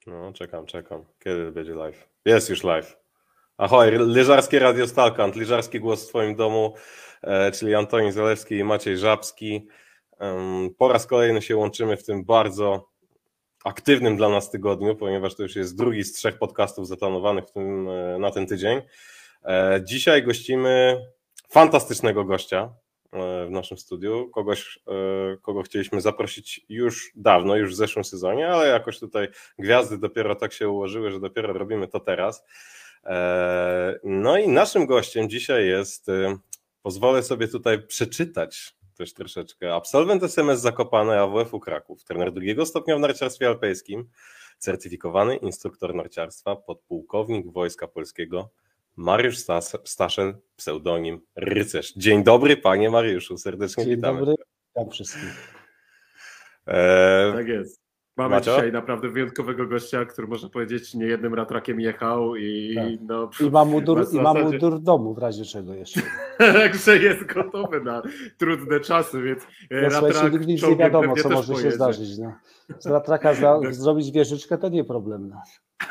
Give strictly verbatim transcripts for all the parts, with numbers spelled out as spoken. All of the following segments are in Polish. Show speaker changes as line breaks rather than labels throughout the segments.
No, czekam, czekam. Kiedy będzie live? Jest już live. Ahoj, Lyżarskie Radio Stalkant, Lyżarski Głos w Twoim domu, e, czyli Antoni Zalewski i Maciej Żabski. Um, po raz kolejny się łączymy w tym bardzo aktywnym dla nas tygodniu, ponieważ to już jest drugi z trzech podcastów zaplanowanych w tym, e, na ten tydzień. E, dzisiaj gościmy fantastycznego gościa w naszym studiu, kogoś, kogo chcieliśmy zaprosić już dawno, już w zeszłym sezonie, ale jakoś tutaj gwiazdy dopiero tak się ułożyły, że dopiero robimy to teraz. No i naszym gościem dzisiaj jest, pozwolę sobie tutaj przeczytać też troszeczkę, absolwent S M S Zakopane A W F-u Kraków, trener drugiego stopnia w narciarstwie alpejskim, certyfikowany instruktor narciarstwa, podpułkownik Wojska Polskiego, Mariusz Staszel, pseudonim Rycerz. Dzień dobry, panie Mariuszu, serdecznie
Dzień
witamy.
Dzień dobry, witam wszystkich.
Eee, tak jest. Mamy
Macio?
dzisiaj naprawdę wyjątkowego gościa, który można powiedzieć nie jednym ratrakiem jechał i
tak.
no...
I ma mundur,
ma
i ma mundur w domu w razie czego jeszcze.
Także jest gotowy na trudne czasy, więc
no,
ratrak
nigdy nic nie wiadomo, co może pojedzie. się zdarzyć. No. Z ratraka za, zrobić wieżyczkę to nie problem. No.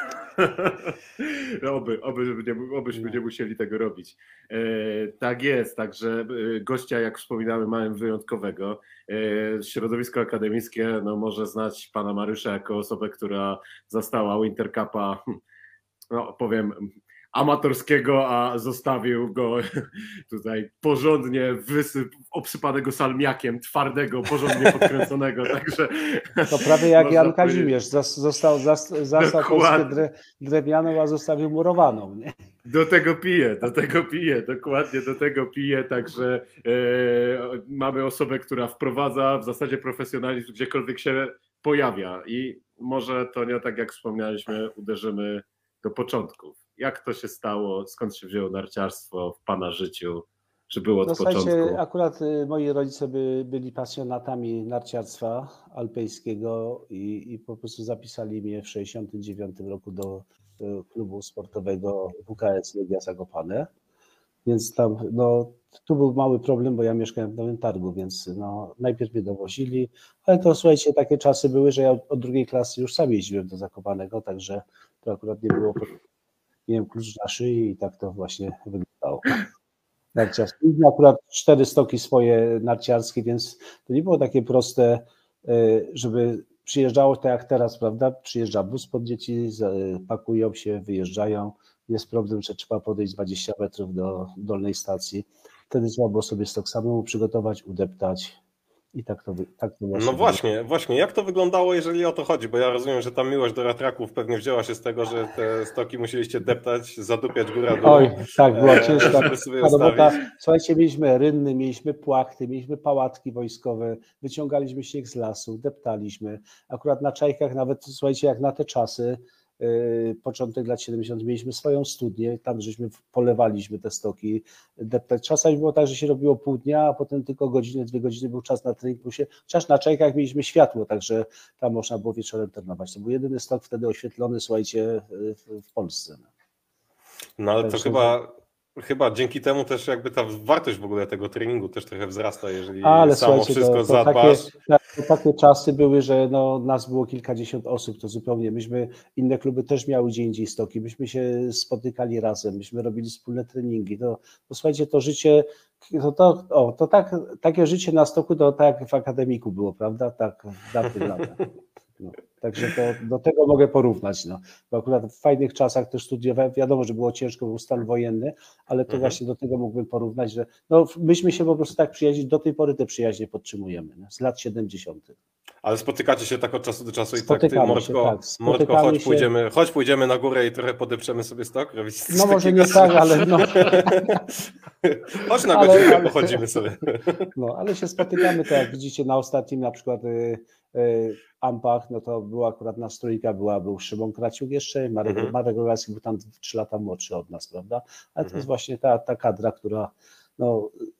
Oby, oby, żeby nie, obyśmy nie musieli tego robić. E, tak jest, także gościa, jak wspominamy, mamy wyjątkowego. E, środowisko akademickie no, może znać pana Mariusza jako osobę, która zastała Winter Cupa, no powiem, amatorskiego, a zostawił go tutaj porządnie wysyp, obsypanego salmiakiem, twardego, porządnie podkręconego, także...
To prawie jak Jan Kazimierz, został, zastał Polskę drewnianą, a zostawił murowaną, nie?
Do tego pije, do tego pije, dokładnie do tego pije, także e, mamy osobę, która wprowadza w zasadzie profesjonalizm gdziekolwiek się pojawia i może to nie tak jak wspomnialiśmy, uderzymy do początków. Jak to się stało? Skąd się wzięło narciarstwo w pana życiu? Czy było od
no,
początku?
Akurat moi rodzice by, byli pasjonatami narciarstwa alpejskiego i, i po prostu zapisali mnie w sześćdziesiątym dziewiątym roku do, do klubu sportowego W K S Legia Zakopane. Więc tam no, tu był mały problem, bo ja mieszkałem w Nowym Targu, więc no, najpierw mnie dowozili, ale to słuchajcie, takie czasy były, że ja od drugiej klasy już sam jeździłem do Zakopanego, także to akurat nie było, miałem klucz na szyi i tak to właśnie wyglądało. Narciarskie. Akurat cztery stoki swoje narciarskie, więc to nie było takie proste, żeby przyjeżdżało tak jak teraz, prawda? Przyjeżdża bus pod dzieci, pakują się, wyjeżdżają. Jest problem, że trzeba podejść dwadzieścia metrów do dolnej stacji. Wtedy trzeba było sobie stok samemu przygotować, udeptać i tak to, tak to właśnie.
No właśnie, właśnie. Jak to wyglądało, jeżeli o to chodzi? Bo ja rozumiem, że ta miłość do ratraków pewnie wzięła się z tego, że te stoki musieliście deptać, zadupiać góra dół.
Oj, tak, była ciężka
robota.
Słuchajcie, mieliśmy rynny, mieliśmy płachty, mieliśmy pałatki wojskowe, wyciągaliśmy śnieg z lasu, deptaliśmy. Akurat na Czajkach nawet, słuchajcie, jak na te czasy, początek lat siedemdziesiątych mieliśmy swoją studnię, tam żeśmy polewaliśmy te stoki, deptać. Czasami było tak, że się robiło pół dnia, a potem tylko godzinę, dwie godziny był czas na trening, chociaż na Czajkach mieliśmy światło, także tam można było wieczorem trenować. To był jedyny stok wtedy oświetlony, słuchajcie, w, w Polsce.
No ale to chyba... Chyba dzięki temu też jakby ta wartość w ogóle tego treningu też trochę wzrasta, jeżeli
Ale
samo wszystko
to, to
zadbasz.
Takie, takie czasy były, że no, nas było kilkadziesiąt osób, to zupełnie, myśmy, inne kluby też miały gdzie indziej stoki, myśmy się spotykali razem, myśmy robili wspólne treningi, to, to słuchajcie, to życie, to, to, o, to tak, takie życie na stoku to tak jak w akademiku było, prawda, tak w dawnych latach. No, także to, do tego mogę porównać, no. Bo akurat w fajnych czasach też studiowałem, wiadomo, że było ciężko, był stan wojenny, ale to mhm. właśnie do tego mógłbym porównać, że no, myśmy się po prostu tak przyjaźnić, do tej pory te przyjaźnie podtrzymujemy, no, z lat siedemdziesiątych.
Ale spotykacie się tak od czasu do czasu
spotykamy
i tak, ty, Mordko,
się, tak.
Mordko chodź,
się...
pójdziemy, chodź pójdziemy na górę i trochę podeprzemy sobie stok? Robić
no może nie tak, ale no.
Chodź na godzinę, ale, ale... pochodzimy sobie.
No, ale się spotykamy, tak jak widzicie na ostatnim na przykład y, y, Ampach, no to była akurat nas trójka, była, był Szymon Kraciuk jeszcze, Marek, mhm. Marek Rogalski był tam trzy lata młodszy od nas, prawda? Ale mhm. to jest właśnie ta, ta kadra, która no,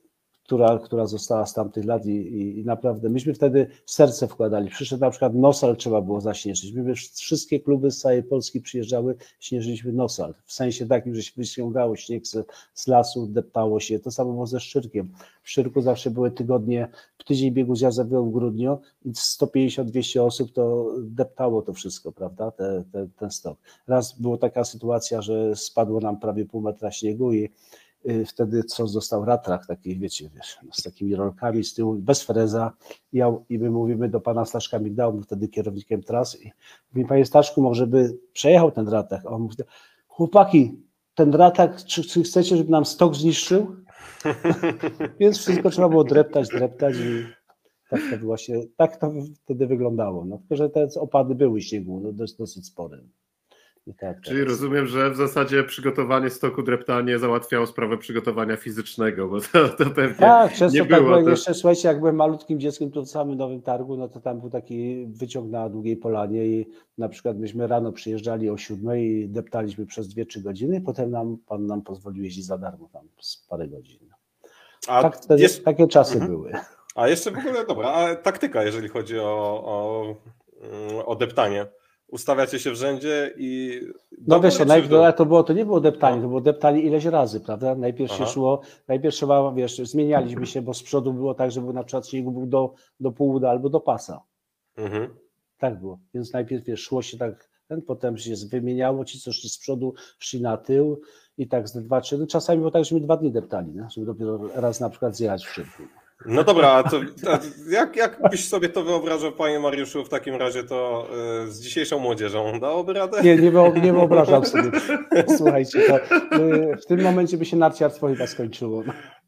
która, która została z tamtych lat i, i, i naprawdę myśmy wtedy serce wkładali. Przyszedł na przykład Nosal, trzeba było zaśnieżyć. My wszystkie kluby z całej Polski przyjeżdżały, śnieżyliśmy Nosal. W sensie takim, że się wyciągało śnieg z, z lasu, deptało się. To samo było ze Szczyrkiem. W Szczyrku zawsze były tygodnie, tydzień biegu zjazdowego w grudniu i sto pięćdziesiąt dwieście osób to deptało to wszystko, prawda, te, te, ten stok. Raz była taka sytuacja, że spadło nam prawie pół metra śniegu i wtedy co został ratrak taki, wiecie, wiesz, z takimi rolkami z tyłu, bez freza. I, ja, i my mówimy do pana Staszka Migdała, był wtedy kierownikiem tras i mówi, panie Staszku, może by przejechał ten ratrak. A on mówi, chłopaki, ten ratrak, czy, czy chcecie, żeby nam stok zniszczył? Więc wszystko trzeba było dreptać, dreptać i tak to właśnie, tak to wtedy wyglądało. No, tylko, że te opady były śniegu, no, dosyć, dosyć spore. Tak,
Czyli
tak.
rozumiem, że w zasadzie przygotowanie stoku dreptanie załatwiało sprawę przygotowania fizycznego, bo to, to pewnie
tak, często
nie
tak
było.
było.
To...
Jeszcze słuchajcie, jak byłem malutkim dzieckiem, to w samym Nowym Targu, no to tam był taki wyciąg na Długiej Polanie i na przykład myśmy rano przyjeżdżali o siódmej i deptaliśmy przez dwie, trzy godziny, potem nam, pan nam pozwolił jeździć za darmo tam z parę godzin.
A
tak, wtedy,
jest...
Takie czasy
mhm.
były.
A jeszcze w ogóle, dobra, a taktyka, jeżeli chodzi o, o, o deptanie. Ustawiacie się w rzędzie i...
No wiesz, to, najpierw, to, było, to nie było deptanie,
no.
to było deptanie ileś razy, prawda? Najpierw
Aha.
się szło, najpierw trzeba, wiesz, zmienialiśmy się, bo z przodu było tak, że był na przykład śniegu był do, do pół uda albo do pasa.
Mhm.
Tak było, więc najpierw wiesz, szło się tak, ten, potem się wymieniało, ci co szli z przodu, szli na tył i tak z dwa, trzy, no, czasami było tak, że mi dwa dni deptali, nie? Żeby dopiero raz na przykład zjechać w szybku.
No dobra, a to, a jak, jak byś sobie to wyobrażał, panie Mariuszu, w takim razie to y, z dzisiejszą młodzieżą dałoby radę?
Nie, nie, nie wyobrażam sobie. Słuchajcie, to y, w tym momencie by się narciarstwo chyba skończyło.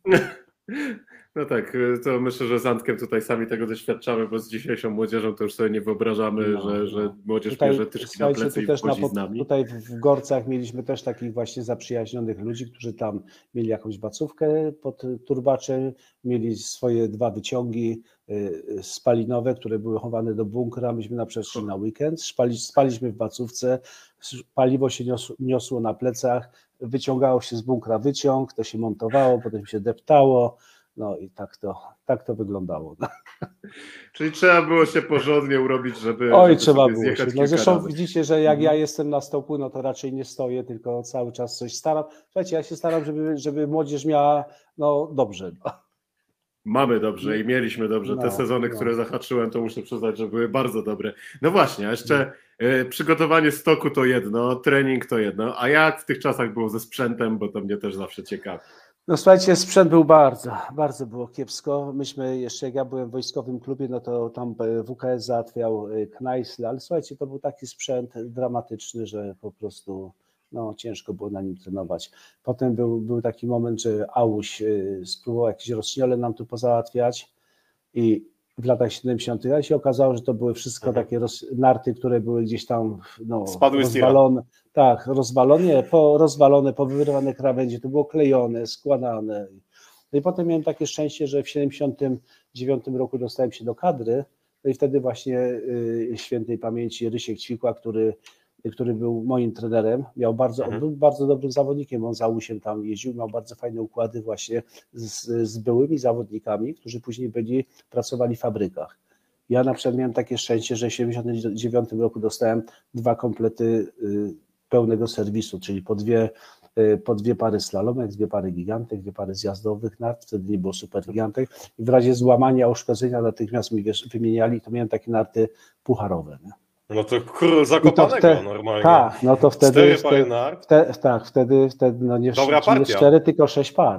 No tak, to myślę, że z Antkiem tutaj sami tego doświadczamy, bo z dzisiejszą młodzieżą to już sobie nie wyobrażamy, no, że, że młodzież
tutaj,
bierze tyszki na plecy i wchodzi
na,
z nami.
Tutaj w Gorcach mieliśmy też takich właśnie zaprzyjaźnionych ludzi, którzy tam mieli jakąś bacówkę pod turbaczem, mieli swoje dwa wyciągi y, spalinowe, które były chowane do bunkra. Myśmy na przykład szli na weekend, spali, spaliśmy w bacówce, paliwo się niosło, niosło na plecach, wyciągało się z bunkra wyciąg, to się montowało, potem się deptało. No i tak to, tak to wyglądało.
Czyli trzeba było się porządnie urobić, żeby,
Oj,
żeby
trzeba było
zjechać
się. No zresztą
razy.
widzicie, że jak ja jestem na stoku, no to raczej nie stoję, tylko cały czas coś staram. Słuchajcie, ja się staram, żeby, żeby młodzież miała no dobrze. No.
Mamy dobrze i mieliśmy dobrze. Te
no,
sezony,
no.
które zahaczyłem, to muszę przyznać, że były bardzo dobre. No właśnie, a jeszcze y, przygotowanie stoku to jedno, trening to jedno, a jak w tych czasach było ze sprzętem, bo to mnie też zawsze ciekawi.
No słuchajcie, sprzęt był bardzo, bardzo było kiepsko. Myśmy jeszcze, jak ja byłem w wojskowym klubie, no to tam W K S załatwiał Knajsl, ale słuchajcie, to był taki sprzęt dramatyczny, że po prostu no, ciężko było na nim trenować. Potem był, był taki moment, że Ałuś spróbował jakieś rozśniole nam tu pozałatwiać i w latach siedemdziesiątych, ale się okazało, że to były wszystko mhm. takie roz, narty, które były gdzieś tam no,
Spadły
rozwalone. Tak, rozwalone, po, rozwalone, powyrywane krawędzie, to było klejone, składane. No i potem miałem takie szczęście, że w siedemdziesiątym dziewiątym roku dostałem się do kadry, no i wtedy właśnie y, świętej pamięci Rysiek Ćwikła, który który był moim trenerem, miał bardzo, mhm. był bardzo dobrym zawodnikiem, on za Łusiem tam jeździł, miał bardzo fajne układy właśnie z, z byłymi zawodnikami, którzy później byli, pracowali w fabrykach. Ja na przykład miałem takie szczęście, że w siedemdziesiątym dziewiątym roku dostałem dwa komplety y, pełnego serwisu, czyli po dwie, y, po dwie pary slalomek, dwie pary gigantek, dwie pary zjazdowych nart, wtedy nie było super gigantek i w razie złamania, uszkodzenia natychmiast mi wiesz, wymieniali, to miałem takie narty pucharowe. Nie?
No to król Zakopanego
wtedy,
normalnie.
Tak, no to wtedy.
Cztery pary nart.
Wtedy, tak, wtedy, wtedy no nie,
Dobra partia.
nie cztery, tylko sześć par.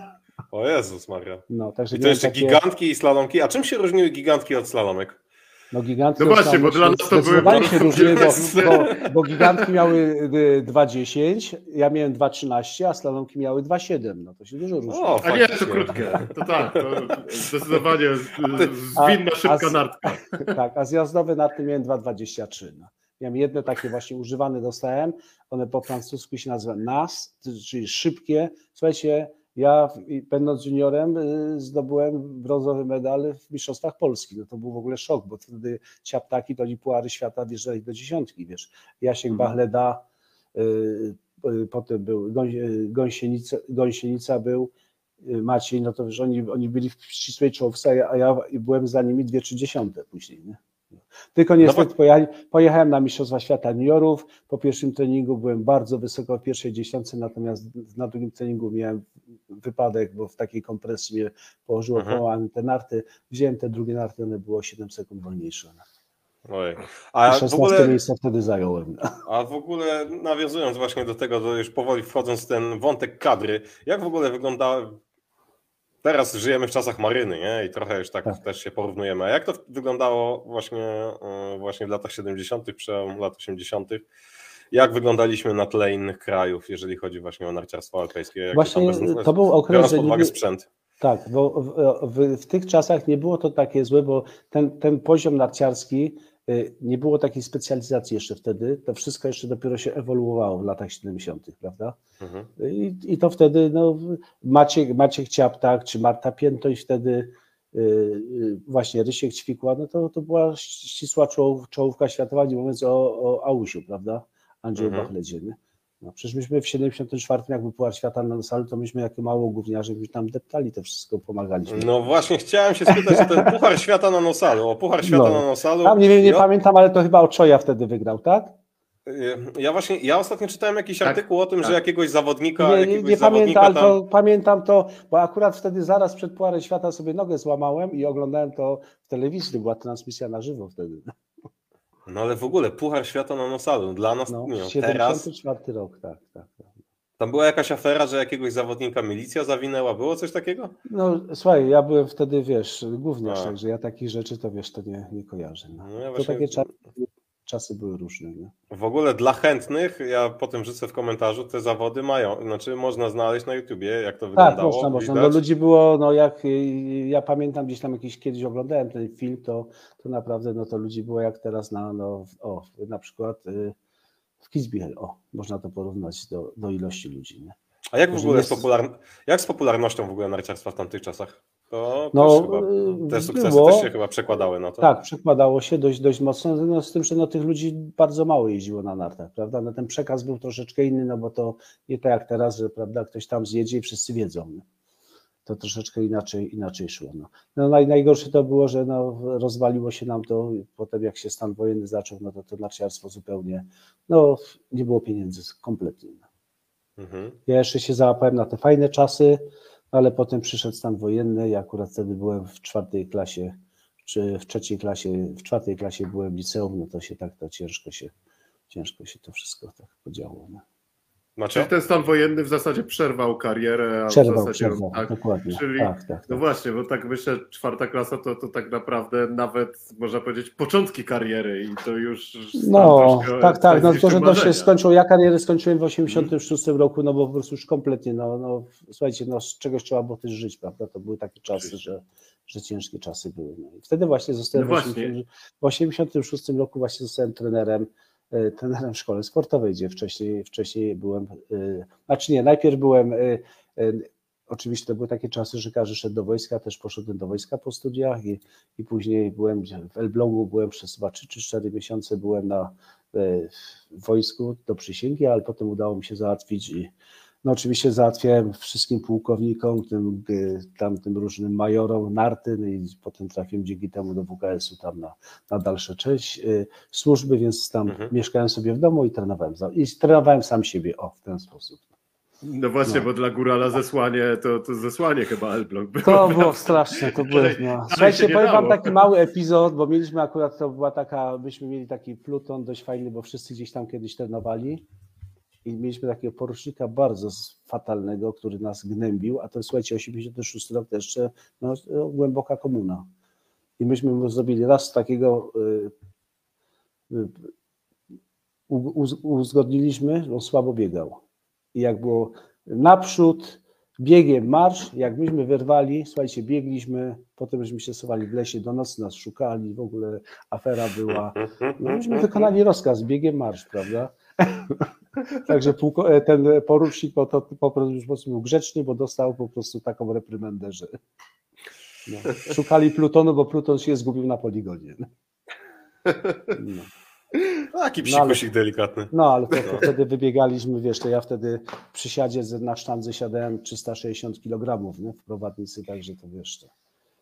O Jezus Maria.
No, także
i to jeszcze
takie...
gigantki i slalomki. A czym się różniły gigantki od slalomek?
No gigantki
no właśnie, bo dla nas to były
się różniły, bo, bo, bo gigantki miały dwa dziesięć, ja miałem dwa trzynaście, a slalomki miały dwa siedem. No to się dużo różni.
O, a nie, to krótkie. To tak, to zdecydowanie zwinna, szybka
a,
nartka.
Tak, a zjazdowe narty miałem dwa dwadzieścia trzy. No. Miałem jedne takie właśnie używane dostałem, one po francusku się nazywa N A S, czyli szybkie. Słuchajcie, ja będąc juniorem zdobyłem brązowy medal w Mistrzostwach Polski. No to był w ogóle szok, bo wtedy ciaptaki to oni puary świata wjeżdżali do dziesiątki, wiesz. Jasiek hmm. Bachleda, y, y, potem był Gąsienica, Gąsienica był Maciej, no to że oni, oni byli w ścisłej czołówce, a ja byłem za nimi dwie trzy później, nie? Tylko niestety no, pojechałem, pojechałem na Mistrzostwa Świata Juniorów, po pierwszym treningu byłem bardzo wysoko w pierwszej dziesiątce, natomiast na drugim treningu miałem wypadek, bo w takiej kompresji mnie położyło mhm. koło te narty, wziąłem te drugie narty, one było siedem sekund wolniejsze.
Ojej. A
szesnaste
w ogóle,
miejsce wtedy zająłem.
A w ogóle nawiązując właśnie do tego, do już powoli wchodząc w ten wątek kadry, jak w ogóle wygląda, teraz żyjemy w czasach Maryny, nie? I trochę już tak, tak też się porównujemy. A jak to wyglądało właśnie, właśnie w latach siedemdziesiątych, przełom lat osiemdziesiątych? Jak wyglądaliśmy na tle innych krajów, jeżeli chodzi właśnie o narciarstwo alpejskie? Jak
właśnie
tam bez,
to był okres,
biorąc
że
pod uwagę
nie...
sprzęt.
Tak, bo w, w, w tych czasach nie było to takie złe, bo ten, ten poziom narciarski, nie było takiej specjalizacji jeszcze wtedy, to wszystko jeszcze dopiero się ewoluowało w latach siedemdziesiątych, prawda? Mhm. I, I to wtedy no, Maciek, Maciek Ciaptak czy Marta Piętoń wtedy yy, właśnie Rysiek Ćwikła, no to, to była ścisła czołów, czołówka światowa, nie mówiąc o, o Ausiu, prawda? Andrzeju mhm. Bachledzie, nie? No, przecież myśmy w siedemdziesiątym czwartym jakby Puchar Świata na Nosalu, to myśmy jako mało gówniarze, myśmy tam deptali to wszystko, pomagaliśmy.
No właśnie chciałem się spytać o ten Puchar Świata na Nosalu, o Puchar Świata no. na Nosalu.
Tam nie, nie ja... pamiętam, ale to chyba Oczoja wtedy wygrał, tak?
Ja właśnie, ja ostatnio czytałem jakiś
tak,
artykuł o tym,
tak.
że jakiegoś zawodnika...
Nie,
jakiegoś
nie
zawodnika
pamiętam,
tam...
to, pamiętam to, bo akurat wtedy zaraz przed Pucharem Świata sobie nogę złamałem i oglądałem to w telewizji, była transmisja na żywo wtedy.
No ale w ogóle Puchar Świata na Nosalu, dla nas
no,
nie, teraz...
siedemdziesiąty czwarty rok, tak, tak, tak.
Tam była jakaś afera, że jakiegoś zawodnika milicja zawinęła, było coś takiego?
No słuchaj, ja byłem wtedy, wiesz, gówniarz, także ja takich rzeczy to wiesz, to nie, nie kojarzę. No. No ja właśnie... To takie czasy, czasy były różne. Nie?
W ogóle dla chętnych, ja potem wrzucę w komentarzu, te zawody mają, znaczy można znaleźć na YouTubie, jak to wyglądało.
Tak, można, można. No ludzi było, no jak ja pamiętam, gdzieś tam jakiś kiedyś oglądałem ten film, to, to naprawdę, no to ludzi było jak teraz na, no, o, na przykład y, w Kitzbühel, o, można to porównać do, do ilości ludzi. Nie?
A jak w ogóle jest... z popular... jak z popularnością w ogóle narciarstwa w tamtych czasach? To
no,
chyba, te sukcesy
było,
też się chyba przekładały na to.
Tak, przekładało się dość, dość mocno, no, z tym, że no, tych ludzi bardzo mało jeździło na nartach, prawda? No, ten przekaz był troszeczkę inny, no bo to nie tak jak teraz, że prawda, ktoś tam zjedzie i wszyscy wiedzą. Nie? To troszeczkę inaczej, inaczej szło. No. No, naj, najgorsze to było, że no, rozwaliło się nam to, potem jak się stan wojenny zaczął, no to to narciarstwo zupełnie, no nie było pieniędzy kompletnie. No. Mhm. Ja jeszcze się załapałem na te fajne czasy, ale potem przyszedł stan wojenny, ja akurat wtedy byłem w czwartej klasie, czy w trzeciej klasie, w czwartej klasie byłem w liceum, no to się tak to ciężko się, ciężko się to wszystko tak podziało. No.
Czyli ten stan wojenny w zasadzie przerwał karierę, a
przerwał,
w zasadzie
przerwał,
tak,
dokładnie.
Czyli,
tak, tak, tak.
No właśnie, bo tak myślę, czwarta klasa to, to tak naprawdę nawet można powiedzieć początki kariery i to już...
No, tak, tak, no to, że to się skończyło, ja karierę skończyłem w osiemdziesiątym szóstym roku, no bo po prostu już kompletnie, no, no słuchajcie, no z czegoś trzeba było też żyć, prawda, to były takie czasy, że, że ciężkie czasy były. No. I wtedy właśnie zostałem no właśnie. w osiemdziesiątym szóstym roku właśnie zostałem trenerem, trenerem w szkole sportowej, gdzie wcześniej, wcześniej byłem, znaczy nie, najpierw byłem, oczywiście to były takie czasy, że każdy szedł do wojska, też poszedłem do wojska po studiach i, i później byłem w Elblągu, byłem przez chyba trzy czy cztery miesiące byłem na w wojsku do przysięgi, ale potem udało mi się załatwić i no oczywiście załatwiałem wszystkim pułkownikom, tym, tam tym różnym majorom narty no i potem trafiłem dzięki temu do W K S-u tam na, na dalsze część y, służby, więc tam mhm. mieszkałem sobie w domu i trenowałem, i trenowałem sam siebie, o, w ten sposób.
No właśnie, no. Bo dla górala zesłanie, to, to zesłanie chyba Elbląg było.
To było straszne, to było, no. Słuchajcie, powiem wam taki mały epizod, bo mieliśmy akurat, to była taka, byśmy mieli taki pluton dość fajny, bo wszyscy gdzieś tam kiedyś trenowali. I mieliśmy takiego porucznika bardzo fatalnego, który nas gnębił, a to słuchajcie, osiemdziesiąty szósty rok to jeszcze no, głęboka komuna. I myśmy mu zrobili raz takiego, y, y, uz, uzgodniliśmy, on słabo biegał. I jak było naprzód, biegiem marsz, jak myśmy wyrwali, słuchajcie, biegliśmy, potem żeśmy się schowali w lesie, do nocy nas szukali, w ogóle afera była. No myśmy wykonali rozkaz, biegiem marsz, prawda? Także ten porucznik po, to, po prostu był grzeczny, bo dostał po prostu taką reprymendę, że no, szukali plutonu, bo pluton się zgubił na poligonie. No.
Taki
No, ale-
psikusik delikatny.
No, ale to, to wtedy wybiegaliśmy, wiesz, to ja wtedy w przysiadzie z- na sztandze siadałem trzysta sześćdziesiąt kilogramów, nie, w prowadnicy, także to wiesz, to,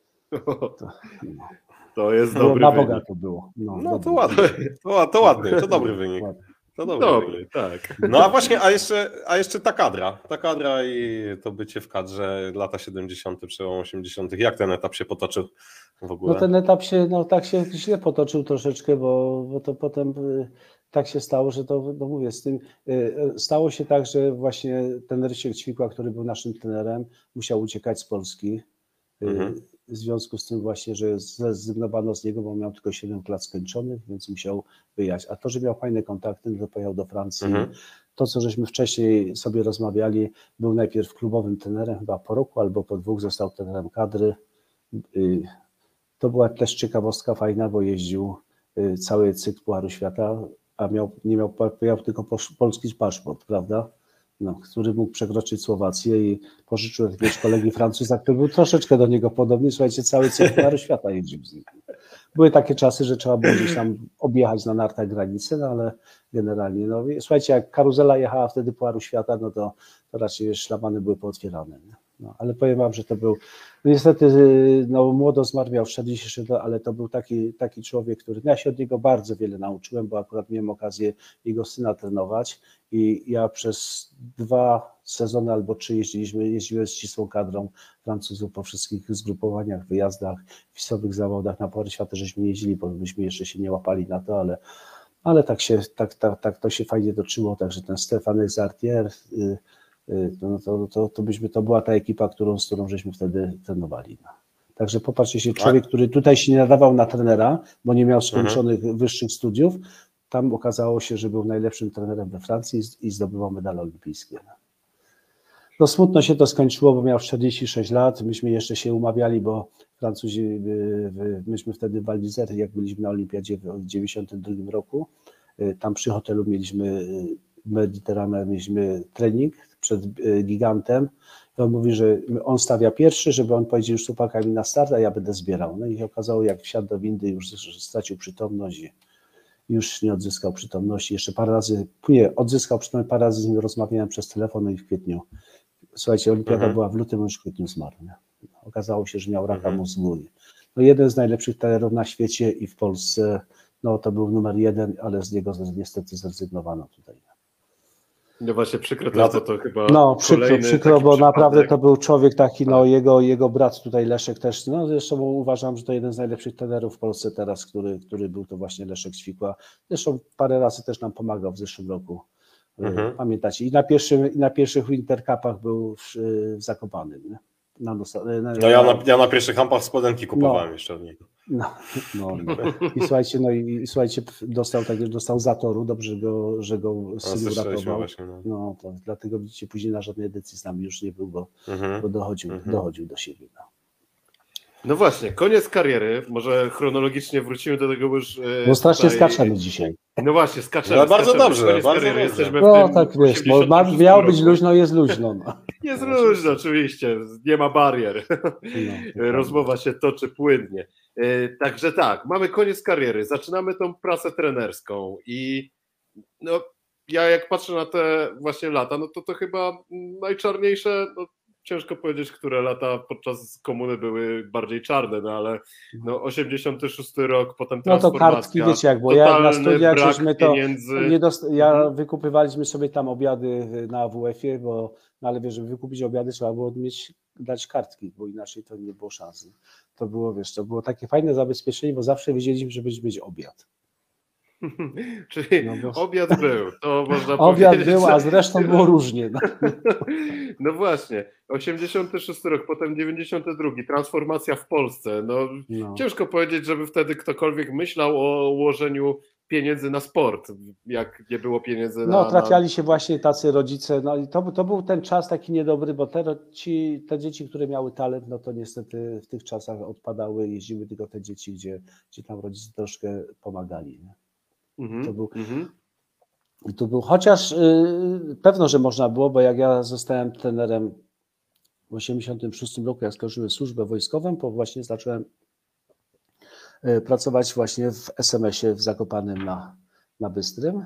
to, no.
To jest
to
dobry
na
wynik.
Boga to było. No,
No
dobry.
to ładnie, to, to ładny, to dobry wynik.
Ładny.
To dobry,
Dobry,
wynik.
tak.
No a właśnie, a jeszcze, a jeszcze ta kadra, ta kadra i to bycie w kadrze lata siedemdziesiąte, przełom osiemdziesiątych. Jak ten etap się potoczył w ogóle?
No ten etap się, no tak się źle potoczył troszeczkę, bo, bo to potem y, tak się stało, że to, no mówię, z tym, y, stało się tak, że właśnie ten Rysiek Ćwikła, który był naszym trenerem, musiał uciekać z Polski. Y,
Mhm.
W związku z tym właśnie, że zrezygnowano z niego, bo miał tylko siedem klat skończonych, więc musiał wyjechać. A to, że miał fajne kontakty, no to pojechał do Francji.
Mhm.
To, co żeśmy wcześniej sobie rozmawiali, był najpierw klubowym trenerem, chyba po roku albo po dwóch został trenerem kadry. Y, To była też ciekawostka fajna, bo jeździł y, cały cykl Pucharu Świata, a miał, nie miał, miał tylko posz- polski paszport, prawda? No, który mógł przekroczyć Słowację i pożyczył od jakiegoś kolegi Francuza, który był troszeczkę do niego podobny. Słuchajcie, cały cykl Pucharu Świata jeździł z nim. Były takie czasy, że trzeba było gdzieś tam objechać na nartach granicę, no ale generalnie, no słuchajcie, jak karuzela jechała wtedy Pucharu Świata, no to, to raczej szlabany były pootwierane. Nie? No, ale powiem wam, że to był, no niestety no, młodo zmarł, miał czterdzieści sześć lat, ale to był taki, taki człowiek, który, no ja się od niego bardzo wiele nauczyłem, bo akurat miałem okazję jego syna trenować i ja przez dwa sezony albo trzy jeździliśmy, jeździłem z ścisłą kadrą Francuzów po wszystkich zgrupowaniach, wyjazdach, wisowych zawodach na Puchar Świata, żeśmy jeździli, bo myśmy jeszcze się nie łapali na to, ale, ale tak, się, tak, tak, tak to się fajnie dotrzymało, także ten Stéphane Zartier, y, No to, to, to, byśmy, to była ta ekipa, którą, z którą żeśmy wtedy trenowali. No. Także popatrzcie się, człowiek, który tutaj się nie nadawał na trenera, bo nie miał skończonych mhm. wyższych studiów, tam okazało się, że był najlepszym trenerem we Francji i zdobywał medale olimpijskie. No smutno się to skończyło, bo miał czterdzieści sześć lat, myśmy jeszcze się umawiali, bo Francuzi, myśmy wtedy w Val d'Isère, jak byliśmy na olimpiadzie w dziewięćdziesiątym drugim roku, tam przy hotelu mieliśmy Mediterranę, mieliśmy trening przed gigantem i on mówi, że on stawia pierwszy, żeby on powiedział już z chłopakami na start, a ja będę zbierał. No i się okazało, jak wsiadł do windy, już stracił przytomność i już nie odzyskał przytomności. Jeszcze parę razy, nie, odzyskał przytomność, parę razy z nim rozmawiałem przez telefon, no i w kwietniu. Słuchajcie, olimpiada mhm. była w lutym, już w kwietniu zmarł. Nie? Okazało się, że miał raka mhm. mózgu. No jeden z najlepszych trenerów na świecie i w Polsce, no to był numer jeden, ale z niego niestety zrezygnowano tutaj.
No właśnie, przykro to, to, to chyba
No przykro, przykro bo naprawdę
przypadek.
To był człowiek taki, no jego, jego brat tutaj Leszek też, no zresztą uważam, że to jeden z najlepszych trenerów w Polsce teraz, który, który był to właśnie Leszek Ćwikła. Zresztą parę razy też nam pomagał w zeszłym roku. Mhm. Pamiętacie? I na, pierwszym, i na pierwszych Winter Cupach był w, w Zakopanym. Nie? Na, na,
no ja na, ja na pierwszych hampach spodenki kupowałem no, jeszcze od niego.
No, no, no. I słuchajcie, no i, i słuchajcie, dostał tak, dostał zatoru, dobrze go, że go syn uratował. Właśnie, no. no to dlatego widzicie, później na żadnej edycji z nami już nie był, bo, mhm. bo dochodził, mhm. dochodził do siebie. No.
No właśnie, koniec kariery. Może chronologicznie wrócimy do tego, bo już.
No strasznie tutaj... skaczemy dzisiaj.
No właśnie, skaczemy.
No, bardzo
skaczemy.
dobrze,
koniec
bardzo
kariery.
dobrze.
Jesteśmy
no
w tym
tak wiesz, bo ma, miało być luźno, jest luźno. No.
Jest luźno, oczywiście, nie ma barier. No, rozmowa się toczy płynnie. Także tak, mamy koniec kariery, zaczynamy tą pracę trenerską i no, ja jak patrzę na te właśnie lata, no to to chyba najczarniejsze, no, ciężko powiedzieć, które lata podczas komuny były bardziej czarne, no ale no osiemdziesiąty szósty rok, potem transformacja.
No to kartki, wiecie jak, bo ja na studiach żeśmy to nie dost... ja wykupywaliśmy sobie tam obiady na A W F-ie, bo no ale wiesz, żeby wykupić obiady trzeba było mieć, dać kartki, bo inaczej to nie było szansy. To było, wiesz, to było takie fajne zabezpieczenie, bo zawsze wiedzieliśmy, że będzie mieć obiad.
Czyli no bo... obiad był, to można
obiad
powiedzieć.
był, a zresztą było różnie. No,
no właśnie, osiemdziesiąty szósty rok, potem dziewięćdziesiąty drugi, transformacja w Polsce. No, no. Ciężko powiedzieć, żeby wtedy ktokolwiek myślał o ułożeniu pieniędzy na sport, jak nie było pieniędzy na...
No trafiali się właśnie tacy rodzice, no i to, to był ten czas taki niedobry, bo te, ci, te dzieci, które miały talent, no to niestety w tych czasach odpadały, jeździły tylko te dzieci, gdzie, gdzie tam rodzice troszkę pomagali. Nie? Mm-hmm, to był, mm-hmm. I tu był, chociaż yy, pewno, że można było, bo jak ja zostałem trenerem w osiemdziesiątym szóstym roku, jak skończyłem służbę wojskową, to właśnie zacząłem yy, pracować właśnie w es em esie w Zakopanem na, na Bystrym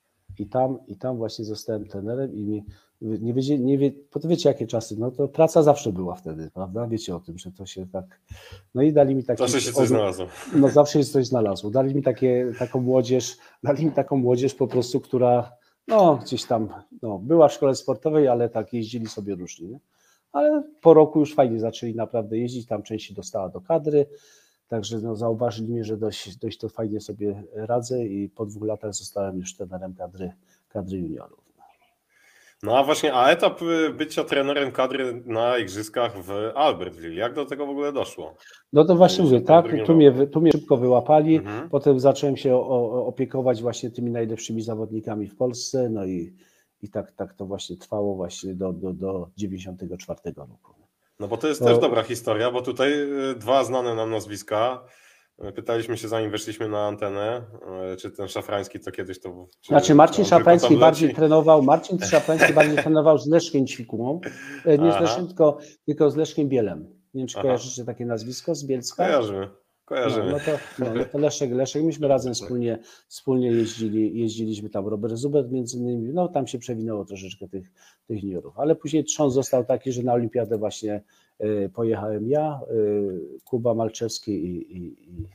i tam, i tam właśnie zostałem trenerem i mi nie wiedzieli, nie wie, bo to wiecie jakie czasy, no to praca zawsze była wtedy, prawda? Wiecie o tym, że to się tak, no i dali mi taki...
Zawsze się coś znalazło.
No zawsze się coś znalazło. Dali mi takie, taką młodzież, dali mi taką młodzież po prostu, która no gdzieś tam no, była w szkole sportowej, ale tak jeździli sobie różni, nie? Ale po roku już fajnie zaczęli naprawdę jeździć, tam część się dostała do kadry, także no, zauważyli mnie, że dość, dość to fajnie sobie radzę i po dwóch latach zostałem już trenerem kadry, kadry juniorów.
No a właśnie, a etap bycia trenerem kadry na igrzyskach w Albertville, jak do tego w ogóle doszło?
No to właśnie mówię, tak, tu mnie, tu mnie szybko wyłapali, mhm. Potem zacząłem się o, o, opiekować właśnie tymi najlepszymi zawodnikami w Polsce, no i, i tak, tak to właśnie trwało właśnie do, do, do dziewięćdziesiątego czwartego roku.
No bo to jest to... też dobra historia, bo tutaj dwa znane nam nazwiska. Pytaliśmy się, zanim weszliśmy na antenę, czy ten Szafrański to kiedyś to... Czy,
znaczy Marcin Szafrański bardziej trenował, Marcin Szafrański bardziej trenował z Leszkiem Ćwikłą, nie z Leszkiem, tylko, tylko z Leszkiem Bielem. Nie wiem, czy Aha. kojarzycie takie nazwisko z Bielska?
Kojarzymy, kojarzymy.
No, no, to, no, no to Leszek, Leszek, myśmy razem wspólnie, wspólnie jeździli, jeździliśmy tam, Robert Zubert między innymi, no tam się przewinęło troszeczkę tych, tych juniorów, ale później trząs został taki, że na olimpiadę właśnie y, pojechałem ja, y, Kuba Malczewski i, i, i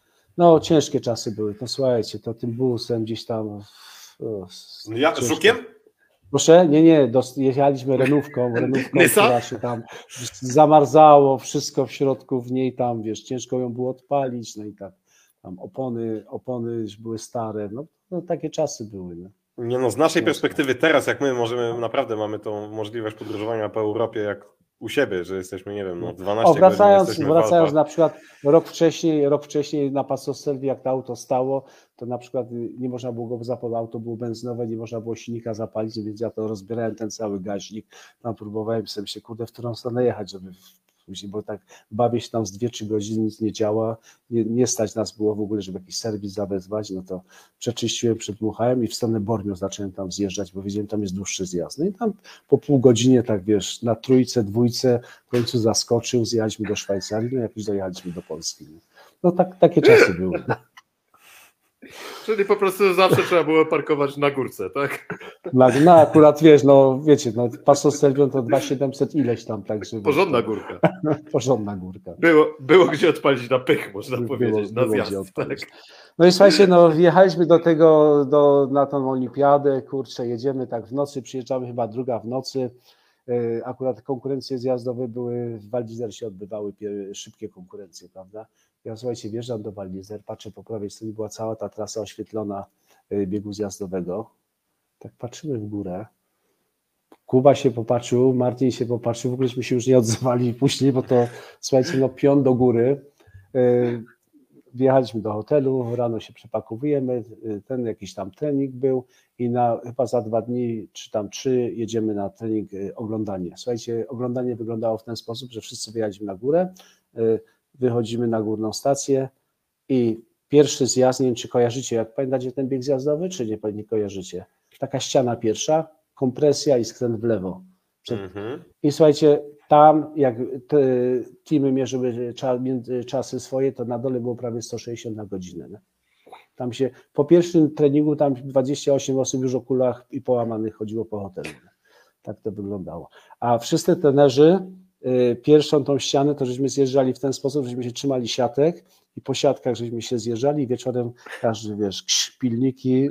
no ciężkie czasy były, no słuchajcie, to tym busem gdzieś tam... O,
ja, Żukiem?
Proszę, nie, nie, jechaliśmy renówką, renówką, która się tam zamarzało, wszystko w środku w niej tam, wiesz, ciężko ją było odpalić, no i tak, tam opony, opony już były stare, no, no takie czasy były. No.
Nie no, z naszej perspektywy teraz, jak my możemy, naprawdę mamy tą możliwość podróżowania po Europie, jak u siebie, że jesteśmy, nie wiem, no dwanaście
o, wracając,
godzin
wracając na przykład rok wcześniej, rok wcześniej na Paso Selvi, jak to auto stało, to na przykład nie można było go zapalić, auto było benzynowe, nie można było silnika zapalić, więc ja to rozbierałem ten cały gaźnik, tam próbowałem sobie się, kurde, w którą stronę jechać, żeby później, bo tak bawię się tam z dwie trzy godziny, nic nie działa, nie, nie stać nas było w ogóle, żeby jakiś serwis zawezwać, no to przeczyściłem, przedmuchałem i w stronę Bormio zacząłem tam zjeżdżać, bo wiedziałem, tam jest dłuższy zjazd. No i tam po pół godzinie, tak wiesz, na trójce, dwójce w końcu zaskoczył, zjechaliśmy do Szwajcarii, no jak już dojechaliśmy do Polski. No tak, takie czasy były.
Czyli po prostu zawsze trzeba było parkować na górce, tak?
No, no akurat wiesz, no wiecie, no Paso Selvią to dwa tysiące siedemset ileś tam, także...
Porządna górka.
Porządna górka.
Było, było gdzie odpalić na pych, można było, powiedzieć, na
było
zjazd. Tak.
No i słuchajcie, no wjechaliśmy do tego, do, na tą olimpiadę, kurczę, jedziemy tak w nocy, przyjeżdżamy chyba druga w nocy, akurat konkurencje zjazdowe były, w Val d'Isère się odbywały szybkie konkurencje, prawda? Ja słuchajcie, wjeżdżam do Val d'Isère, patrzę po prawej stronie, była cała ta trasa oświetlona biegu zjazdowego. Tak patrzymy w górę. Kuba się popatrzył, Martin się popatrzył, w ogóleśmy się już nie odzywali później, bo to słuchajcie, no pion do góry. Wjechaliśmy do hotelu, rano się przepakowujemy, ten jakiś tam trening był i na chyba za dwa dni, czy tam trzy, jedziemy na trening oglądanie. Słuchajcie, oglądanie wyglądało w ten sposób, że wszyscy wyjechaliśmy na górę, wychodzimy na górną stację i pierwszy zjazd, nie wiem czy kojarzycie, jak pamiętacie ten bieg zjazdowy, czy nie, nie kojarzycie? Taka ściana pierwsza, kompresja i skręt w lewo. Przed... Mm-hmm. I słuchajcie, tam jak te teamy mierzyły czasy swoje, to na dole było prawie sto sześćdziesiąt na godzinę. Nie? Tam się, po pierwszym treningu tam dwadzieścia osiem osób już o kulach i połamanych chodziło po hotelu. Nie? Tak to wyglądało. A wszyscy trenerzy pierwszą tą ścianę to żeśmy zjeżdżali w ten sposób, żeśmy się trzymali siatek i po siatkach żeśmy się zjeżdżali i wieczorem każdy, wiesz, ksz, pilniki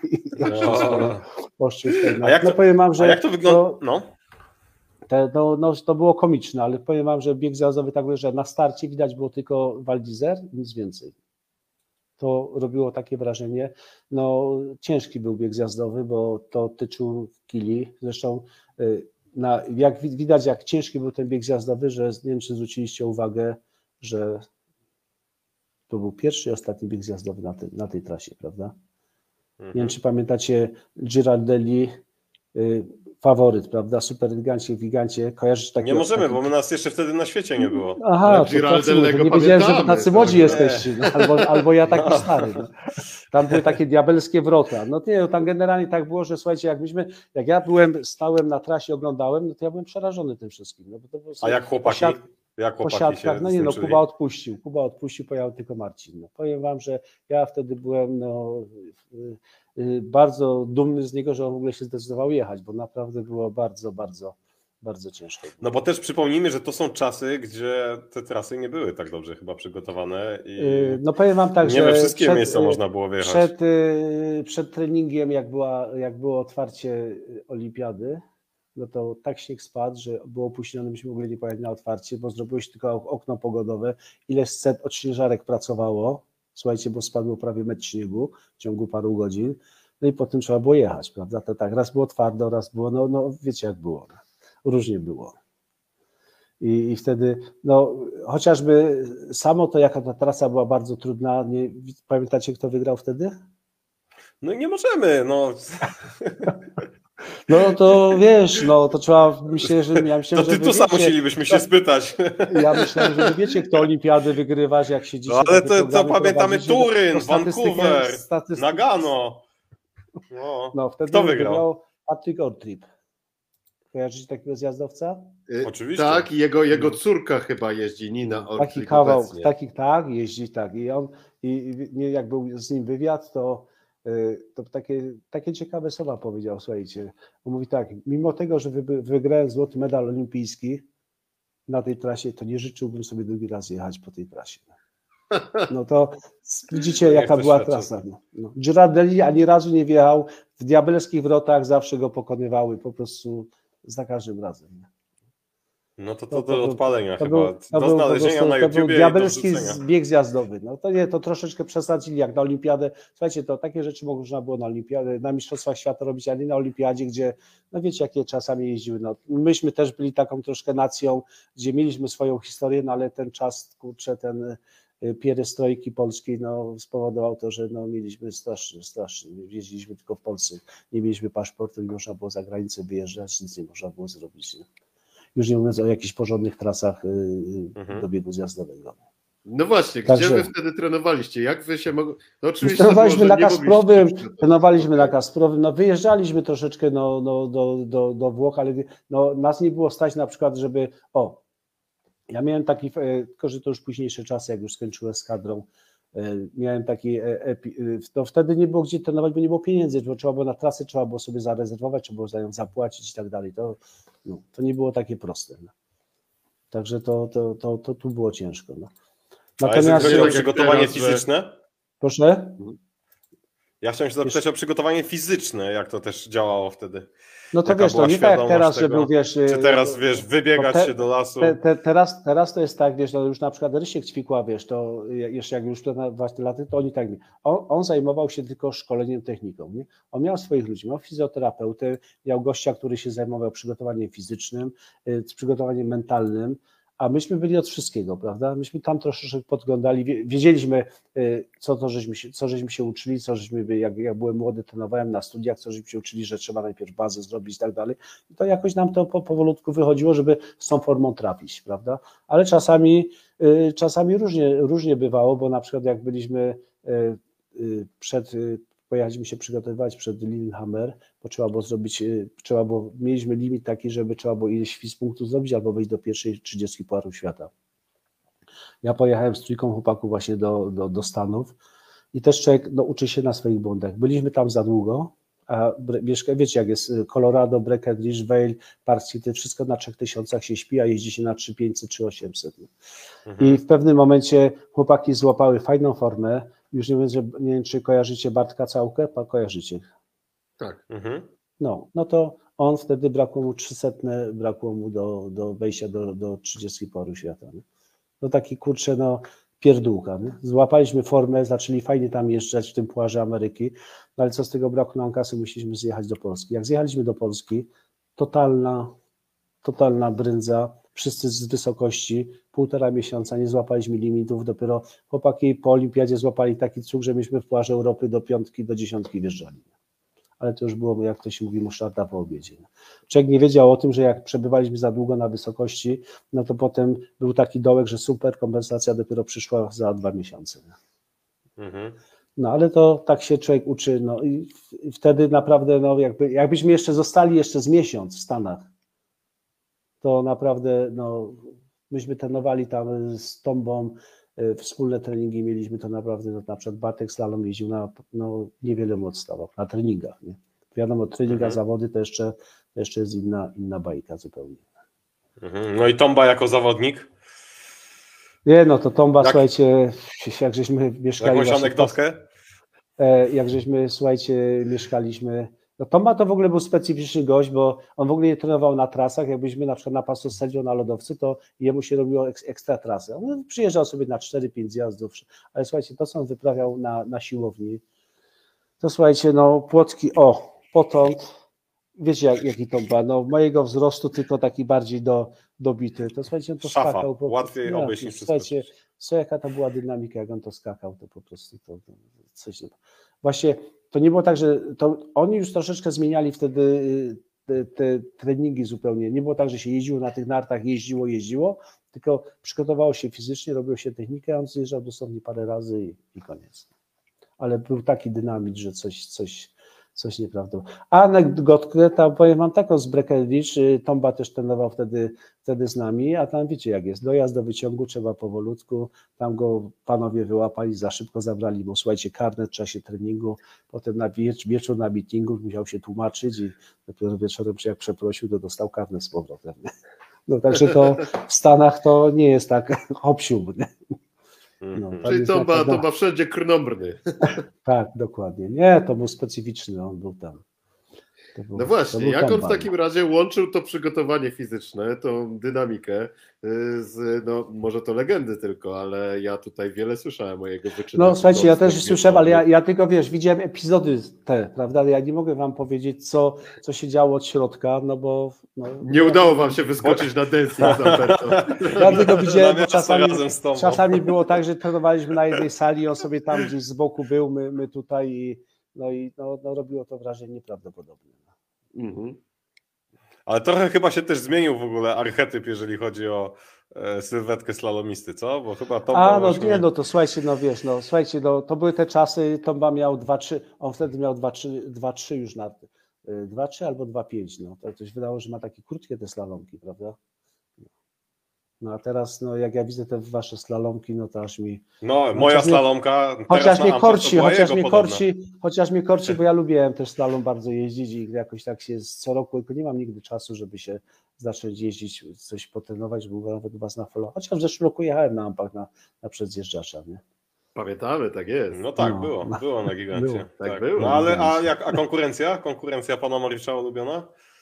poszły.
A jak to, no, powiem wam, że a jak to wygląda? No.
Te, no, no, to było komiczne, ale powiem wam, że bieg zjazdowy tak, że na starcie widać było tylko Val d'Isère i nic więcej. To robiło takie wrażenie. No ciężki był bieg zjazdowy, bo to tyczył kili. Zresztą na, jak widać, jak ciężki był ten bieg zjazdowy, że nie wiem, czy zwróciliście uwagę, że to był pierwszy i ostatni bieg zjazdowy na, ty, na tej trasie, prawda? Mhm. Nie wiem, czy pamiętacie Girardelli, y, faworyt, prawda? Super gigancie, gigancie. Kojarzysz takie?
Nie możemy, taki... bo my nas jeszcze wtedy na świecie nie było.
Aha, to tacy, to nie wiedziałem, że tacy młodzi tak, jesteście, no, albo, albo ja taki no. stary. No. Tam były takie diabelskie wrota. No nie, no, tam generalnie tak było, że słuchajcie, jak myśmy, jak ja byłem, stałem na trasie, oglądałem, no to ja byłem przerażony tym wszystkim. No, bo to było
A jak chłopaki?
Siat...
Jak
po
chłopaki
siatkach,
się
no nie no,
skończyli?
Kuba odpuścił, Kuba odpuścił, pojechał tylko Marcin. No, powiem wam, że ja wtedy byłem no, bardzo dumny z niego, że on w ogóle się zdecydował jechać, bo naprawdę było bardzo, bardzo, bardzo ciężko.
No bo też przypomnijmy, że to są czasy, gdzie te trasy nie były tak dobrze chyba przygotowane i
no powiem wam tak,
nie
że
we wszystkie
przed,
miejsca można było wjechać.
Przed, przed treningiem, jak, była, jak było otwarcie olimpiady, no to tak śnieg spadł, że było opóźnione, myśmy mogli nie pojechać na otwarcie, bo zrobiłeś tylko okno pogodowe. Ileś set odśnieżarek pracowało, słuchajcie, bo spadło prawie metr śniegu w ciągu paru godzin, no i potem trzeba było jechać, prawda? To tak, raz było twardo, raz było, no, no wiecie jak było, różnie było. I, i wtedy, no chociażby samo to, jaka ta trasa była bardzo trudna, nie, pamiętacie, kto wygrał wtedy?
No i nie możemy, no.
No to wiesz, no to trzeba, myślę, że ja myślę,
to
że
ty tu sam musielibyśmy się spytać.
Ja myślałem, że wy wiecie, kto olimpiady wygrywasz, jak się dzisiaj...
No ale to, to pamiętamy Turyn, Vancouver,
statystykę...
Nagano. No,
no wtedy
kto wygrał?
wygrał Patrick Ortrip. Kojarzycie takiego zjazdowca?
Oczywiście.
Tak, i jego, jego córka chyba jeździ, Nina Ortrip.
Taki kawał,
obecnie.
taki tak, jeździ tak. I on, i, i jak był z nim wywiad, to to takie, takie ciekawe słowa powiedział, słuchajcie. On mówi tak, mimo tego, że wy, wygrałem złoty medal olimpijski na tej trasie, to nie życzyłbym sobie drugi raz jechać po tej trasie. No to widzicie, jaka była
świadczy.
trasa. No. No. Girardelli ani razu nie wjechał, w diabelskich wrotach zawsze go pokonywały po prostu za każdym razem.
No to to do odpalenia
to
chyba,
był, to
do
był,
znalezienia na
to był
YouTubie
diabelski
i do wrzucenia.
bieg zjazdowy. No to nie, to troszeczkę przesadzili jak na olimpiadę. Słuchajcie, to takie rzeczy można było na olimpiadę, na mistrzostwach świata robić, a nie na olimpiadzie, gdzie, no wiecie, jakie czasami jeździły. No, myśmy też byli taką troszkę nacją, gdzie mieliśmy swoją historię, no ale ten czas, kurczę, ten pierestrojki polskiej, no spowodował to, że no mieliśmy strasznie, strasznie, jeździliśmy tylko w Polsce, nie mieliśmy paszportu, nie można było za granicę wyjeżdżać, nic nie można było zrobić. Nie? Już nie mówiąc o jakichś porządnych trasach mhm. do biegu zjazdowego.
No właśnie,
Także,
gdzie wy wtedy trenowaliście? Jak wy się mogli... No oczywiście
trenowaliśmy
było,
na Kasprowym, trenowaliśmy
okay.
na Kasprowym, no wyjeżdżaliśmy troszeczkę no, no, do, do, do Włoch, ale no, nas nie było stać na przykład, żeby... O, ja miałem taki, tylko że to już późniejsze czasy, jak już skończyłem z kadrą, miałem taki, to wtedy nie było gdzie trenować, bo nie było pieniędzy, bo trzeba było na trasę, trzeba było sobie zarezerwować, trzeba było za nią zapłacić i tak dalej. To, no, to nie było takie proste. No. Także to, to, to, to tu było ciężko. No.
Natomiast, a jeżeli chodzi o przygotowanie teraz, fizyczne?
Że... Proszę?
Ja chciałem się zapytać Jeszcze... o przygotowanie fizyczne, jak to też działało wtedy.
No to wiesz, to nie tak jak teraz, tego, żeby wiesz...
Czy teraz, wiesz, wybiegać te, się do lasu?
Te, te, teraz, teraz to jest tak, wiesz, no już na przykład Rysiek Ćwikła, wiesz, to jeszcze jak już właśnie laty, to oni tak, on, on zajmował się tylko szkoleniem techniką, nie? On miał swoich ludzi, miał fizjoterapeutę, miał gościa, który się zajmował przygotowaniem fizycznym, przygotowaniem mentalnym, a myśmy byli od wszystkiego, prawda? Myśmy tam troszeczkę podglądali, wiedzieliśmy, co to żeśmy się, co żeśmy się uczyli, co żeśmy, jak, jak byłem młody, trenowałem na studiach, co żeśmy się uczyli, że trzeba najpierw bazę zrobić i tak dalej. I to jakoś nam to powolutku wychodziło, żeby z tą formą trafić, prawda? Ale czasami, czasami różnie, różnie bywało, bo na przykład jak byliśmy przed, pojechaliśmy się przygotowywać przed Lillehammer, bo trzeba było zrobić, trzeba było, mieliśmy limit taki, żeby trzeba było ileś wpis punktów zrobić albo wejść do pierwszej trzydziestki Pucharów Świata. Ja pojechałem z trójką chłopaków właśnie do, do, do Stanów i też człowiek no, uczy się na swoich błędach. Byliśmy tam za długo, a wiecie jak jest, Colorado, Breckenridge, Vail, Park City, wszystko na trzech tysiącach się śpi, a jeździ się na trzy tysiące pięćset, trzy tysiące osiemset. Mhm. I w pewnym momencie chłopaki złapały fajną formę. Już nie wiem, że, nie wiem, czy kojarzycie Bartka Całkę, kojarzycie.
Tak.
Mhm.
No, no to on wtedy brakło mu trzysetne, brakło mu do, do wejścia do, do trzydziestki Pucharów Świata. Nie? No taki kurczę, no pierdółka. Nie? Złapaliśmy formę, zaczęli fajnie tam jeżdżać w tym Pucharze Ameryki, no ale co z tego brakło nam kasy, musieliśmy zjechać do Polski. Jak zjechaliśmy do Polski, totalna, totalna brędza, wszyscy z wysokości, półtora miesiąca nie złapaliśmy limitów, dopiero chłopaki po olimpiadzie złapali taki cuk, że myśmy w Pucharze Europy do piątki, do dziesiątki wjeżdżali. Ale to już było, jak to się mówi, musztarda po obiedzie. Człowiek nie wiedział o tym, że jak przebywaliśmy za długo na wysokości, no to potem był taki dołek, że super, kompensacja dopiero przyszła za dwa miesiące. Mhm. No ale to tak się człowiek uczy, no i wtedy naprawdę, no jakby, jakbyśmy jeszcze zostali jeszcze z miesiąc w Stanach, to naprawdę, no myśmy trenowali tam z Tombą, wspólne treningi mieliśmy, to naprawdę, no, na przykład Bartek Slalom jeździł na, no niewiele mu odstawał, na treningach, nie? Wiadomo, treninga, mhm. zawody to jeszcze, to jeszcze jest inna, inna bajka zupełnie.
Mhm. No i Tomba jako zawodnik?
Nie, no to Tomba,
jak,
słuchajcie, jak żeśmy mieszkali...
Jakąś anegdotkę?
Jak żeśmy, słuchajcie, mieszkaliśmy... No Tomba to w ogóle był specyficzny gość, bo on w ogóle nie trenował na trasach. Jakbyśmy na przykład na pasu sędzią na lodowcy, to jemu się robiło ekstra trasy. On przyjeżdżał sobie na cztery pięć zjazdów, ale słuchajcie, to co on wyprawiał na, na siłowni, to słuchajcie, no Płocki, o, potąd, wiecie jak, jaki Tomba, no mojego wzrostu, tylko taki bardziej do, dobity, to słuchajcie, on to
Szafa,
skakał. Po,
łatwiej
no,
obejść niż
słuchajcie, co jaka to była dynamika, jak on to skakał, to po prostu to, to coś nie... Właśnie to nie było tak, że to oni już troszeczkę zmieniali wtedy te, te treningi zupełnie. Nie było tak, że się jeździło na tych nartach, jeździło, jeździło, tylko przygotowało się fizycznie, robiło się technikę, a on zjeżdżał dosłownie parę razy i, i koniec. Ale był taki dynamit, że coś, coś, coś nieprawdopodobnego. A anegdotkę, tam powiem wam taką z Breckenridge, Tomba też trenował wtedy, wtedy z nami, a tam wiecie jak jest, dojazd do wyciągu trzeba powolutku, tam go panowie wyłapali, za szybko zabrali mu, słuchajcie, karnet w czasie treningu, potem na wiecz, wieczór na meetingu musiał się tłumaczyć i dopiero wieczorem jak przeprosił, to dostał karnet z powrotem. No także to w Stanach to nie jest tak hop-siup.
No, czyli to ma, to ma wszędzie krnąbrny.
Tak, dokładnie. Nie, to był specyficzny, on był tam. Był,
no właśnie, jak on w takim razie łączył to przygotowanie fizyczne, tą dynamikę z, no może to legendy tylko, ale ja tutaj wiele słyszałem o jego wyczynach.
No słuchajcie, ja też słyszałem, ale ja, ja tylko, wiesz, widziałem epizody te, prawda, ale ja nie mogę wam powiedzieć, co, co się działo od środka, no bo... No,
nie udało wam się wyskoczyć na dancing z Alberto.
Ja tylko widziałem, bo czasami, czasami było tak, że trenowaliśmy na jednej sali, on sobie tam gdzieś z boku był, my, my tutaj i no i no, no, robiło to wrażenie nieprawdopodobne. Mhm.
Ale trochę chyba się też zmienił w ogóle archetyp, jeżeli chodzi o e, sylwetkę slalomisty, co? Bo chyba to.
A, no
właśnie...
nie, no to słuchajcie, no wiesz, no słuchajcie, no to były te czasy, Tomba miał dwa trzy, on wtedy miał dwa trzy już na dwa trzy albo dwa pięć, no to coś wydało, że ma takie krótkie te slalomki, prawda? No a teraz, no jak ja widzę te wasze slalomki, no to aż mi...
No, moja slalomka...
Mnie, chociaż mnie korci, chociaż mnie korci, chociaż mnie korci, bo ja lubiłem też slalom bardzo jeździć i jakoś tak się co roku, tylko nie mam nigdy czasu, żeby się zacząć jeździć, coś potrenować, żeby nawet was na follow. Chociaż w zeszłym roku jechałem na Ampach na, na przedzjeżdżacza, nie?
Pamiętamy, tak jest.
No tak, no, było, no, było na gigancie. Było,
tak, tak było.
No ale a, jak, a konkurencja? Konkurencja pana Mariusza ulubiona?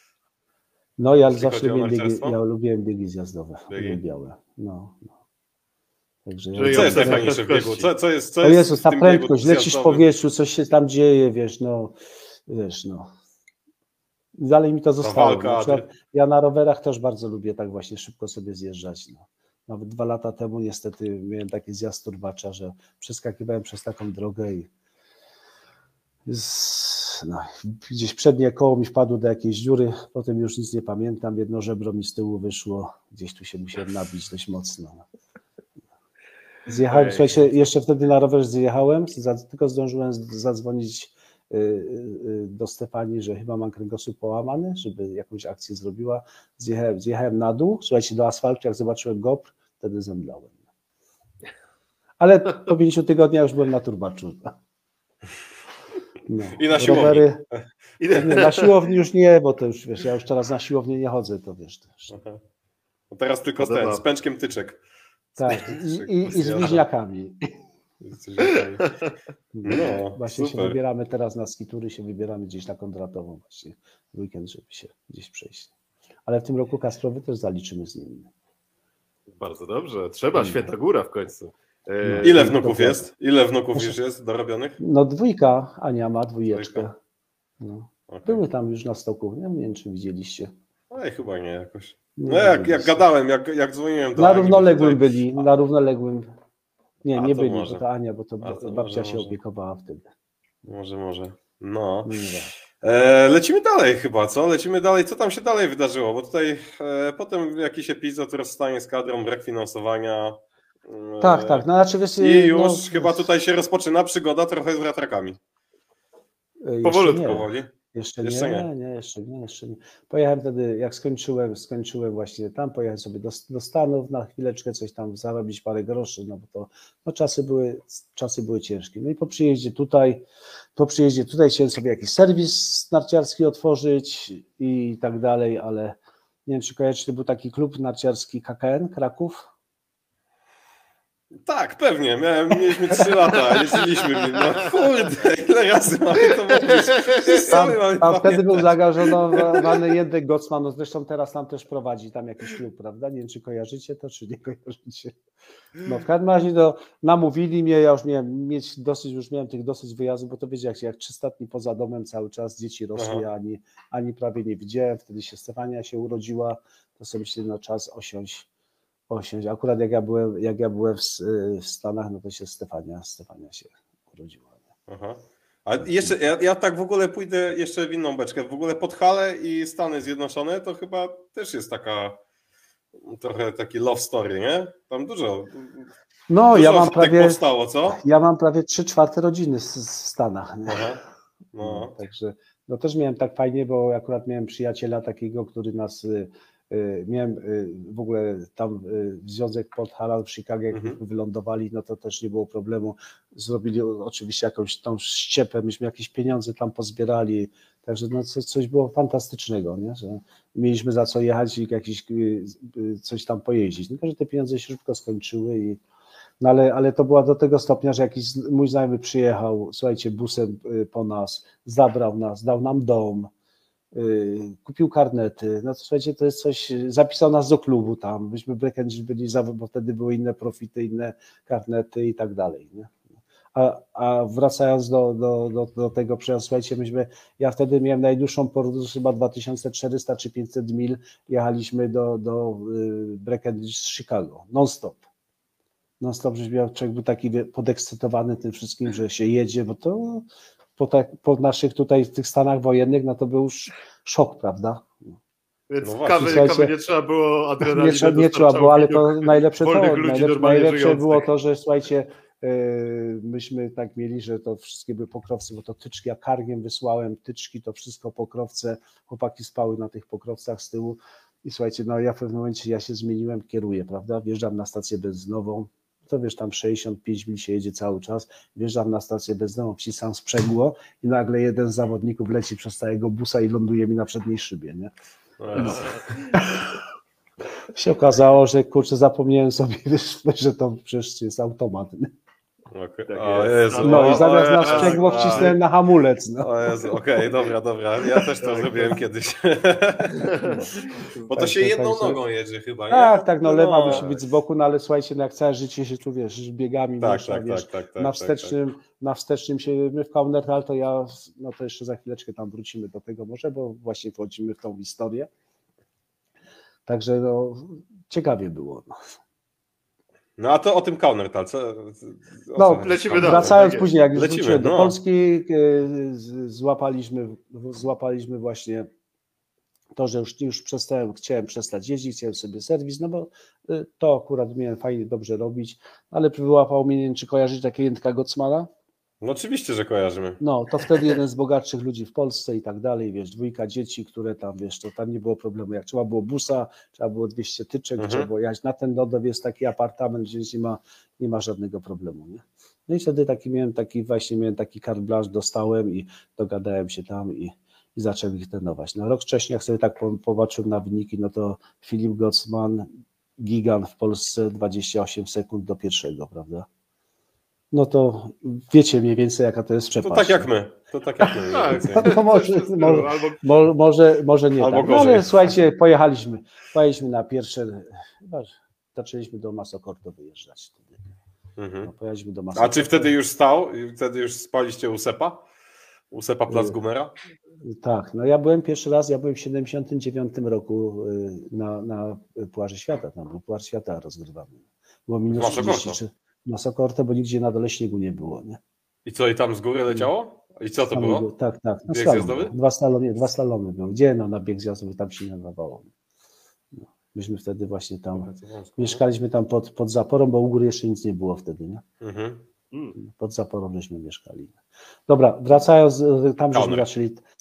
No ja zawsze lubiłem biegi, ja lubiłem biegi zjazdowe, biegi białe. No, no. Także
ja co jest najfajniejsze w biegu? Co, co jest, co
o
jest
Jezus, ta prędkość, lecisz w powietrzu, coś się tam dzieje, wiesz, no, wiesz, no. Dalej mi to zostało.
Walka,
na przykład, ja na rowerach też bardzo lubię tak właśnie szybko sobie zjeżdżać. No. Nawet dwa lata temu niestety miałem taki zjazd turbacza, że przeskakiwałem przez taką drogę i z, no, gdzieś przednie koło mi wpadło do jakiejś dziury, potem już nic nie pamiętam, jedno żebro mi z tyłu wyszło, gdzieś tu się musiałem nabić dość mocno. Zjechałem, słuchajcie, jeszcze wtedy na rowerze zjechałem, tylko zdążyłem zadzwonić do Stefanii, że chyba mam kręgosłup połamany, żeby jakąś akcję zrobiła. Zjechałem, zjechałem na dół, słuchajcie, do asfaltu, jak zobaczyłem GoPr, wtedy zemdlałem. Ale po pięciu tygodniach już byłem na turbaczu. No.
I na siłowni.
Rowery, nie, na siłowni już nie, bo to już wiesz, ja już teraz na siłownię nie chodzę, to wiesz też.
No teraz tylko z, ten, z pęczkiem tyczek.
Tak, i, i, i z bliźniakami. No, właśnie super. Się wybieramy teraz na skitury, się wybieramy gdzieś na Kondratową właśnie w weekend, żeby się gdzieś przejść. Ale w tym roku Kasprowy też zaliczymy z nimi.
Bardzo dobrze, trzeba, Święta Góra w końcu.
No, ile wnuków jest? Ile wnuków już jest dorobionych?
No dwójka, Ania ma dwójeczkę. No. Okay. Były tam już na stoku, nie wiem czy widzieliście.
No i chyba nie jakoś. No jak, jak gadałem, jak, jak dzwoniłem do
Na równoległym tutaj... byli, na równoległym. Nie,
A,
nie byli,
może.
bo to Ania, bo to,
to
babcia
może,
się
może.
opiekowała wtedy.
Może, może. No. E, lecimy dalej chyba, co? Lecimy dalej. Co tam się dalej wydarzyło? Bo tutaj e, potem jakiś epizod rozstanie z kadrą, brak finansowania. E,
tak, tak. No, znaczy, wiesz,
I już
no,
chyba tutaj się rozpoczyna przygoda trochę z wiatrakami.
Powolutku
nie.
powoli.
Jeszcze,
Jeszcze
nie,
nie.
nie, jeszcze nie, jeszcze nie. Pojechałem wtedy, jak skończyłem, skończyłem właśnie tam, pojechałem sobie do, do Stanów na chwileczkę, coś tam zarobić, parę groszy, no bo to no czasy były, czasy były ciężkie. No i po przyjeździe tutaj, po przyjeździe tutaj chciałem sobie jakiś serwis narciarski otworzyć i tak dalej, ale nie wiem, czy kojarzycie, to był taki klub narciarski K K N Kraków.
Tak, pewnie. Miałem, mieliśmy trzy lata, jeździliśmy w nim. No kurde, ile razy mamy to mówić?
Tam,
mamy
tam wtedy był
pamiętać.
zaangażowany Jędrek Gocman, no zresztą teraz tam też prowadzi tam jakiś klub, prawda? Nie wiem, czy kojarzycie to, czy nie kojarzycie. No w każdym razie to namówili mnie, ja już miałem mieć dosyć, już miałem tych dosyć wyjazdów, bo to wiecie, jak, jak trzysta dni poza domem cały czas, dzieci rosły, ja ani, ani prawie nie widziałem, wtedy się Stefania się urodziła, to sobie myślę, no czas osiąść, osiąść. Akurat jak ja byłem, jak ja byłem w, w Stanach, no to się Stefania, Stefania się urodziła.
Aha. A jeszcze, ja, ja tak w ogóle pójdę jeszcze w inną beczkę, w ogóle Podhale i Stany Zjednoczone to chyba też jest taka trochę taki love story, nie? Tam dużo,
No,
dużo
ja mam prawie,
powstało, co?
ja mam prawie trzy czwarte rodziny w, w Stanach. Nie?
Aha.
No,
No.
także no też miałem tak fajnie, bo akurat miałem przyjaciela takiego, który nas, y, y, miałem y, w ogóle tam y, związek Podhala w Chicago, jak
Mhm.
wylądowali, no to też nie było problemu. Zrobili oczywiście jakąś tą ściepę, myśmy jakieś pieniądze tam pozbierali, także no coś, coś było fantastycznego, nie? Że mieliśmy za co jechać i jakiś, y, y, coś tam pojeździć. No to, że te pieniądze się szybko skończyły i no ale, ale to była do tego stopnia, że jakiś mój znajomy przyjechał, słuchajcie, busem po nas, zabrał nas, dał nam dom, yy, kupił karnety, no to słuchajcie, to jest coś, zapisał nas do klubu tam, myśmy Black Angel byli, bo wtedy były inne profity, inne karnety i tak dalej, nie? A, a wracając do, do, do, do tego przejazdu, słuchajcie, myśmy, ja wtedy miałem najdłuższą podróż, chyba dwa tysiące czterysta czy pięćset mil, jechaliśmy do, do yy, Black Angel z Chicago, non-stop. Non stop, żeś miał, człowiek był taki podekscytowany tym wszystkim, że się jedzie, bo to po, tak, po naszych tutaj w tych stanach wojennych, no to był już szok, prawda?
Więc
No
no
właśnie,
kawy,
słuchajcie,
kawy nie trzeba było, adrenaliny
Nie, trzeba- nie trzeba było, ale to najlepsze to,
wolnych ludzi
najlepsze,
normalnie
najlepsze
żyjących.
było to, że słuchajcie, yy, myśmy tak mieli, że to wszystkie były pokrowce, bo to tyczki, ja kargiem wysłałem tyczki, to wszystko pokrowce, chłopaki spały na tych pokrowcach z tyłu i słuchajcie, no ja w pewnym momencie, ja się zmieniłem, kieruję, prawda, wjeżdżam na stację benzynową, to wiesz, tam sześćdziesiąt pięć mil się jedzie cały czas, wjeżdżam na stację benzynową, wcisam sprzęgło i nagle jeden z zawodników leci przez całego busa i ląduje mi na przedniej szybie, nie?
No.
Się okazało, że kurczę, zapomniałem sobie, wiesz, że to przecież jest automat. Nie?
Okay.
Tak
O
jest.
Jezu,
No
o,
i zamiast
o
na
Jezu,
sprzęgło
a,
wcisnąłem na hamulec. No.
O Jezu, okej, okay, dobra, dobra. Ja też to zrobiłem kiedyś. Bo to
Tak,
się
tak,
jedną
tak,
nogą jedzie chyba, nie?
Tak, tak, no lewa
No.
musi być z boku, no ale słuchajcie, no jak całe życie się tu, wiesz, biegami
Tak,
miesza,
tak,
wiesz,
tak, tak, tak,
na
tak,
wstecznym, na wstecznym się, my w Kaunertal, to ja, no to jeszcze za chwileczkę tam wrócimy do tego może, bo właśnie wchodzimy w tą historię. Także no, ciekawie było. No.
No a to o tym Kaunertal, co? o
No,
co
lecimy
chodzi?
dalej.
wracając
tak
później, jak już
Lecimy,
wróciłem do
no.
Polski, y, z- złapaliśmy, złapaliśmy właśnie to, że już, już przestałem, chciałem przestać jeździć, chciałem sobie serwis, no bo y, to akurat miałem fajnie, dobrze robić, ale wyłapał mnie, nie wiem, czy kojarzyć takiego Jędrka Gocmana?
No oczywiście, że kojarzymy.
No, to wtedy jeden z bogatszych ludzi w Polsce i tak dalej, wiesz, dwójka dzieci, które tam, wiesz, to tam nie było problemu, jak trzeba było busa, trzeba było dwieście tyczek,
Mhm.
trzeba było jechać na ten lodow, jest taki apartament, gdzie nie ma, nie ma żadnego problemu, nie? No i wtedy taki miałem taki, właśnie miałem taki carte blanche, dostałem i dogadałem się tam i, i zacząłem ich trenować. Na rok wcześniej, jak sobie tak po- popatrzyłem na wyniki, no to Filip Gocman, gigant w Polsce, dwadzieścia osiem sekund do pierwszego, prawda? No to wiecie mniej więcej, jaka to jest
To
przepaść.
tak jak my. To tak jak my. mniej
Tak.
więcej.
No może, może,
Albo
mo- może, może nie
Albo
tak. No, ale
gorzej.
słuchajcie, pojechaliśmy. Pojechaliśmy na pierwsze, chyba zaczęliśmy do Masokorto wyjeżdżać wtedy.
Mhm.
No, pojechaliśmy do
A
Masokorto.
czy wtedy już stał? Wtedy już spaliście u Sepa? U Sepa Plac Gumera?
Tak, no ja byłem pierwszy raz, ja byłem w siedemdziesiątym dziewiątym roku y, na, na Pucharze Świata, tam był Puchar Świata rozgrywany. Było minus
Masokorto.
trzydzieści trzy. Masokorto, bo nigdzie na dole śniegu nie było, nie?
I co, i tam z góry leciało? I co to
Tam
było?
był- Tak, tak. No,
Bieg
slalom
zjazdowy?
był. Dwa slalomy, dwa slalomy były. Gdzie no na bieg zjazdowy tam się nie nadawało. No. Myśmy wtedy właśnie tam, mieszkaliśmy tam pod, pod zaporą, bo u góry jeszcze nic nie było wtedy, nie?
Mhm.
mm,
Pod zaporą żeśmy mieszkali. Dobra, wracając, y, tam żeśmy
Kauner.
zaczęli,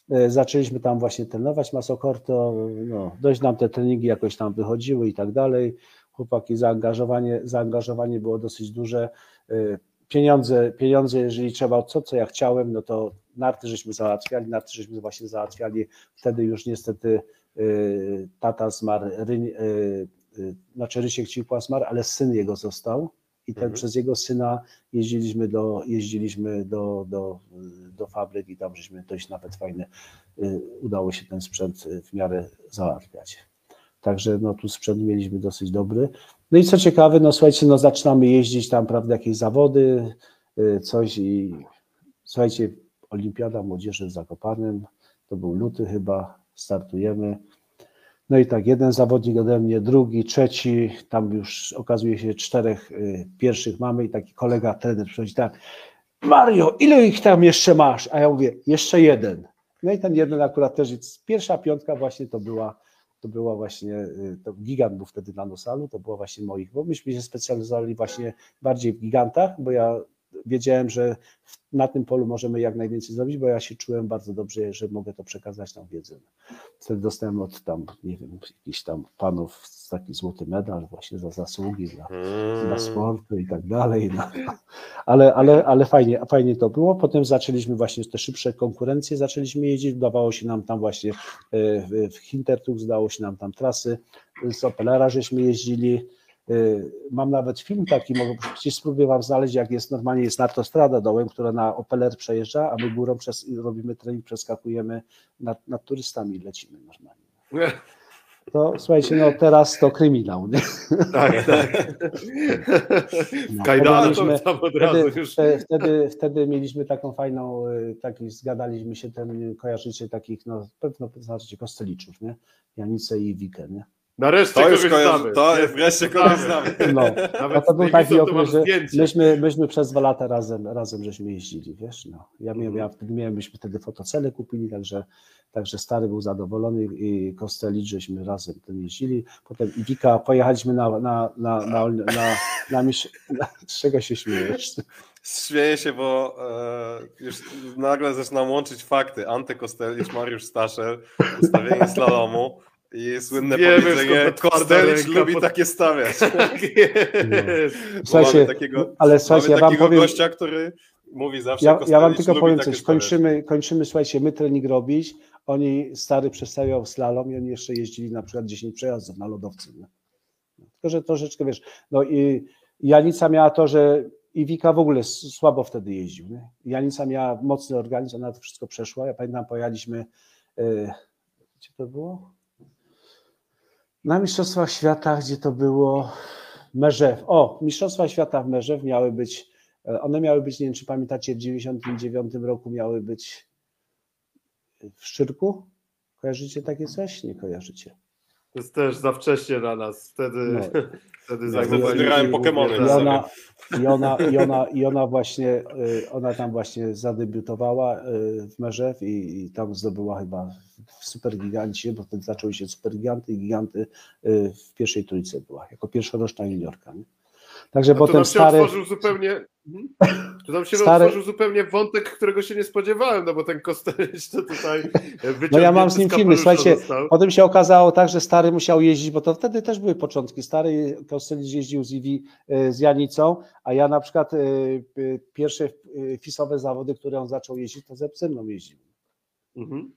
zaczęliśmy tam właśnie trenować Masokorto, no, dość nam te treningi jakoś tam wychodziły i tak dalej. Chłopaki, zaangażowanie, zaangażowanie było dosyć duże. Pieniądze, pieniądze, jeżeli trzeba, co, co ja chciałem, no to narty żeśmy załatwiali, narty żeśmy właśnie załatwiali. Wtedy już niestety y, tata zmarł, Ryń, y, y, znaczy Rysiek Ciupła zmarł, ale syn jego został i ten, mhm. przez jego syna jeździliśmy do, jeździliśmy do, do, do fabryk i tam żeśmy dość nawet fajne, y, udało się ten sprzęt w miarę załatwiać. Także no tu sprzęt mieliśmy dosyć dobry. No i co ciekawe, no słuchajcie, no zaczynamy jeździć tam, prawda, jakieś zawody, coś i słuchajcie, Olimpiada Młodzieży w Zakopanem, to był luty chyba, startujemy. No i tak, jeden zawodnik ode mnie, drugi, trzeci, tam już okazuje się czterech y, pierwszych mamy i taki kolega, trener przychodzi tak, Mario, ile ich tam jeszcze masz? A ja mówię, jeszcze jeden. No i ten jeden akurat też, pierwsza piątka właśnie to była To była właśnie, to gigant był wtedy na Nosalu, to było właśnie moich, bo myśmy się specjalizowali właśnie bardziej w gigantach, bo ja wiedziałem, że na tym polu możemy jak najwięcej zrobić, bo ja się czułem bardzo dobrze, że mogę to przekazać tą wiedzę. Wtedy dostałem od tam, nie wiem, jakichś tam panów taki złoty medal właśnie za zasługi dla, hmm. dla sportu i tak dalej. No. Ale, ale, ale fajnie, fajnie to było. Potem zaczęliśmy właśnie te szybsze konkurencje, zaczęliśmy jeździć, udawało się nam tam właśnie w Hintertux, udało się nam tam trasy, z Opelera żeśmy jeździli. Mam nawet film taki, mogę spróbuję wam znaleźć, jak jest normalnie jest nartostrada dołem, która na Opeler przejeżdża, a my górą przez, robimy trening, przeskakujemy nad, nad turystami i lecimy normalnie. To słuchajcie, no teraz to kryminał, nie?
Tak, tak. No, Kajdany to tam od razu
wtedy,
już.
Wtedy, wtedy mieliśmy taką fajną, taki, zgadaliśmy się, ten, kojarzycie takich, no pewno znacie Kosteliczów, nie? Janicę i Wikę, nie?
Nareszcie
to
kogoś
już kojarzy,
znamy.
To wreszcie kogoś znamy.
No, no to był taki okres, że myśmy, myśmy przez dwa lata razem, razem żeśmy jeździli, wiesz, no. Ja miałem, mm. ja wtedy miałem, myśmy wtedy fotocele kupili, także, także stary był zadowolony i Kostelicz, żeśmy razem tym jeździli. Potem i Wika, pojechaliśmy na, na, na, na, na, na, na, miś... na z czego się śmiejesz?
Śmieję się, bo e, już nagle zaczynam łączyć fakty. Ante Kostelicz, Mariusz Staszel, ustawienie slalomu. I słynne Wiemy, powiedzenie, Kostelicz lubi pod... takie stawiać.
No. Słuchajcie, takiego, ale słuchajcie, ja wam powiem,
gościa, który mówi zawsze,
ja, ja wam tylko powiem coś, kończymy, kończymy, słuchajcie, my trening robić, oni stary przestawiał slalom i oni jeszcze jeździli na przykład dziesięć przejazdów na lodowcu. Nie? Tylko, że troszeczkę, wiesz, no i Janica miała to, że i Wika w ogóle słabo wtedy jeździł. Nie? Janica miała mocny organizm, ona to wszystko przeszła. Ja pamiętam, pojechaliśmy, yy, gdzie to było? Na Mistrzostwach Świata, gdzie to było Merzew. O, Mistrzostwa Świata w Merzew miały być, one miały być, nie wiem czy pamiętacie, w dziewięćdziesiątym dziewiątym roku miały być w Szczyrku. Kojarzycie takie coś? Nie kojarzycie.
To jest też za wcześnie na nas. Wtedy, no. wtedy
zbierałem Pokemony.
I ona, i, ona, i, ona, I ona właśnie, ona tam właśnie zadebiutowała w Merzew i, i tam zdobyła chyba w Supergigancie, bo wtedy zaczęły się Supergiganty i Giganty w pierwszej trójce była, jako pierwszoroczna juniorka. Nie? Także
A
potem
to nam się
stary...
otworzył zupełnie... To nam się stary... otworzył zupełnie wątek, którego się nie spodziewałem, no bo ten Kostelicz to tutaj
no ja mam z nim filmy, słuchajcie, został. Potem się okazało tak, że stary musiał jeździć, bo to wtedy też były początki, stary Kostelicz jeździł z, Iwi, z Janicą, a ja na przykład pierwsze fisowe zawody, które on zaczął jeździć, to ze mną jeździł. Mhm.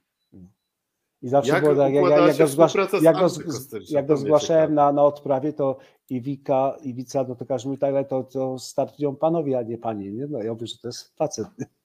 I zawsze jak było tak, jak, jak, jak, go, zgłasz, jak, go, jak go zgłaszałem na, na odprawie, to i Wika, i Wica, no to każdy mówi, tak, to, to startują panowie, a nie panie. Nie? No ja mówię, że to jest facet.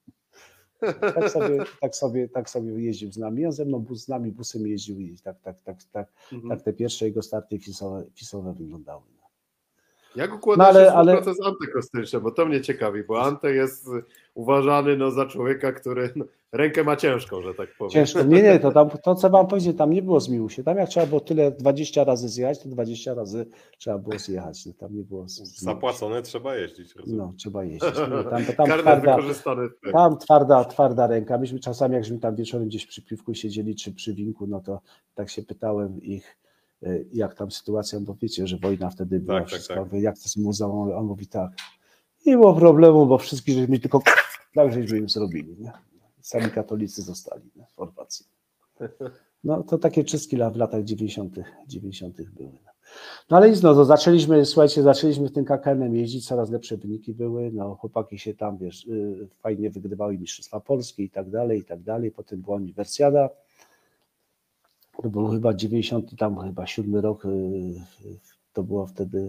Tak sobie, tak sobie, tak sobie jeździł z nami. On ze mną bus, z nami busem jeździł i tak, tak, tak, tak, mhm. tak te pierwsze jego starty fisowe, fisowe wyglądały.
Jak układa no, się współpraca ale... z Ante Kosteliczem, bo to mnie ciekawi, bo Ante jest uważany no, za człowieka, który no, rękę ma ciężką, że tak powiem.
Ciężko, nie, nie, to, tam, to co wam powiedzieć, tam nie było zmiłuj się. Tam jak trzeba było tyle dwadzieścia razy zjechać, to dwadzieścia razy trzeba było zjechać. Tam nie było
zapłacone, trzeba jeździć. Rozumiem.
No, trzeba jeździć. No, tam, tam, twarda, tam twarda, twarda ręka. Myśmy czasami, jakśmy tam wieczorem gdzieś przy piwku siedzieli, czy przy winku, no to tak się pytałem ich, jak tam sytuacja, bo wiecie, że wojna wtedy była, tak, wszystko, tak, tak. jak to z muzeum, on mówi tak, nie było problemu, bo wszystkich żeśmy tylko tak żeśmy im zrobili, nie? sami katolicy zostali nie, w Chorwacji. No to takie czystki w latach dziewięćdziesiątych były. No ale nic, no to zaczęliśmy, słuchajcie, zaczęliśmy w tym K K N-em jeździć, coraz lepsze wyniki były, no chłopaki się tam, wiesz, fajnie wygrywały Mistrzostwa Polskie i tak dalej, i tak dalej, potem była uniwersjada, to był chyba dziewięćdziesiąty, tam chyba siódmy rok, to było wtedy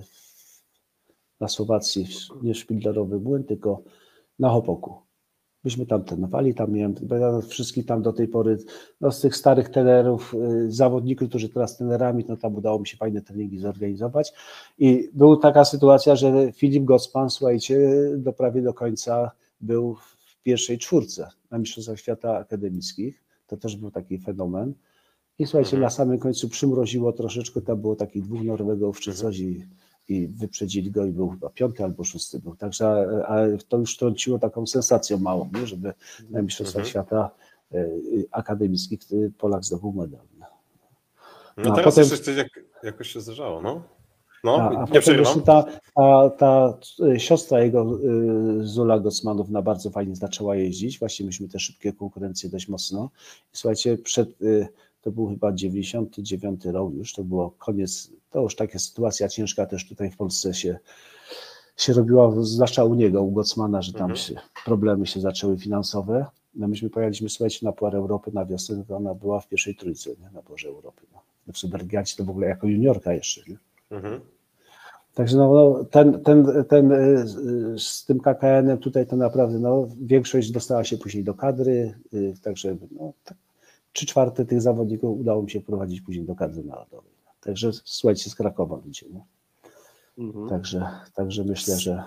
na Słowacji, nie Szpindlerowy Młyn, tylko na Hopoku. Myśmy tam trenowali, tam miałem wszystkich tam do tej pory, no z tych starych trenerów, zawodników, którzy teraz trenerami, no tam udało mi się fajne treningi zorganizować i była taka sytuacja, że Filip Gocman, słuchajcie, do prawie do końca był w pierwszej czwórce na Mistrzostwach Świata Akademickich, to też był taki fenomen i słuchajcie, mhm. na samym końcu przymroziło troszeczkę, tam było takich dwóch Norwegów czy coś i i wyprzedzili go i był chyba piąty albo szósty był. Także ale to już trąciło taką sensacją małą, nie? Żeby na Mistrzostwach mhm. Świata akademickich Polak zdobył medal.
No, no teraz potem, jeszcze jak, jakoś się zdarzało, no. No,
a,
nie
a
przerywam.
Ta, ta, ta siostra jego, Zula Gocmanów, na bardzo fajnie zaczęła jeździć. Właśnie myśmy te szybkie konkurencje dość mocno. I słuchajcie, przed, to był chyba dziewięćdziesiąty dziewiąty rok już, to było koniec, to już taka sytuacja ciężka też tutaj w Polsce się, się robiła, zwłaszcza u niego, u Gocmana, że tam mhm. się, problemy się zaczęły finansowe. No myśmy pojechaliśmy, słuchajcie, na Puar Europy na wiosnę, to ona była w pierwszej trójce, nie? Na Puarze Europy. No. W Supergigancie to w ogóle jako juniorka jeszcze. Nie? Mhm. Także no, ten, ten, ten z tym K K N-em tutaj to naprawdę no, większość dostała się później do kadry, także no, tak, trzy czwarte tych zawodników udało mi się wprowadzić później do kadry narodowej. Także słuchajcie, z Krakowa ludzie. No. Mhm. Także, także myślę, że...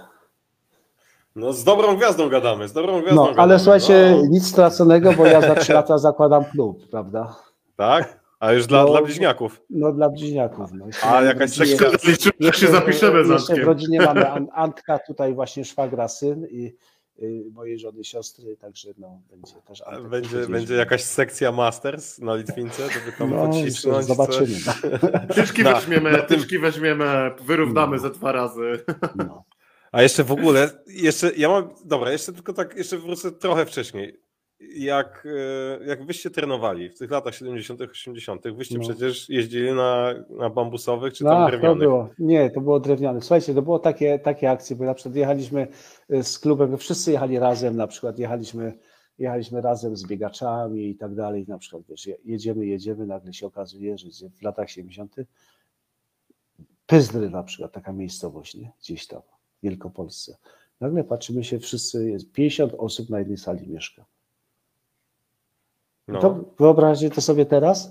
No z dobrą gwiazdą gadamy, z dobrą gwiazdą
No,
gadamy.
ale słuchajcie,
no.
nic straconego, bo ja za trzy lata zakładam klub, prawda?
Tak? A już dla,
no,
dla bliźniaków.
No dla bliźniaków. No.
A jakaś sekcja.
Jak się zapiszemy z
Antkiem. W rodzinie mamy Antka, tutaj właśnie szwagra, syn i y, mojej żony siostry, także no będzie też Antek.
Będzie, będzie jakaś sekcja Masters na Litwince, żeby tam
no,
pocisnąć.
Zobaczymy.
Tyczki no. weźmiemy, no, tyczki weźmiemy, wyrównamy no. ze dwa razy.
No. A jeszcze w ogóle, jeszcze ja mam, dobra, jeszcze tylko tak, jeszcze wrócę trochę wcześniej. Jak, jak wyście trenowali w tych latach siedemdziesiątych, osiemdziesiątych, wyście no. przecież jeździli na, na bambusowych czy tam
no,
drewnianych?
To było. Nie, to było drewniane. Słuchajcie, to było takie, takie akcje, bo na przykład jechaliśmy z klubem, wszyscy jechali razem, na przykład jechaliśmy, jechaliśmy razem z biegaczami i tak dalej, na przykład wiesz, jedziemy, jedziemy, nagle się okazuje, że w latach siedemdziesiątych Pyzdry na przykład, taka miejscowość, nie? Gdzieś tam, w Wielkopolsce. Nagle patrzymy się, wszyscy, jest pięćdziesiąt osób na jednej sali mieszka. No. To wyobraźcie to sobie teraz?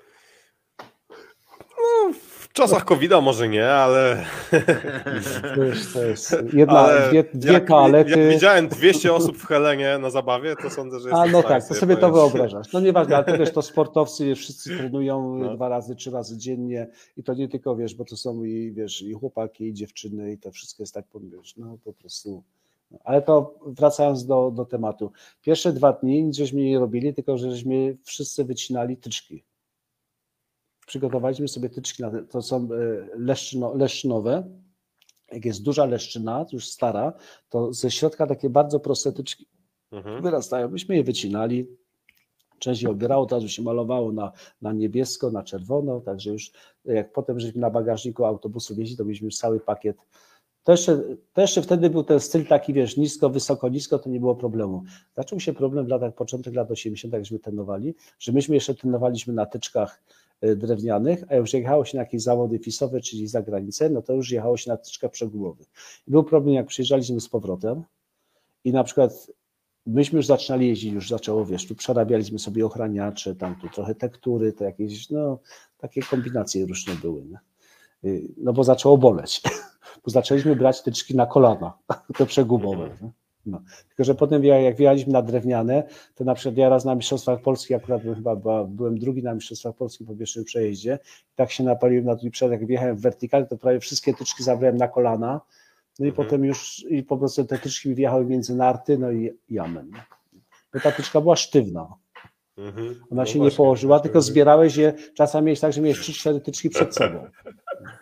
No, w czasach kowida może nie, ale...
Wiesz, to jest jedna, ale dwie, dwie
jak,
toalety.
Jak widziałem dwieście osób w Helenie na zabawie, to sądzę, że jest...
A no tak, to sobie to wyobrażasz. No nieważne, ale to wiesz, to sportowcy wszyscy trenują no. dwa razy, trzy razy dziennie i to nie tylko, wiesz, bo to są i, wiesz, i chłopaki, i dziewczyny i to wszystko jest tak, wiesz, no po prostu... Ale to wracając do, do tematu. Pierwsze dwa dni nic żeśmy nie robili, tylko żeśmy wszyscy wycinali tyczki. Przygotowaliśmy sobie tyczki, na, to są leszczyno, leszczynowe. Jak jest duża leszczyna, już stara, to ze środka takie bardzo proste tyczki mhm. wyrastają. Myśmy je wycinali, część je obierało, to się malowało na, na niebiesko, na czerwono, także już jak potem żeśmy na bagażniku autobusu wieźli, to mieliśmy już cały pakiet. To jeszcze, to jeszcze wtedy był ten styl taki, wiesz, nisko, wysoko, nisko, to nie było problemu. Zaczął się problem w latach, początek lat osiemdziesiątych, jak żeśmy trenowali, że myśmy jeszcze trenowaliśmy na tyczkach drewnianych, a już jechało się na jakieś zawody fisowe, czyli za granicę, no to już jechało się na tyczkach przegubowych. I był problem, jak przyjeżdżaliśmy z powrotem i na przykład myśmy już zaczynali jeździć, już zaczęło, wiesz, tu przerabialiśmy sobie ochraniacze, tam tu trochę tektury, to jakieś, no, takie kombinacje różne były, nie? No bo zaczęło boleć, bo zaczęliśmy brać tyczki na kolana, te przegubowe. No. Tylko że potem jak wjechaliśmy na drewniane, to na przykład ja raz na Mistrzostwach Polski, akurat chyba byłem drugi na Mistrzostwach Polski po pierwszym przejeździe, i tak się napaliłem na drugi przejazd, jak wjechałem w wertykalę, to prawie wszystkie tyczki zabrałem na kolana, no i mhm. potem już i po prostu te tyczki mi wjechały między narty, no i jamen. Bo ta tyczka była sztywna. Mhm. Ona no się właśnie, nie położyła, właśnie. Tylko zbierałeś je, czasami miałeś tak, że miałeś trzy cztery tyczki przed sobą.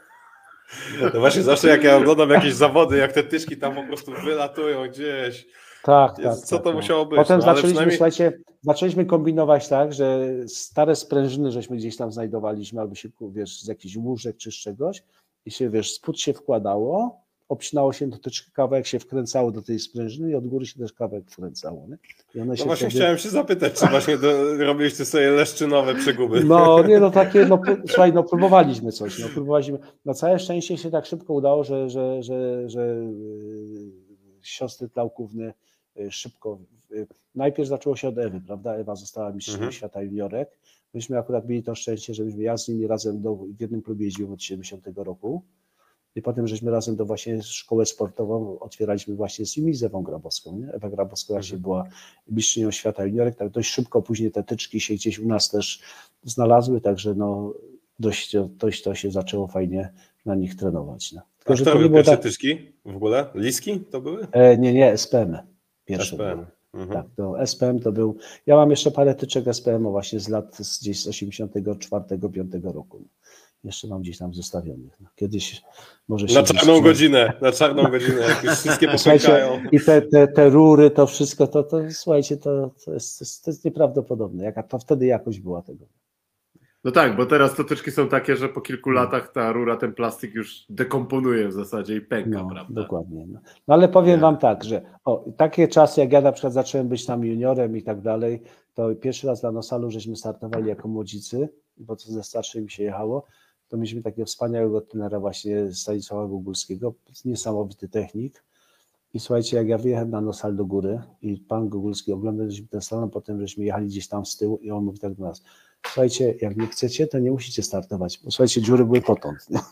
No właśnie zawsze jak ja oglądam jakieś zawody, jak te tyczki tam po prostu wylatują gdzieś
Tak,
Jezu,
tak.
co
tak,
to
no.
musiało być?
Potem
No, ale
zaczęliśmy,
przynajmniej...
słuchajcie, zaczęliśmy kombinować tak, że stare sprężyny żeśmy gdzieś tam znajdowaliśmy, albo się, wiesz, z jakichś łóżek czy z czegoś i się, wiesz, spód się wkładało, obcinało się dotyczkę, kawałek się wkręcało do tej sprężyny i od góry się też kawałek wkręcało. Nie? I one
No
się
właśnie
wtedy...
chciałem się zapytać, czy właśnie do, robiliście sobie leszczynowe przeguby.
No, nie, no takie, no słuchaj, no próbowaliśmy coś, no próbowaliśmy, na całe szczęście się tak szybko udało, że, że, że, że yy, siostry Tlałkówny yy, szybko, yy, najpierw zaczęło się od Ewy, prawda, Ewa została mistrzynią
Mhm.
świata juniorek, myśmy akurat mieli to szczęście, że myśmy, ja z nimi razem do, w jednym klubie jeździłem od siedemdziesiątego roku i potem żeśmy razem do właśnie szkołę sportową otwieraliśmy właśnie z nimi, z Ewą Grabowską, nie? Ewa Grabowska właśnie
Mhm.
była mistrzynią świata juniorek, tak dość szybko później te tyczki się gdzieś u nas też znalazły, także no dość, dość to się zaczęło fajnie na nich trenować. No. Tylko,
A
że
kto
to nie
robił
było
pierwsze
tak,
tyczki w ogóle? Liski to były?
e, nie, nie, S P M pierwsze
S P M.
było.
Mhm.
Tak, to S P M to był, ja mam jeszcze parę tyczek S P M właśnie z lat z gdzieś z osiemdziesiątego czwartego piątego roku. Jeszcze mam gdzieś tam zostawionych. No, kiedyś może się...
Na czarną godzinę, na czarną godzinę, jak już wszystkie popękają.
Słuchajcie, i te, te, te rury, to wszystko, to, to słuchajcie, to, to, jest, to jest nieprawdopodobne, jaka to wtedy jakość była tego.
No tak, bo teraz to tyczki są takie, że po kilku latach ta rura, ten plastik już dekomponuje w zasadzie i pęka,
No,
prawda?
dokładnie. No. No ale powiem
Nie.
wam tak, że o, takie czasy, jak ja na przykład zacząłem być tam juniorem i tak dalej, to pierwszy raz na Nosalu żeśmy startowali jako młodzicy, bo to ze starszymi się jechało, to mieliśmy takiego wspaniałego trenera właśnie Stanisława Gogulskiego, niesamowity technik. I słuchajcie, jak ja wyjechałem na Nosal do góry i pan Gogulski oglądaliśmy ten salon, potem żeśmy jechali gdzieś tam z tyłu i on mówi tak do nas: słuchajcie, jak nie chcecie, to nie musicie startować, bo słuchajcie, dziury były potąd. Nie?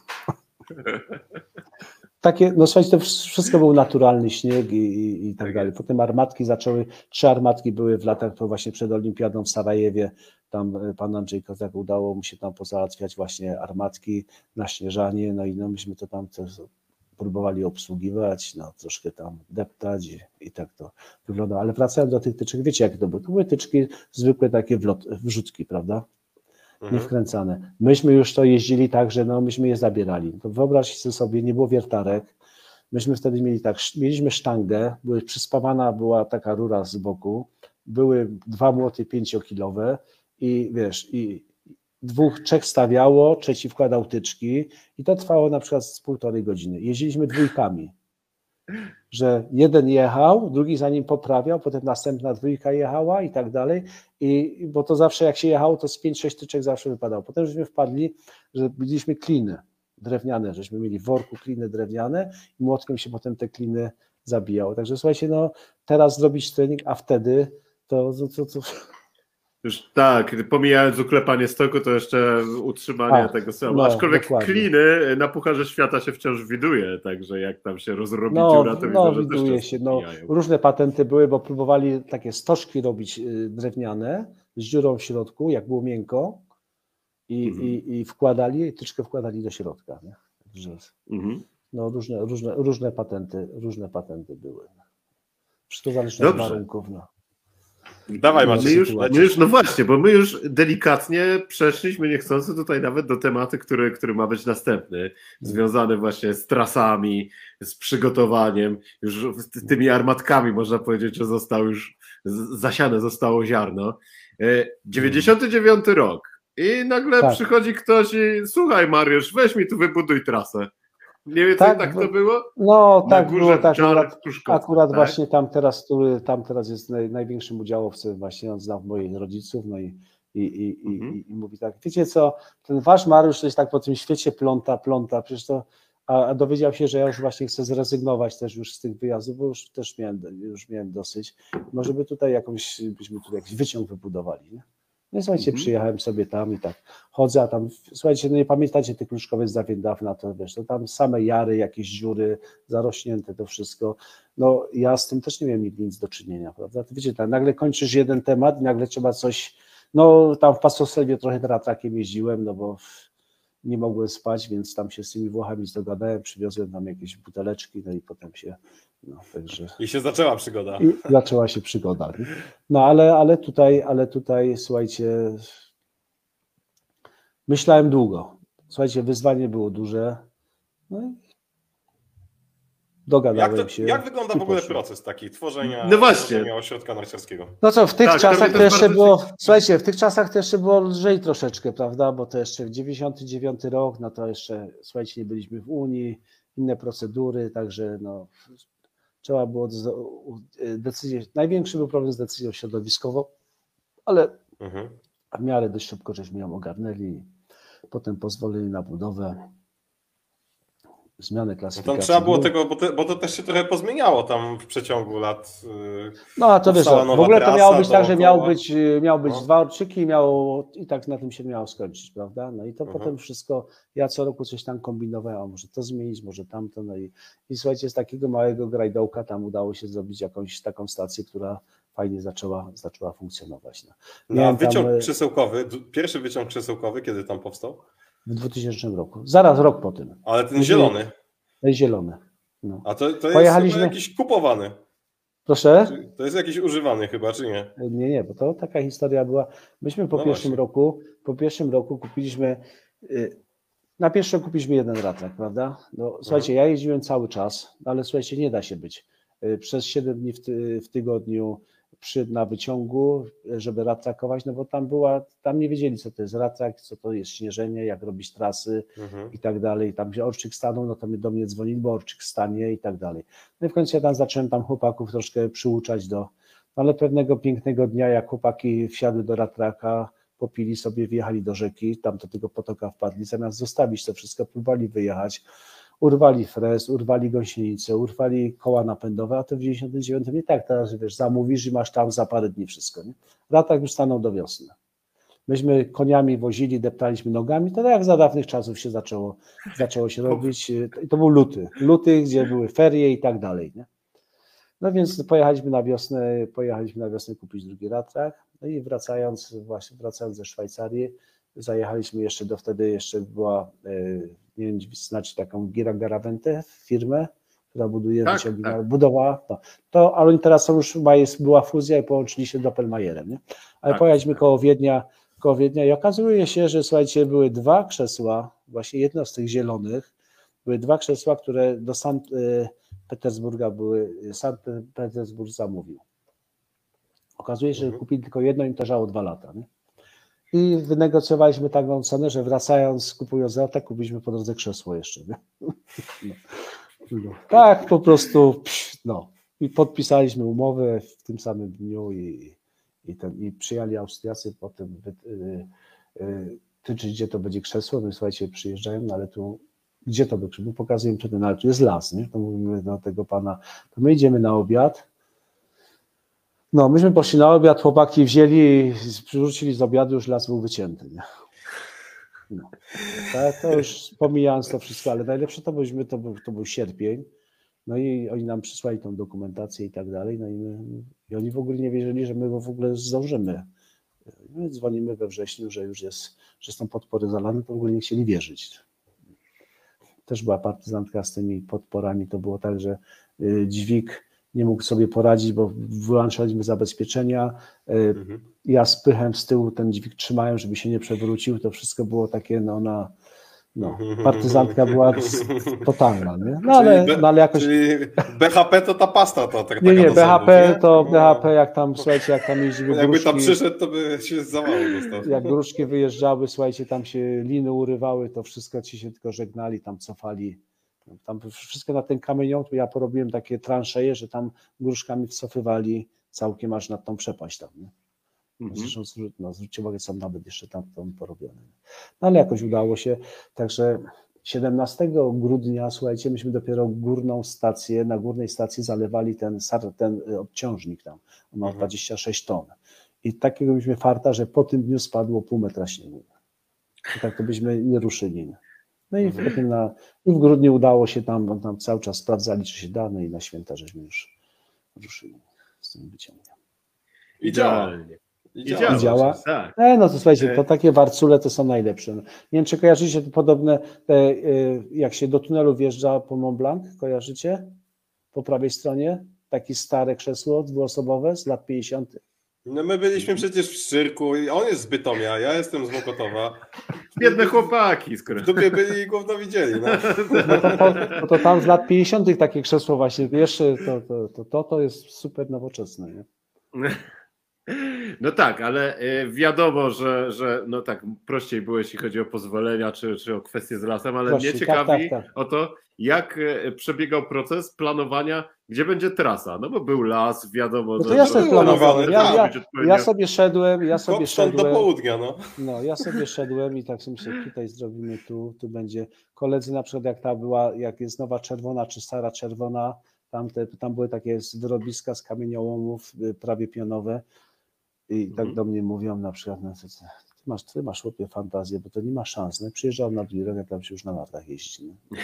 Takie, no słuchajcie, to wszystko był naturalny śnieg i, i, i tak dalej. Potem armatki zaczęły, trzy armatki były w latach, to właśnie przed Olimpiadą w Sarajewie, tam pan Andrzej Kozak udało mu się tam pozałatwiać właśnie armatki na śnieżanie, no i no myśmy to tam też próbowali obsługiwać, no troszkę tam deptać i, i tak to wygląda. Ale wracając do tych tyczek, wiecie jakie to były? To były tyczki zwykłe takie wlot, wrzutki, prawda? Nie wkręcane. Myśmy już to jeździli tak, że no myśmy je zabierali. To wyobraźcie sobie, nie było wiertarek. Myśmy wtedy mieli tak, mieliśmy sztangę, były przyspawana była taka rura z boku, były dwa młoty pięciokilowe i wiesz, i dwóch, trzech stawiało, trzeci wkładał tyczki i to trwało na przykład z półtorej godziny. Jeździliśmy dwójkami, że jeden jechał, drugi za nim poprawiał, potem następna dwójka jechała i tak dalej, i bo to zawsze jak się jechało, to z pięć sześć tyczek zawsze wypadało. Potem żeśmy wpadli, że mieliśmy kliny drewniane, żeśmy mieli w worku kliny drewniane i młotkiem się potem te kliny zabijało. Także słuchajcie, no teraz zrobić trening, a wtedy to... to, to, to...
Już tak, pomijając uklepanie stoku, to jeszcze utrzymanie
A,
tego samego.
no,
Aczkolwiek
dokładnie.
kliny na Pucharze Świata się wciąż widuje, także jak tam się rozrobi
No,
dziura, to
no
widzę, że też
widuje
często
się. No,
wbijają.
różne patenty były, bo próbowali takie stożki robić y, drewniane z dziurą w środku, jak było miękko i,
Mhm.
i, i wkładali, i tyczkę wkładali do środka. Nie? Także,
Mhm.
no, różne, różne, różne patenty, różne patenty były. Wszystko zależy
Dobrze.
od warunków. No.
Dawaj,
No,
My
Maciej,
już,
sytuacja.
my już, no właśnie, bo my już delikatnie przeszliśmy niechcący tutaj nawet do tematu, który, który ma być następny, związany właśnie z trasami, z przygotowaniem, już z tymi armatkami można powiedzieć, że został już, z- zasiane zostało ziarno. E, dziewięćdziesiąty dziewiąty rok i nagle
Tak.
przychodzi ktoś i słuchaj Mariusz, weź mi tu wybuduj trasę. Mniej więcej tak,
Tak,
tak to było?
No
Na
tak
górze
było, tak.
Czarek
Akurat,
Pruszkowski,
akurat
tak?
właśnie tam teraz, który tam teraz jest naj, największym udziałowcem, właśnie on znał moich rodziców, no i, i, i,
Mhm.
i, i mówi tak, wiecie co, ten wasz Mariusz to jest tak po tym świecie pląta, pląta, przecież to, a, a dowiedział się, że ja już właśnie chcę zrezygnować też już z tych wyjazdów, bo już też miałem, już miałem dosyć, może by tutaj jakąś, byśmy tutaj jakiś wyciąg wybudowali, nie? No i słuchajcie,
Mhm.
przyjechałem sobie tam i tak chodzę, a tam, słuchajcie, no nie pamiętacie tych Pruszkowiec z dawien dawna, to wiesz, to tam same jary, jakieś dziury, zarośnięte to wszystko. No ja z tym też nie miałem nigdy nic do czynienia, prawda? To wiecie, tak, nagle kończysz jeden temat i nagle trzeba coś, no tam w Pasoslewie trochę tratrakiem jeździłem, no bo nie mogłem spać, więc tam się z tymi Włochami dogadałem, przywiozłem tam jakieś buteleczki, no i potem się, no także...
I się zaczęła przygoda.
I zaczęła się przygoda. Nie? No ale, ale tutaj, ale tutaj, słuchajcie, myślałem długo. Słuchajcie, wyzwanie było duże. No i dogadałem
jak, to,
się.
jak wygląda w ogóle
poszło.
proces taki tworzenia,
No właśnie.
tworzenia ośrodka narciarskiego?
No co, w tych
Tak,
czasach
to
to,
jest
jeszcze
bardzo
było,
ciekawe.
słuchajcie, w tych czasach to jeszcze było lżej troszeczkę, prawda, bo to jeszcze w dziewięćdziesiąty dziewiąty rok, no to jeszcze, słuchajcie, nie byliśmy w Unii, inne procedury, także no, trzeba było decyzję, największy był problem z decyzją środowiskową, ale
Mhm.
w miarę dość szybko żeśmy ją ogarnęli, potem pozwolili na budowę, zmianę
No
klasyfikacji.
tam trzeba było
dróg.
tego, bo, te, bo to też się trochę pozmieniało tam w przeciągu lat. Yy,
No a to wiesz,
powstała
w
nowa
ogóle to
trasa
miało być tak, że miał
dookoła.
być, miał być
No.
dwa orczyki i miało, i tak na tym się miało skończyć, prawda? No i to
Mhm.
potem wszystko, ja co roku coś tam kombinowałem, a może to zmienić, może tamto, no i, i słuchajcie, z takiego małego grajdołka tam udało się zrobić jakąś taką stację, która fajnie zaczęła, zaczęła funkcjonować. No.
No, a
Miałem tam,
wyciąg
e,
krzesełkowy, d- pierwszy wyciąg krzesełkowy, kiedy tam powstał?
w dwutysięcznym roku, zaraz rok po tym,
Ale ten
Mhm.
zielony.
no i zielony. No.
A to, to jest
Pojechaliśmy-
chyba jakiś kupowany.
Proszę?
Czy- To jest jakiś używany chyba, czy nie?
Nie, nie, bo to taka historia była. Myśmy po
No
pierwszym
właśnie.
roku, po pierwszym roku kupiliśmy, y, na pierwszy rok kupiliśmy jeden ratrak, prawda? No, słuchajcie, ja jeździłem cały czas, ale słuchajcie, nie da się być. Y, Przez siedem dni w, ty, w tygodniu przy, na wyciągu, y, żeby ratrakować, no bo tam była, tam nie wiedzieli, co to jest ratrak, co to jest śnieżenie, jak robić trasy
Mhm.
i tak dalej. Tam się Orczyk stanął, no to mnie do mnie dzwonili, bo Orczyk stanie i tak dalej. No i w końcu ja tam zacząłem tam chłopaków troszkę przyuczać do, ale pewnego pięknego dnia, jak chłopaki wsiadły do ratraka, popili sobie, wjechali do rzeki, tam do tego potoka wpadli, zamiast zostawić to wszystko, próbowali wyjechać, urwali frez, urwali gąsienicę, urwali koła napędowe, a to w dziewięćdziesiątym dziewiątym nie tak, teraz wiesz, zamówisz i masz tam za parę dni wszystko. Nie? Ratrak już stanął do wiosny. Myśmy koniami wozili, deptaliśmy nogami, to tak jak za dawnych czasów się zaczęło, zaczęło się robić. I to był luty, luty, gdzie były ferie i tak dalej. Nie? No więc pojechaliśmy na wiosnę, pojechaliśmy na wiosnę kupić drugi ratrak, no i wracając, właśnie wracając ze Szwajcarii, zajechaliśmy jeszcze do wtedy, jeszcze była, nie wiem, znacie taką Gira Garavente firmę, która buduje
Tak,
wyciągi,
tak.
budowała to, to, ale oni teraz są już, chyba jest, była fuzja i połączyli się z Doppelmayerem, nie? Ale
Tak,
pojechaliśmy
tak.
koło Wiednia, koło Wiednia i okazuje się, że słuchajcie, były dwa krzesła, właśnie jedno z tych zielonych, były dwa krzesła, które do Sankt Petersburga były, Sankt Petersburg zamówił. Okazuje się, że
Mhm.
kupili tylko jedno i im to żało dwa lata. Nie? I wynegocjowaliśmy taką cenę, że wracając, kupując ratrak, kupiliśmy po drodze krzesło jeszcze. Nie? No. No. Tak, po prostu, psz, no. I podpisaliśmy umowę w tym samym dniu i, i, ten, i przyjęli Austriacy potem wy, y, y, tyczyć, gdzie to będzie krzesło. No i słuchajcie, przyjeżdżają, no ale tu, gdzie to będzie? Pokazuję im wtedy, no ale tu jest las, nie? To mówimy do tego pana, to my idziemy na obiad. No, myśmy poszli na obiad, chłopaki wzięli i przyrzucili z obiadu, już las był wycięty. Nie? No. Tak, to już pomijając to wszystko, ale najlepsze to byliśmy, to był, to był sierpień, no i oni nam przysłali tą dokumentację i tak dalej, no i, my, i oni w ogóle nie wierzyli, że my go w ogóle zdążymy. My dzwonimy we wrześniu, że już jest, że są podpory zalane, to w ogóle nie chcieli wierzyć. Też była partyzantka z tymi podporami, to było tak, że y, dźwig nie mógł sobie poradzić, bo wyłączaliśmy zabezpieczenia.
Mhm.
Ja z pychem z tyłu ten dźwig trzymałem, żeby się nie przewrócił. To wszystko było takie, no na, no, partyzantka była totalna, nie? No ale,
czyli,
no, ale jakoś...
czyli B H P to ta pasta to tak
Nie, nie,
taka do
B H P
zębów, nie?
to
No.
B H P, jak tam, słuchajcie, jak tam jeździły
Jakby tam
gruszki,
przyszedł, to by się zawału dostał.
jak gruszki wyjeżdżały, słuchajcie, tam się liny urywały, to wszystko ci się tylko żegnali, tam cofali. Tam wszystko na ten kamienią, to ja porobiłem takie transzeje, że tam gruszkami wcofywali całkiem aż nad tą przepaść tam. Nie?
Mhm.
Zresztą no, zwróćcie uwagę, są nawet jeszcze tam, tam porobione. No ale jakoś udało się, także siedemnastego grudnia, słuchajcie, myśmy dopiero górną stację, na górnej stacji zalewali ten, ten obciążnik tam, on ma
Mhm.
dwadzieścia sześć ton. I takiego byliśmy farta, że po tym dniu spadło pół metra śniegu. I tak to byśmy nie ruszyli. Nie? No i,
Mhm.
potem na, i w grudniu udało się tam, tam cały czas sprawdzali, czy się da, no i na święta żeśmy już ruszyli z tym wyciągiem.
I działa.
Idealnie.
I
I
działa.
działa.
I działa.
Tak.
E, no to słuchajcie, to
E.
takie warcule to są najlepsze. Nie wiem, czy kojarzycie to podobne, te, y, jak się do tunelu wjeżdża po Mont Blanc, kojarzycie? Po prawej stronie? Takie stare krzesło dwuosobowe z lat pięćdziesiątych.
No my byliśmy przecież w Szczyrku i on jest z Bytomia, ja jestem z Mokotowa.
Biedne chłopaki, skoro.
W dupie byli i gówno widzieli. No.
No to, to, to, to tam z lat pięćdziesiątych takie krzesło właśnie, jeszcze to, to, to, to, to jest super nowoczesne. Nie?
No tak, ale wiadomo, że, że no tak, prościej było, jeśli chodzi o pozwolenia, czy, czy o kwestie z lasem, ale
Prościej,
mnie ciekawi
tak, tak, tak.
o to, jak przebiegał proces planowania, gdzie będzie trasa, no bo był las, wiadomo.
No to
że-
ja
że-
sobie
że-
planowałem, ja, ja,
być odpowiednio-
ja sobie szedłem, ja sobie
Hop, stąd do
szedłem,
południa, no.
no ja sobie szedłem i tak sobie myślę, tutaj zrobimy tu, tu będzie, koledzy na przykład jak ta była, jak jest nowa czerwona, czy stara czerwona, tam, te, tam były takie wyrobiska z kamieniołomów, y, prawie pionowe i tak
Mhm.
do mnie mówią na przykład, no, ty, ty masz, ty masz chłopie fantazję, bo to nie ma szans, no przyjeżdżam na drugi rok, jak tam się już na nartach jeździ, no.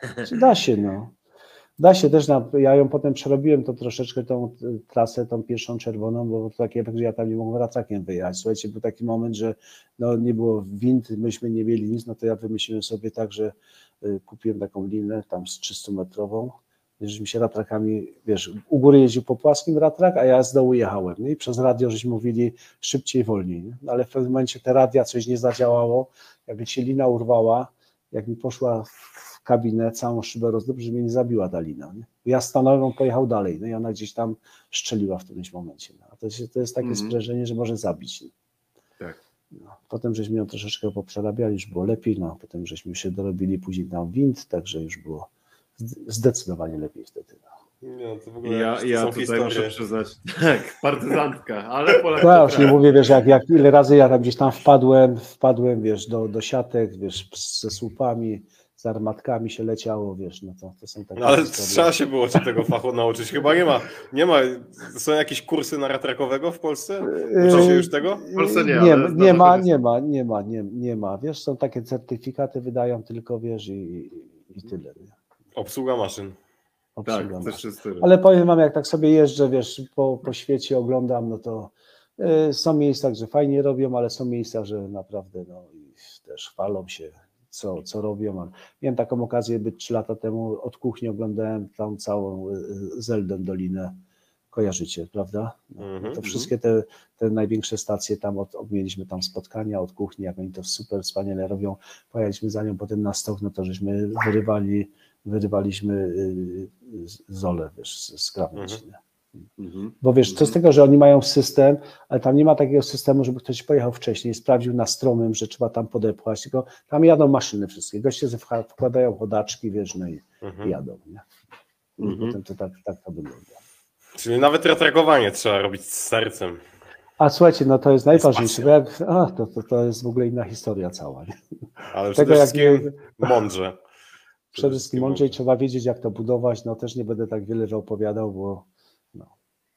Da się, no. Da się też, na, ja ją potem przerobiłem to troszeczkę tą y, trasę, tą pierwszą czerwoną, bo to takie, że ja tam nie mogłem ratrakiem wyjechać. Słuchajcie, był taki moment, że no, nie było wind, myśmy nie mieli nic, no to ja wymyśliłem sobie tak, że y, kupiłem taką linę tam z trzystumetrową, żeśmy się ratrakami, wiesz, u góry jeździł po płaskim ratrak, a ja z dołu jechałem. No i przez radio żeśmy mówili szybciej, wolniej. Nie? No, ale w pewnym momencie te radia coś nie zadziałało, jakby się lina urwała, jak mi poszła w kabinę, całą szybę rozdób, że mnie nie zabiła ta lina. Nie? Ja stanąłem, on pojechał dalej, no i ona gdzieś tam szczeliła w którymś momencie. No. A to, jest, to jest takie
Mhm.
sprężenie, że może zabić. Nie?
Tak.
No. Potem żeśmy ją troszeczkę poprzerabiali, już było lepiej, no. Potem żeśmy się dorobili później tam wind, także już było zdecydowanie lepiej wtedy. No.
Nie, to w ogóle
Ja,
jakieś
ja
są
tutaj
historie.
muszę przyznać, tak, partyzantka, ale Polak
No, ja już nie
potrafi.
mówię, wiesz, jak, jak ile razy ja tam gdzieś tam wpadłem, wpadłem, wiesz, do, do siatek, wiesz, ze słupami, z armatkami się leciało, wiesz, no to, to są takie
No, ale
historie.
trzeba się było się tego fachu nauczyć. Chyba nie ma, nie ma. Są jakieś kursy na ratrakowego w Polsce? Uczy się już tego?
W Polsce nie,
nie,
ale
nie
na
ma,
zachodzie
nie
są.
ma, nie ma, nie, nie ma, wiesz, są takie certyfikaty, wydają tylko, wiesz, i, i, i tyle. Nie?
Obsługa maszyn.
Obsługa
Tak,
ma.
też wszyscy.
Ale powiem wam, jak tak sobie jeżdżę, wiesz, po, po świecie oglądam, no to y, są miejsca, gdzie fajnie robią, ale są miejsca, że naprawdę no, i też chwalą się, co, co robią. Ale miałem taką okazję być trzy lata temu, od kuchni oglądałem tam całą y, Zeldę Dolinę, kojarzycie, prawda? No, no
Mhm,
to wszystkie te, te największe stacje tam, od, od, mieliśmy tam spotkania od kuchni, jak oni to super wspaniale robią, pojechaliśmy za nią potem na stok, no to żeśmy wyrywali wyrywaliśmy y, zole, wiesz, z, z krawędzi.
Mhm.
Mhm.
Bo wiesz, co z tego, że oni mają system, ale tam nie ma takiego systemu, żeby ktoś pojechał wcześniej, sprawdził na stromym, że trzeba tam podepchać, tylko tam jadą maszyny wszystkie. Goście wcha- wkładają chodaczki, wiesz, no i
Mhm.
jadą. Nie? I
Mhm.
potem to tak, tak to wygląda.
Czyli nawet ratrakowanie trzeba robić z sercem.
A słuchajcie, no to jest najważniejsze,
pasją.
bo jak, a, to, to, to jest w ogóle inna historia cała. Nie?
Ale
Tego
przede
jak
wszystkim
nie,
mądrze.
przede wszystkim mądrzej trzeba wiedzieć, jak to budować. No też nie będę tak wiele opowiadał, bo no.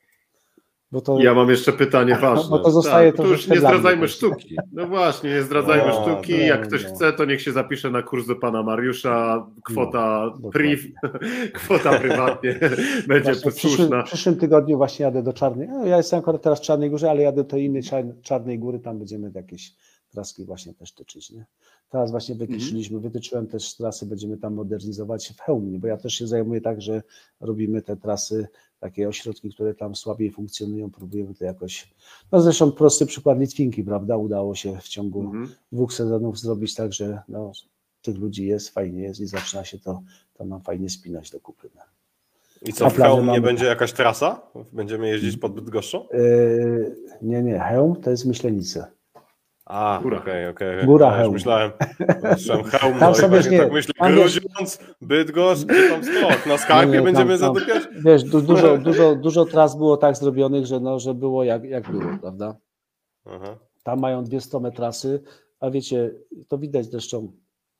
Bo to,
Ja mam jeszcze pytanie ważne.
Bo to zostaje
tak, tu już
troszeczkę
nie
dla mnie
zdradzajmy
też.
sztuki. No właśnie, nie zdradzajmy
No,
sztuki.
no,
Jak ktoś
no.
chce, to niech się zapisze na kurs do pana Mariusza. Kwota
No,
priv, kwota prywatnie będzie
Właśnie w przyszłym,
posłuszna.
w przyszłym tygodniu właśnie jadę do Czarnej. No, ja jestem akurat teraz w Czarnej Górze, ale jadę do innej Czar- Czarnej Góry, tam będziemy jakieś traski właśnie też tyczyć. Nie? Teraz właśnie wytyczyliśmy, wytyczyłem też trasy, będziemy tam modernizować w Chełmie, bo ja też się zajmuję tak, że robimy te trasy, takie ośrodki, które tam słabiej funkcjonują, próbujemy to jakoś, no zresztą prosty przykład Litwinki, prawda, udało się w ciągu
Mhm.
dwóch sezonów zrobić tak, że no, tych ludzi jest, fajnie jest i zaczyna się to, to nam fajnie spinać do kupy. No.
I co,
A
w
plany
Chełmie
mamy.
będzie jakaś trasa? Będziemy jeździć pod Bydgoszczą?
Yy, nie, nie, Chełm to jest Myślenice.
A,
Góra.
okej, okej.
Góra
Ja już
Chełm.
myślałem, myślałem Chełm,
Tam
no i
sobie
właśnie
nie-
tak myślę,
tam wiesz-
Grudziądz, Bydgoszcz, gdzie tam stok? Na skarpie
Nie, nie,
będziemy
tam- tam-
zadupiać?
Wiesz, du, dużo, dużo, dużo tras było tak zrobionych, że, no, że było jak, jak było, prawda?
Aha.
Tam mają dwie strome trasy, a wiecie, to widać zresztą,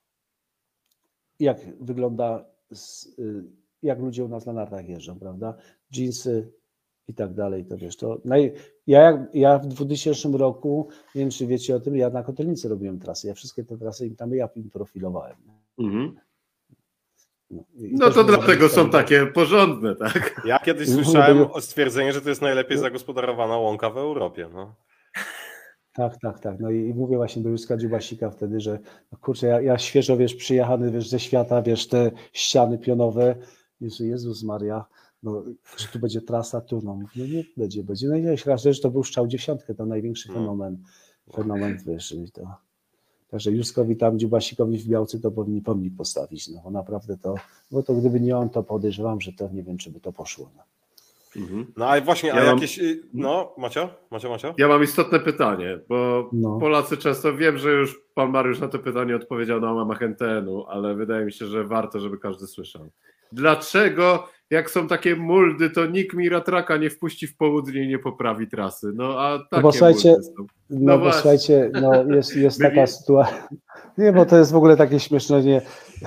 jak wygląda, z, y, jak ludzie u nas na nartach jeżdżą, prawda? Dżinsy i tak dalej, to wiesz, to naj... ja, jak- ja w dwutysięcznym roku, nie wiem czy wiecie o tym, ja na Kotelnicy robiłem trasy, ja wszystkie te trasy im tam ja im profilowałem.
Mhm.
No, i
No
też
to
było-
dlatego są takie porządne, tak?
Ja kiedyś
No,
słyszałem
bo-
o stwierdzenie, że to jest najlepiej zagospodarowana łąka w Europie. No.
Tak, tak, tak. No i, i mówię właśnie do Józka Dziubasika wtedy, że no kurczę, ja, ja świeżo, wiesz, przyjechany, wiesz, ze świata, wiesz, te ściany pionowe, Jezu, Jezus Maria, no, czy tu będzie trasa, tu, no, mówię, no nie będzie, będzie. No i raz, że to był strzał dziesiątkę, to największy fenomen, fenomen wiesz, i to. Także Juskowi tam, Dziubasikowi w Białce to powinni pomnik postawić, no bo naprawdę to, bo to gdyby nie on, to podejrzewam, że to nie wiem, czy by to poszło. No.
Mhm. No ale właśnie,
ja
a
mam...
jakieś, no Macio? Macio, Macio?
Ja mam istotne pytanie, bo
no.
Polacy często, wiem, że już pan Mariusz na to pytanie odpowiedział na łamach N T N-u, ale wydaje mi się, że warto, żeby każdy słyszał. Dlaczego, jak są takie muldy, to nikt mi ratraka nie wpuści w południe i nie poprawi trasy? No a takie
no bo słuchajcie,
muldy są.
No,
No
bo
właśnie.
słuchajcie, no jest, jest taka sytuacja, nie, bo to jest w ogóle takie śmieszne, nie.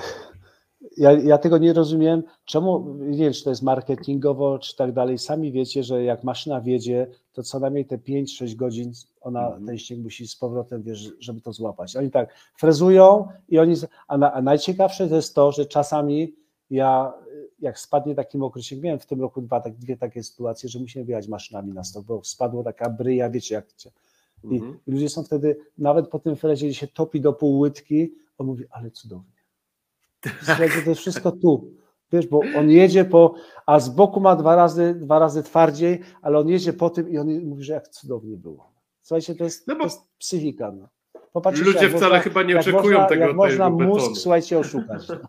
Ja, ja tego nie rozumiem, czemu, nie wiem, czy to jest marketingowo, czy tak dalej, sami wiecie, że jak maszyna wjedzie, to co najmniej te pięć sześć godzin ona, mm. ten śnieg musi z powrotem, wiesz, żeby to złapać. Oni tak frezują i oni, a, na, a najciekawsze to jest to, że czasami ja, jak spadnie taki mokry śnieg, miałem w tym roku dwa, tak, dwie takie sytuacje, że musiałem wjechać maszynami na stok, bo spadła taka bryja, wiecie jak cię. I, mm. i ludzie są wtedy, nawet po tym frezie, gdzie się topi do pół łydki, on mówi, ale cudownie. Słuchajcie, to jest wszystko tu, wiesz, bo on jedzie po, a z boku ma dwa razy, dwa razy twardziej, ale on jedzie po tym i on mówi, że jak cudownie było. Słuchajcie, to jest, no to jest psychika. No.
Popatrzcie, ludzie wcale można, chyba nie oczekują
można,
tego.
Jak można mózg,
betonu.
Słuchajcie, oszukać. No.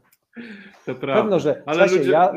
To prawda.
Pewno, że,
ale
słuchajcie,
ludzie...
ja,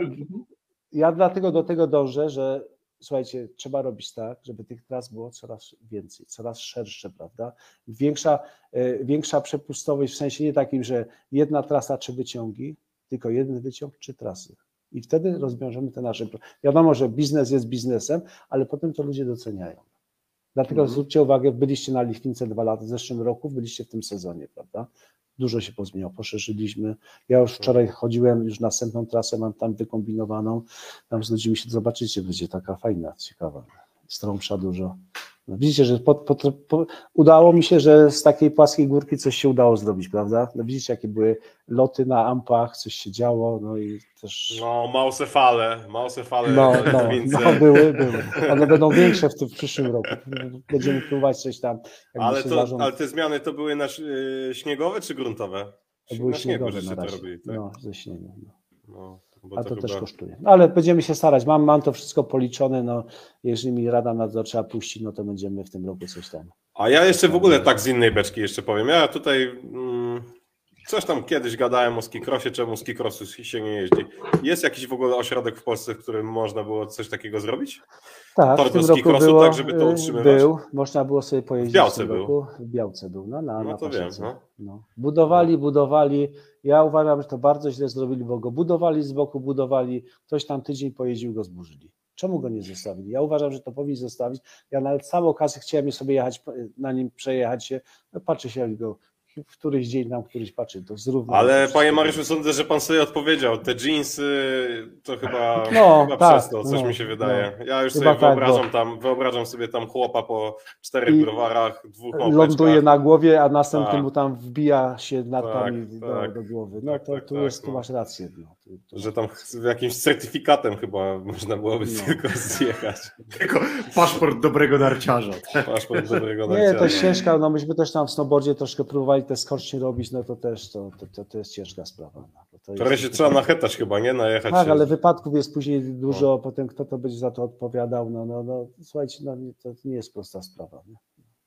ja dlatego do tego dążę, że słuchajcie, trzeba robić tak, żeby tych tras było coraz więcej, coraz szersze, prawda? Większa, y, większa przepustowość w sensie nie takim, że jedna trasa, trzy wyciągi, tylko jeden wyciąg, trzy trasy. I wtedy rozwiążemy te nasze... Wiadomo, że biznes jest biznesem, ale potem to ludzie doceniają. Dlatego mm. zwróćcie uwagę, byliście na Lichwince dwa lata w zeszłym roku, byliście w tym sezonie, prawda? Dużo się pozmieniało, poszerzyliśmy. Ja już wczoraj chodziłem, już następną trasę mam tam wykombinowaną. Tam z ludźmi się zobaczycie, będzie taka fajna, ciekawa. Strąbsza dużo. No widzicie, że po, po, po, udało mi się, że z takiej płaskiej górki coś się udało zrobić, prawda? No widzicie, jakie były loty na ampach, coś się działo, no i też...
No, małe fale, małe fale.
No, no, no, były, były. One będą większe w tym w przyszłym roku. Będziemy próbować coś tam.
Ale, to, zarząd... ale te zmiany to były na, y, śniegowe czy gruntowe?
To były
na
śniegowe
śniegu,
na razie.
To robili, tak?
No, ze śniegu. No.
No.
A to, to
chyba...
też kosztuje. No, ale będziemy się starać. Mam, mam to wszystko policzone. No, jeżeli mi Rada Nadzorcza puści, no to będziemy w tym roku coś tam.
A ja jeszcze w ogóle tak z innej beczki jeszcze powiem. Ja tutaj mm, coś tam kiedyś gadałem o skicrossie, czemu skicrossu się nie jeździ. Jest jakiś w ogóle ośrodek w Polsce, w którym można było coś takiego zrobić?
Tak,
Tor
w tym
do
roku było,
tak, żeby to utrzymywać?
Był, można było sobie pojeździć
w Białce
w tym
był.
roku. W Białce był, no, na,
no
na
to wiem, no.
No. Budowali, budowali. Ja uważam, że to bardzo źle zrobili, bo go budowali z boku, budowali. Ktoś tam tydzień pojeździł, go zburzyli. Czemu go nie zostawili? Ja uważam, że to powinni zostawić. Ja nawet samą okazję chciałem sobie jechać, na nim przejechać się. No, patrzę się, jak go w któryś dzień tam, któryś patrzy, to zrówna.
Ale panie Mariuszu, sądzę, że pan sobie odpowiedział. Te jeansy to chyba,
no,
chyba
tak,
przez to, coś no, mi się wydaje. No. Ja już
chyba
sobie wyobrażam
tak, bo...
tam, wyobrażam sobie tam chłopa po czterech
I
browarach, dwóch małpeczkach.
Ląduje na głowie, a następnym
tak.
mu tam wbija się nartami
tak,
do,
tak,
do głowy. No
tak,
to
tak,
tu,
tak,
jest, tu
no.
masz rację. No. Tu, tu
że tam z jakimś certyfikatem chyba można byłoby no. tylko zjechać.
Tylko paszport dobrego narciarza.
Paszport dobrego narciarza.
Nie, to jest ciężka, no myśmy też tam w snowboardzie troszkę próbowali te skocznie robić, no to też to, to, to, to jest ciężka sprawa. No, to
Trochę się trzeba nachetać chyba, nie? Najechać
tak,
się.
ale wypadków jest później dużo, no. Potem kto to będzie za to odpowiadał, no, no, no słuchajcie, no, to nie jest prosta sprawa. Nie?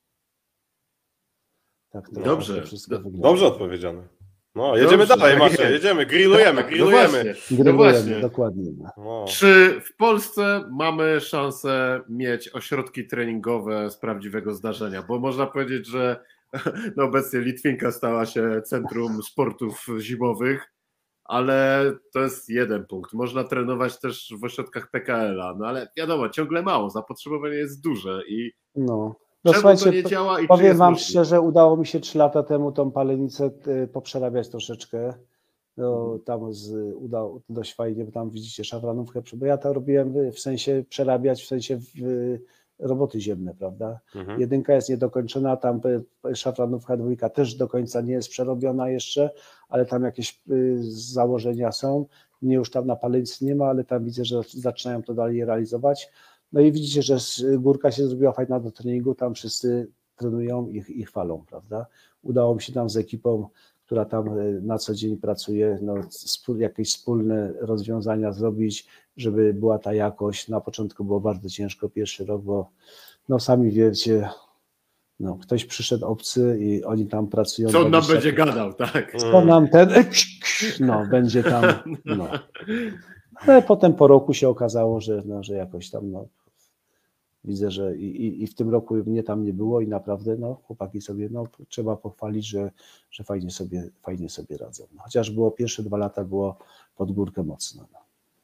Tak to,
dobrze,
to wszystko wygląda.
Dobrze odpowiedziane. No, jedziemy Dobrze, dalej, tak Masze, jedziemy, grillujemy, grillujemy.
No właśnie,
grillujemy,
no właśnie.
Dokładnie.
No. Czy w Polsce mamy szansę mieć ośrodki treningowe z prawdziwego zdarzenia? Bo można powiedzieć, że no obecnie Litwinka stała się centrum sportów zimowych, ale to jest jeden punkt. Można trenować też w ośrodkach P K L-a, no ale wiadomo, ciągle mało, zapotrzebowanie jest duże i
no. No
czemu
słuchajcie,
to nie działa i
powiem wam
możliwe?
szczerze, udało mi się trzy lata temu tą palenicę poprzerabiać troszeczkę. No, tam z, udało dość fajnie, bo tam widzicie szafranówkę, bo ja to robiłem w sensie przerabiać, w sensie w, roboty ziemne, prawda? Mhm. Jedynka jest niedokończona, tam szafranówka dwójka też do końca nie jest przerobiona jeszcze, ale tam jakieś założenia są. Mnie już tam na palenicy nie ma, ale tam widzę, że zaczynają to dalej realizować. No i widzicie, że górka się zrobiła fajna do treningu, tam wszyscy trenują i, i chwalą, prawda? Udało mi się tam z ekipą, która tam na co dzień pracuje, no, jakieś wspólne rozwiązania zrobić, żeby była ta jakość. Na początku było bardzo ciężko, pierwszy rok, bo no sami wiecie, no, ktoś przyszedł obcy i oni tam pracują.
Co on nam będzie gadał, tak?
Co nam ten, no, będzie tam, no. Ale potem po roku się okazało, że, no, że jakoś tam, no, widzę, że i, i w tym roku mnie tam nie było i naprawdę, no, chłopaki sobie, no, trzeba pochwalić, że, że fajnie sobie, fajnie sobie radzą. Chociaż było pierwsze dwa lata było pod górkę mocno. No.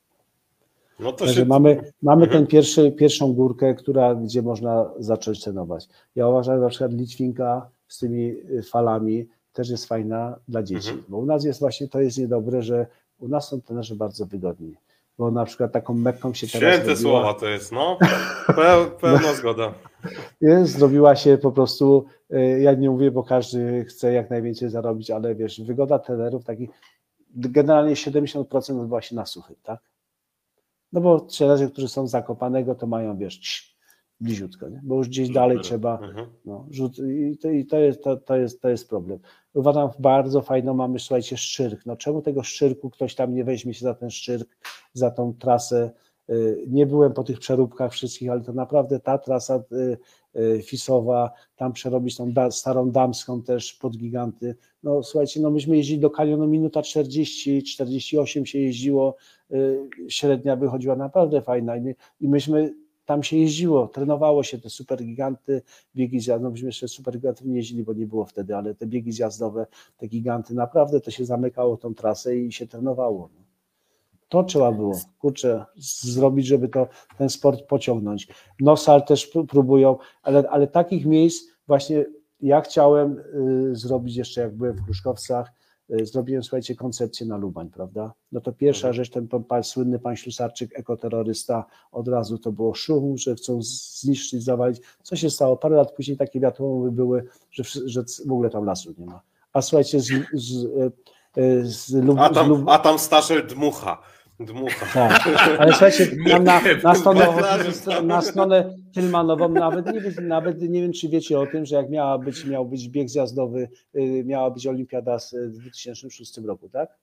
No to
Także
się...
mamy, mamy
Mhm.
tę pierwszy, pierwszą górkę, która, gdzie można zacząć trenować. Ja uważam, że na przykład Litwinka z tymi falami też jest fajna dla dzieci,
Mhm.
bo u nas jest właśnie, to jest niedobre, że u nas są trenerzy bardzo wygodni, bo na przykład taką Mekką się teraz
Święte
zrobiła,
słowa to jest, no. Pe pełna zgoda.
jest, zrobiła się po prostu, y, ja nie mówię, bo każdy chce jak najwięcej zarobić, ale wiesz, wygoda trenerów takich, generalnie siedemdziesiąt procent odbywa się na suchym, tak? No bo trenerzy, którzy są z Zakopanego, to mają, wiesz, cii, bliziutko, nie? Bo już gdzieś dalej trzeba,
Mhm.
no, rzut, i, to, i to, jest, to, to, jest, to jest problem. Uważam, bardzo fajną mamy, słuchajcie, Szczyrk. No czemu tego Szczyrku ktoś tam nie weźmie się za ten Szczyrk, za tą trasę? Nie byłem po tych przeróbkach wszystkich, ale to naprawdę ta trasa Fisowa, tam przerobić tą da, starą damską też pod giganty. No słuchajcie, no myśmy jeździli do Kanionu, minuta czterdzieści, czterdzieści osiem się jeździło, średnia wychodziła naprawdę fajna i myśmy, tam się jeździło, trenowało się te super giganty, biegi zjazdowe, no myśmy jeszcze super gigantów nie jeździli, bo nie było wtedy, ale te biegi zjazdowe, te giganty, naprawdę to się zamykało tą trasę i się trenowało. To trzeba było, kurczę, zrobić, żeby to, ten sport pociągnąć. Nosal też próbują, ale, ale takich miejsc właśnie ja chciałem y, zrobić jeszcze, jak byłem w Pruszkowcach, y, zrobiłem, słuchajcie, koncepcję na Lubań, prawda? No to pierwsza rzecz, ten pan, pan, słynny pan Ślusarczyk, ekoterrorysta, od razu to było szum, że chcą zniszczyć, zawalić. Co się stało? Parę lat później takie wiatrołomy były, że, że w ogóle tam lasu nie ma. A słuchajcie, z, z, y, z, Lub,
a, tam,
z Lub...
a tam Staszel dmucha. Dmucha.
Tak, ale słuchajcie, tam na, na, stronę, na stronę Tylmanową nawet nie, nawet nie wiem, czy wiecie o tym, że jak miała być, miał być bieg zjazdowy, miała być olimpiada w dwa tysiące szóstym roku, tak?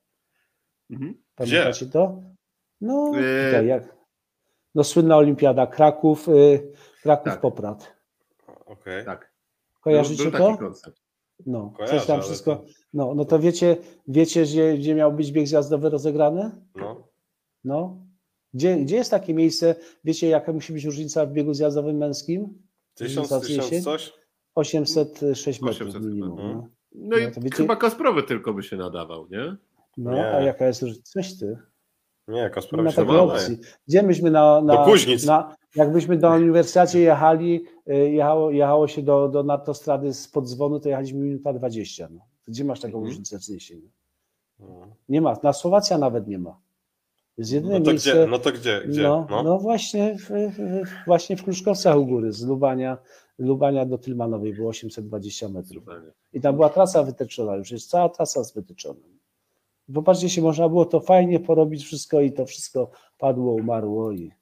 Mhm.
Pamiętacie to? No,
Eee...
tutaj jak. No słynna olimpiada Kraków, Kraków
tak.
Poprad.
Okay.
Tak.
Kojarzycie
był, był
to?
taki koncept.
No,
Kojarzę,
coś tam
ale
wszystko.
to...
No, no to wiecie, wiecie, gdzie, gdzie miał być bieg zjazdowy rozegrany?
No.
No, gdzie, gdzie jest takie miejsce, wiecie jaka musi być różnica w biegu zjazdowym męskim?
Tysiąc, tysiąc coś?
osiemset sześć metrów
osiemset
minimum.
mhm.
No,
no i
no, to wiecie,
chyba Kasprowy tylko by się nadawał, nie?
no
Nie.
a jaka jest różnica? Coś ty.
Nie,
Nie
Kasprowy
ma
się
takiej
nadaje.
opcji. Gdzie myśmy na, na,
Do Kuźnic.
na jakbyśmy do uniwersytecie jechali, jechało, jechało się do, do autostrady spod dzwonu, to jechaliśmy minuta dwadzieścia. No. Gdzie masz taką
Mhm.
różnicę w zniesieniu?
Mhm.
Nie ma. Na Słowacja nawet nie ma. Jest jedyne
No to
miejsce,
gdzie? No to gdzie? gdzie?
No,
No.
no właśnie, w, w, właśnie w Pruszkowcach u góry, z Lubania, Lubania do Tylmanowej było osiemset dwadzieścia metrów. I tam była trasa wytyczona, już jest cała trasa z wytyczonym. Popatrzcie się, można było to fajnie porobić wszystko i to wszystko padło, umarło i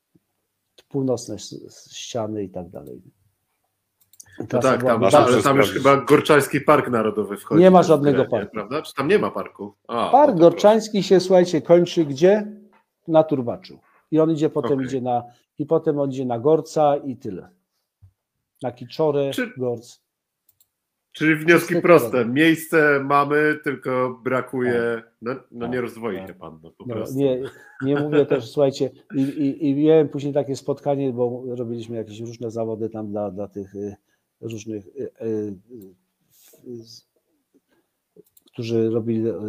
północne ściany i tak dalej.
No tak,
była
tam,
bardzo-
ale tam już chyba Gorczański Park Narodowy wchodzi.
Nie ma
też w
żadnego
grę, nie?
parku.
Prawda? Czy tam nie ma parku? A,
Park
no to
Gorczański się, słuchajcie, kończy gdzie? Na Turbaczu. I on idzie potem
Okej.
idzie na i potem on idzie na Gorca i tyle. Na Kiczorę,
Czy-
Gorc.
Czyli wnioski
Niestety
proste.
tak.
Miejsce mamy, tylko brakuje. No, no
Tak.
nie rozwoi
Tak.
się pan, no po
No,
prostu.
nie, nie mówię też, słuchajcie, i, i, i miałem później takie spotkanie, bo robiliśmy jakieś różne zawody tam dla, dla tych y, różnych, y, y, y, z- którzy robili, y,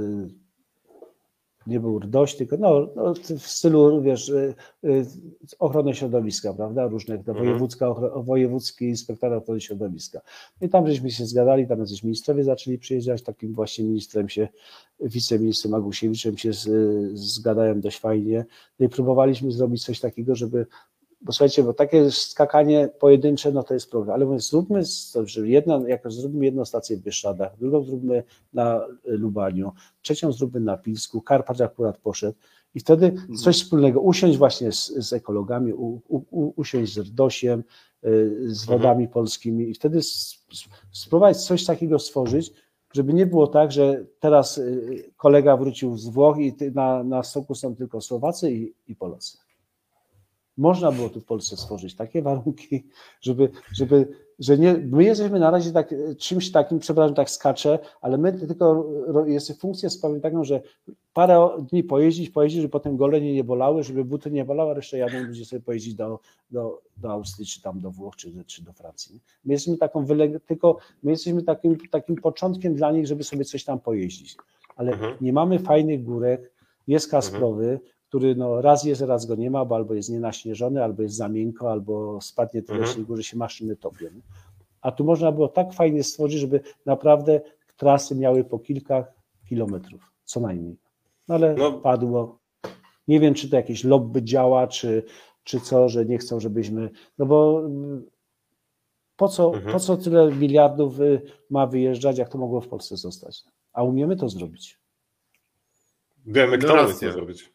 nie był RDOŚ, tylko no, no, w stylu, wiesz, y, y, ochrony środowiska, prawda, różnych, to
Mhm.
wojewódzka, ochro- wojewódzki inspektorat ochrony środowiska. I tam żeśmy się zgadali, tam jacyś ministrowie zaczęli przyjeżdżać, takim właśnie ministrem się, wiceministrem Agusiewiczem się z, zgadałem dość fajnie. No i próbowaliśmy zrobić coś takiego, żeby, bo słuchajcie, bo takie skakanie pojedyncze, no to jest problem, ale mówię, zróbmy, że jedna, jakoś zróbmy jedną stację w Bieszczadach, drugą zróbmy na Lubaniu, trzecią zróbmy na Pilsku, Karpacz akurat poszedł i wtedy coś wspólnego, usiąść właśnie z, z ekologami, u, u, usiąść z RDOŚ-iem, y, z wodami polskimi i wtedy s- s- spróbować coś takiego stworzyć, Żeby nie było tak, że teraz kolega wrócił z Włoch i na, na stoku są tylko Słowacy i, i Polacy. Można było tu w Polsce stworzyć takie warunki, żeby, żeby że nie, my jesteśmy na razie tak, czymś takim, przepraszam, tak skaczę, ale my tylko, jest funkcja sprawy taką, że parę dni pojeździć, pojeździć, żeby potem golenie nie bolały, żeby buty nie bolały, a resztę jadą ludzie sobie pojeździć do, do, do Austrii, czy tam do Włoch, czy, czy do Francji. My jesteśmy taką wyleg- tylko my jesteśmy takim, takim początkiem dla nich, żeby sobie coś tam pojeździć. Ale mhm. nie mamy fajnych górek, jest Kasprowy, mhm. który no raz jest, raz go nie ma, bo albo jest nienaśnieżony, albo jest za miękko, albo spadnie tyle mhm. śniegu, że się maszyny topią. A tu można było tak fajnie stworzyć, żeby naprawdę trasy miały po kilka kilometrów, co najmniej. No ale no. padło. Nie wiem, czy to jakieś lobby działa, czy, czy co, że nie chcą, żebyśmy... No bo po co, mhm. po co tyle miliardów ma wyjeżdżać, jak to mogło w Polsce zostać? A umiemy to zrobić.
Wiemy, kto umie to zrobić.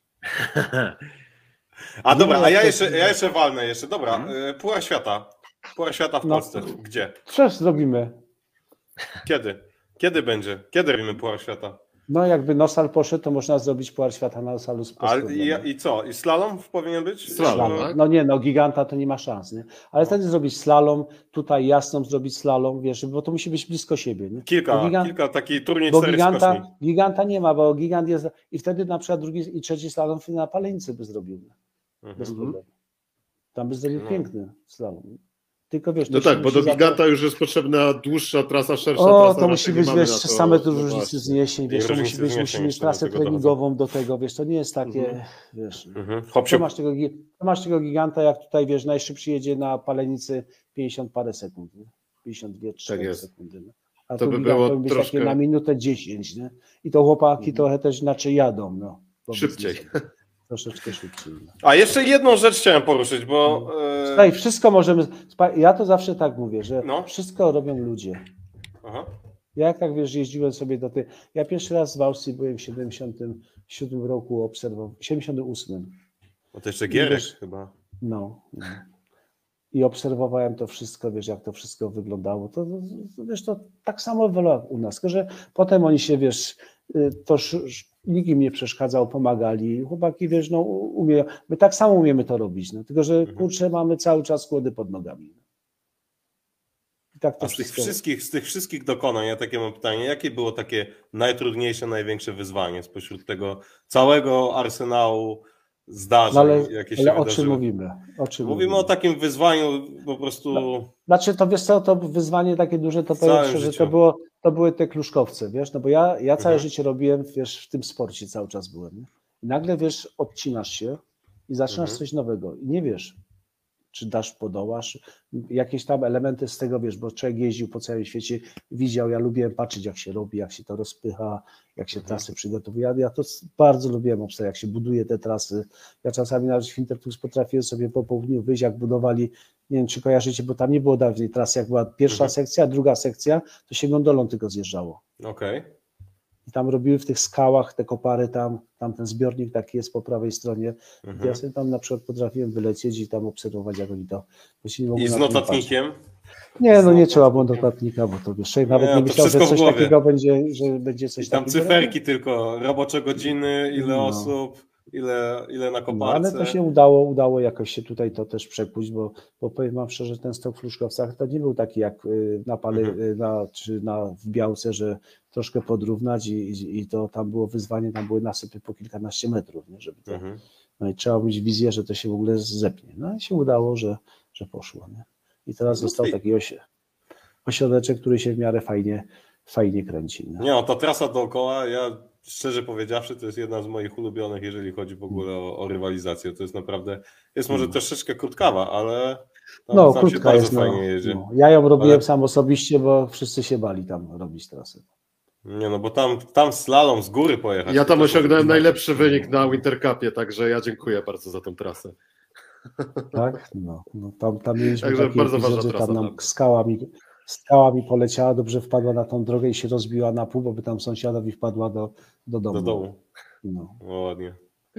A nie dobra, a ja jeszcze, ja jeszcze walnę jeszcze. Dobra, hmm? Puchar Świata. Puchar Świata w no, Polsce. Gdzie?
Coś zrobimy.
Kiedy? Kiedy będzie? Kiedy robimy Puchar Świata?
No jakby Nosal poszedł, to można zrobić Puchar Świata na Nosalu z
Ale i, i co? I slalom powinien być?
Slalom, tak?
No nie, no giganta to nie ma szans, nie? Ale no. wtedy zrobić slalom, tutaj Jasną zrobić slalom, wiesz, bo to musi być blisko siebie. Nie?
Kilka, gigant, kilka taki turniej cztery
giganta, giganta nie ma, bo gigant jest i wtedy na przykład drugi i trzeci slalom na Palenicy by zrobił. Mhm. Bez problemu. Tam by zrobił no. piękny slalom. Tylko wiesz,
no tak, bo do giganta za... już jest potrzebna dłuższa trasa, szersza
o,
trasa.
to musi być, wiesz, to... same tu różnice zniesień, wiesz, to musi być, musi mieć trasę treningową do tego, wiesz, to nie jest takie, mhm. wiesz,
mhm.
to masz, tego, to masz tego giganta, jak tutaj, wiesz, najszybciej jedzie na Palenicy pięćdziesiąt parę sekund, nie? pięćdziesiąt dwie
tak
sekundy. Nie? A
to
tu
by
gigant
było
powinien być
troszkę...
takie na minutę dziesięć, nie? I to chłopaki mhm. trochę też inaczej jadą, no.
Szybciej.
Troszeczkę szybciej.
A jeszcze jedną rzecz chciałem poruszyć, bo...
Słuchaj, wszystko możemy... Ja to zawsze tak mówię, że no. wszystko robią ludzie.
Aha.
Ja jak tak wiesz, jeździłem sobie do tej... Ja pierwszy raz w Austrii byłem w siedemdziesiątym siódmym roku, obserwowałem... siedemdziesiątym ósmym.
No to jeszcze Gierek
wiesz,
chyba.
No, no. I obserwowałem to wszystko, wiesz, jak to wszystko wyglądało. To, to wiesz, to tak samo było u nas, tylko że potem oni się, wiesz, to nikt im nie przeszkadzał, pomagali. Chłopaki, wiesz, no umieją. My tak samo umiemy to robić, no, tylko że kurczę, mamy cały czas kłody pod nogami. I tak to
A z
wszystko...
tych wszystkich, z tych wszystkich dokonań, ja takie mam pytanie, jakie było takie najtrudniejsze, największe wyzwanie spośród tego całego arsenału zdarzeń,
no ale,
jakie się
ale
wydarzyły?
o czym mówimy? O czym
mówimy,
mówimy
o takim wyzwaniu po prostu...
No, znaczy to wiesz co, to wyzwanie takie duże, to powiem szczerze, że to, było, to były te kluszkowce, wiesz, no bo ja, ja całe mhm. życie robiłem, wiesz, w tym sporcie cały czas byłem. Nie? I nagle, wiesz, odcinasz się i zaczynasz mhm. coś nowego i nie wiesz, czy dasz, podołasz, jakieś tam elementy z tego, wiesz, bo człowiek jeździł po całym świecie, widział, ja lubiłem patrzeć, jak się robi, jak się to rozpycha, jak się trasy przygotowuje. Ja, ja to bardzo lubiłem obserwować, jak się buduje te trasy. Ja czasami nawet w Intertours potrafiłem sobie po południu wyjść, jak budowali, nie wiem, czy kojarzycie, bo tam nie było dawniej trasy, jak była pierwsza mhm. sekcja, druga sekcja, to się gondolą tylko zjeżdżało.
Okej. Okay.
I tam robiły w tych skałach te kopary, tam, tam ten zbiornik taki jest po prawej stronie. Mhm. Ja sobie tam na przykład potrafiłem wylecieć i tam obserwować, jak oni to...
I z notatnikiem?
Nie, no nie trzeba było notatnika, bo to wiesz, nawet nie, nie myślał, że coś takiego będzie, że będzie coś
I tam
takiego.
cyferki tylko, robocze godziny, ile no. osób, ile, ile na koparce.
No, ale to się udało, udało jakoś się tutaj to też przekuć, bo, bo powiem wam szczerze, ten stok w Hruszkowcach to nie był taki jak na Pale, mhm. na, czy na, w Białce, że troszkę podrównać i, i, i to tam było wyzwanie, tam były nasypy po kilkanaście metrów, nie, żeby to, mhm. no i trzeba mieć wizję, że to się w ogóle zepnie. No i się udało, że, że poszło. Nie? I teraz został taki osie, ośrodeczek, który się w miarę fajnie, fajnie kręci. Nie,
nie no, ta trasa dookoła, ja szczerze powiedziawszy, to jest jedna z moich ulubionych, jeżeli chodzi w ogóle o, o rywalizację. To jest naprawdę, jest może troszeczkę krótkawa, ale tam,
no,
tam
krótka
się bardzo
jest,
fajnie
no,
jedzie.
No. Ja ją robiłem
ale...
sam osobiście, bo wszyscy się bali tam robić trasę.
Nie no, bo tam, tam slalom z góry pojechać.
Ja tam osiągnąłem najlepszy wynik na Winter Cupie, także ja dziękuję bardzo za tą trasę.
Tak? No, no tam, tam mieliśmy
także
taki
bardzo
epizod, że tam nam skała mi, skała mi poleciała, dobrze wpadła na tą drogę i się rozbiła na pół, bo by tam sąsiadowi wpadła do, do domu.
Do domu.
No.
No, ładnie.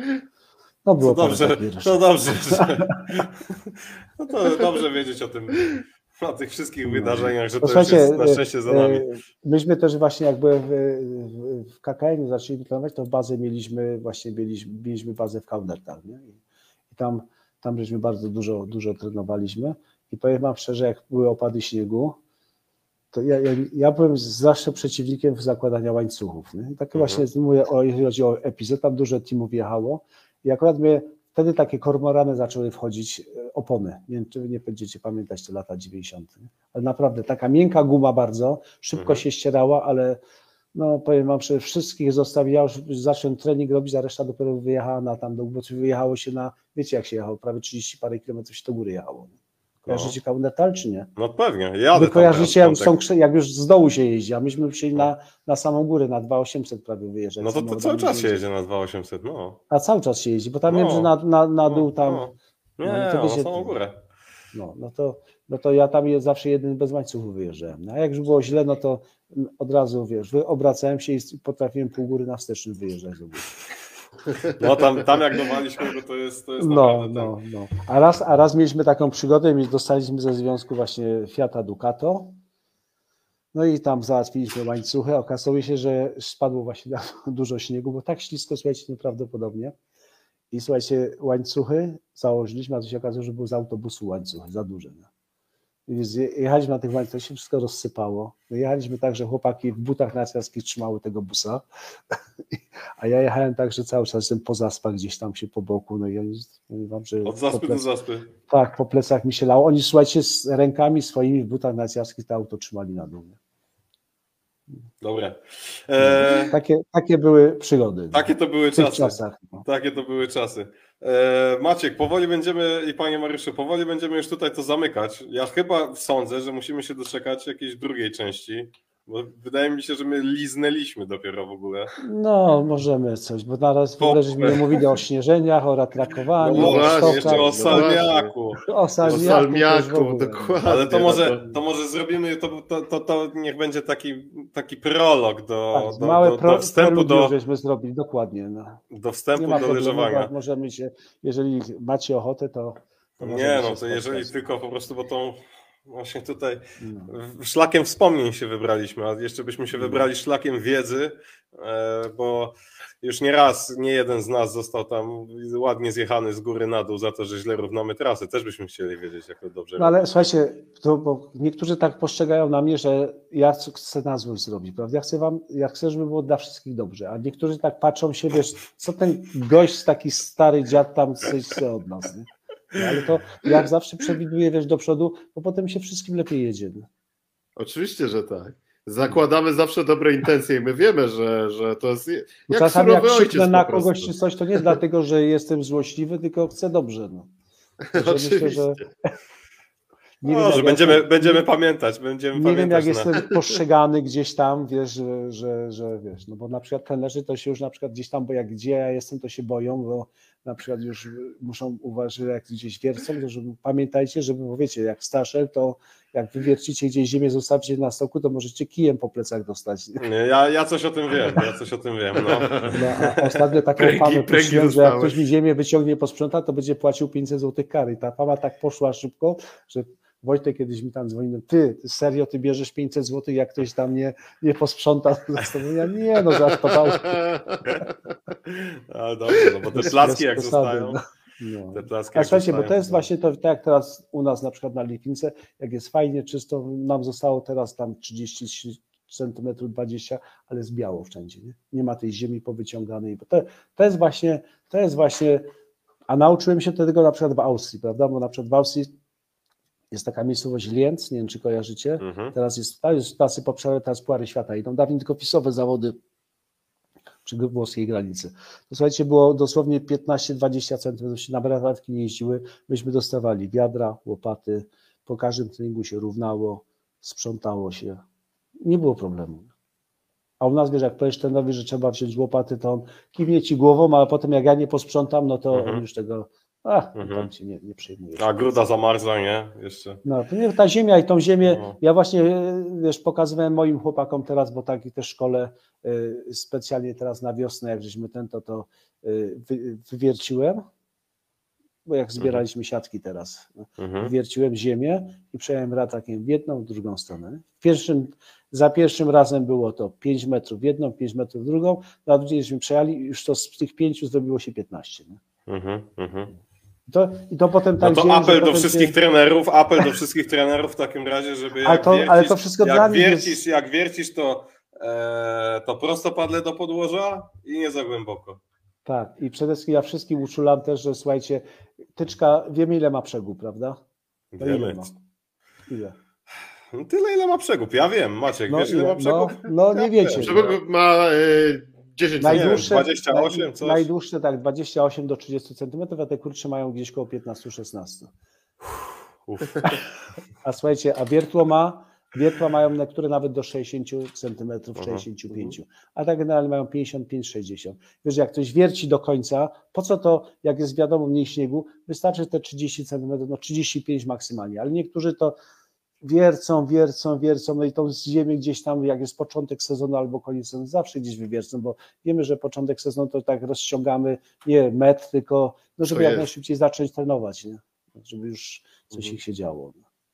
No było
to dobrze, to dobrze, że... no to dobrze wiedzieć o tym na tych wszystkich wydarzeniach, że
To
to już
słuchajcie,
jest na szczęście za nami.
Myśmy też właśnie jakby w, w, w K K N zaczęli trenować, to w bazę mieliśmy, właśnie mieliśmy, mieliśmy bazę w Kaunertach, nie? I tam, tam żeśmy bardzo dużo, dużo trenowaliśmy i powiem wam szczerze, jak były opady śniegu, to ja, ja, ja byłem zawsze przeciwnikiem zakładania łańcuchów. Nie? I tak mhm. właśnie mówię, o, jeżeli chodzi o epizod, tam dużo teamów jechało i akurat mnie wtedy takie kormorany zaczęły wchodzić, opony. Nie wiem, czy nie będziecie pamiętać te lata dziewięćdziesiąte. Ale naprawdę taka miękka guma bardzo, szybko mhm. się ścierała, ale no powiem wam, że wszystkich zostawiła, już zacząłem trening robić, a reszta dopiero wyjechała na tam, bo wyjechało się na, wiecie jak się jechało, prawie trzydzieści parę kilometrów się do góry jechało. Kojarzycie no. Kaunertal, czy nie?
No pewnie, jadę.
Wy kojarzycie, jak, są, jak już z dołu się jeździ, a myśmy przyjęli na, na samą górę, na dwa tysiące osiemset prawie wyjeżdżać.
No to, to cały czas się jeździ na dwa tysiące osiemset, no.
A cały czas się jeździ, bo tam
no.
między na, na, na dół tam...
No. Nie,
no, to
na samą górę.
No, no, to, no to ja tam je, zawsze jeden bez łańcuchów wyjeżdżałem. A jak już było źle, no to od razu, wiesz, obracałem się i potrafiłem pół góry na wstecznym wyjeżdżać do góry.
No tam, tam jak dowaliśmy, bo to jest, to jest
no, no, no. A raz, a raz mieliśmy taką przygodę, dostaliśmy ze związku właśnie Fiata Ducato, no i tam załatwiliśmy łańcuchy, okazało się, że spadło właśnie dużo śniegu, bo tak ślisko, słuchajcie, nieprawdopodobnie. I słuchajcie, łańcuchy założyliśmy, a to się okazało, że były z autobusu łańcuchy, za duże. No. Więc jechaliśmy na tych łańcuchach, się wszystko rozsypało. No jechaliśmy tak, że chłopaki w butach narciarskich trzymały tego busa, a ja jechałem tak, że cały czas jestem po zaspach gdzieś tam się po boku. No i oni, wam, że
od zaspy
plec...
do zaspy.
Tak, po plecach mi się lało. Oni, słuchajcie, z rękami swoimi w butach narciarskich to auto trzymali na dół.
Dobre. E...
Takie, takie były przygody.
Takie to były czasy.
Czasach, no.
Takie to były czasy. E... Maciek, powoli będziemy, i panie Mariuszu, powoli będziemy już tutaj to zamykać. Ja chyba sądzę, że musimy się doczekać jakiejś drugiej części, bo wydaje mi się, że my liznęliśmy dopiero w ogóle.
No, możemy coś, bo naraz w ogóle żeśmy nie mówili o śnieżeniach, o ratrakowaniu,
no,
o
właśnie,
stokach,
jeszcze o salmiaku.
O salmiaku, o
salmiaku dokładnie.
Ale to może, to może zrobimy, to, to, to, to niech będzie taki, taki prolog do,
tak,
do,
małe
do,
pro,
do wstępu do,
żeśmy zrobili, dokładnie. No.
Do wstępu do
problemu,
leżowania.
Możemy się, jeżeli macie ochotę, to, to
nie, no to spotkać. Jeżeli tylko po prostu, bo tą właśnie tutaj no. szlakiem wspomnień się wybraliśmy, a jeszcze byśmy się wybrali szlakiem wiedzy, bo już nie raz, nie jeden z nas został tam ładnie zjechany z góry na dół za to, że źle równamy trasę. Też byśmy chcieli wiedzieć, jak to dobrze
No ale słuchajcie, to, bo niektórzy tak postrzegają na mnie, że ja chcę na złość zrobić, prawda? Ja chcę wam, ja chcę, żeby było dla wszystkich dobrze, a niektórzy tak patrzą się, wiesz, co ten gość, taki stary dziad tam chce od nas, nie? No, ale to jak zawsze przewiduję, wiesz, do przodu, bo potem się wszystkim lepiej jedzie. No.
Oczywiście, że tak. Zakładamy zawsze dobre intencje i my wiemy, że, że to jest jak
czasami jak krzyknę na kogoś czy coś, to nie dlatego, że jestem złośliwy, tylko chcę dobrze. No.
Oczywiście.
Myślę, że...
Nie no, wiem, że będziemy, jestem, będziemy pamiętać, będziemy
nie
pamiętać.
Nie wiem, jak
na...
jestem postrzegany gdzieś tam, wiesz, że, że, że wiesz, no bo na przykład trenerzy to się już na przykład gdzieś tam, bo jak gdzie ja jestem, to się boją, bo na przykład już muszą uważać, że jak gdzieś wiercą, to żeby, pamiętajcie, żeby, bo wiecie, jak Staszel, to jak wywiercicie gdzieś ziemię, zostawicie na stoku, to możecie kijem po plecach dostać.
Nie, ja, ja coś o tym wiem, ja coś o tym wiem. No,
no a ostatnio taką famę puściłem, że jak ktoś mi ziemię wyciągnie, posprząta, to będzie płacił pięćset złotych kary. Ta fama tak poszła szybko, że Wojtek kiedyś mi tam dzwonił, ty, serio, ty bierzesz pięćset złotych, jak ktoś tam nie, nie posprząta ja nie, no żartowałem.
A dobrze, no bo te placki jak zostają. No.
No.
Te placki
A słuchajcie, bo to jest właśnie to, tak jak teraz u nas na przykład na Lipińce, jak jest fajnie, czysto, nam zostało teraz tam trzydzieści centymetrów, dwadzieścia, ale jest biało wszędzie, nie? Nie ma tej ziemi powyciąganej. Bo to, to jest właśnie, to jest właśnie, a nauczyłem się tego na przykład w Austrii, prawda, bo na przykład w Austrii jest taka miejscowość Lienz, nie wiem, czy kojarzycie. Mhm. Teraz jest, to jest tasy poprzednie, teraz Puchary Świata idą. Dawniej tylko fisowe zawody przy włoskiej granicy. To słuchajcie, było dosłownie piętnaście dwadzieścia centymetrów, na bratawki nie jeździły, myśmy dostawali wiadra, łopaty, po każdym treningu się równało, sprzątało się. Nie było problemu. A u nas, wiesz, jak powiesz trenerowi, że trzeba wziąć łopaty, to on kiwnie ci głową, ale potem jak ja nie posprzątam, no to mhm. on już tego... Ach, mhm. tam się nie, nie przejmuje.
A gruda zamarzła, nie? Jeszcze.
No, to nie, ta ziemia i tą ziemię, no. Ja właśnie, wiesz, pokazywałem moim chłopakom teraz, bo tak i też szkole y, specjalnie teraz na wiosnę, jak żeśmy ten, to, to y, wy, wywierciłem bo jak zbieraliśmy siatki teraz,
Mhm.
wierciłem ziemię i przejąłem ratakiem w jedną, w drugą stronę. W pierwszym, za pierwszym razem było to pięć metrów w jedną, pięć metrów w drugą, na drugiej przejęli i już to z tych pięciu zrobiło się piętnaście. Nie?
Mhm. Mhm.
To, I to potem tak
No to
dzieje,
apel do
potem
wszystkich
się...
trenerów, apel do wszystkich trenerów w takim razie, żeby
Ale
jak
to-
wiercisz,
ale to wszystko dla
jak
nich
wiercisz,
jest-
jak wiercisz to, e, to prostopadle do podłoża i nie za głęboko.
Tak, i przede wszystkim ja wszystkim uczulam też, że słuchajcie, tyczka, wiemy ile ma przegub, prawda? No ile
Wiemy.
ma? Ile?
No tyle ile ma przegub. Ja wiem, Maciek,
No,
wiesz ile
ile?
ma przegub?
No, no nie
Ja
wiecie.
wiem.
Żeby ma y, dziesięć
Naj-
centymetrów.
wiem, dwadzieścia osiem
naj,
coś?
najdłuższe tak dwadzieścia osiem do trzydziestu centymetrów, a te krótsze mają gdzieś koło piętnaście szesnaście.
Uf.
A słuchajcie, a wiertło ma, wiertła mają niektóre nawet do sześćdziesięciu centymetrów,
Mhm.
sześćdziesięciu pięciu, a tak generalnie mają pięćdziesiąt pięć sześćdziesiąt. Wiesz, jak ktoś wierci do końca, po co to, jak jest wiadomo mniej śniegu, wystarczy te trzydzieści centymetrów, no trzydzieści pięć maksymalnie, ale niektórzy to wiercą, wiercą, wiercą, no i tą ziemię gdzieś tam, jak jest początek sezonu albo koniec sezonu, zawsze gdzieś wywiercą, bo wiemy, że początek sezonu to tak rozciągamy nie metr, tylko no, żeby
To
jak
jest.
najszybciej zacząć trenować, nie? Żeby już coś
Mhm.
ich się działo.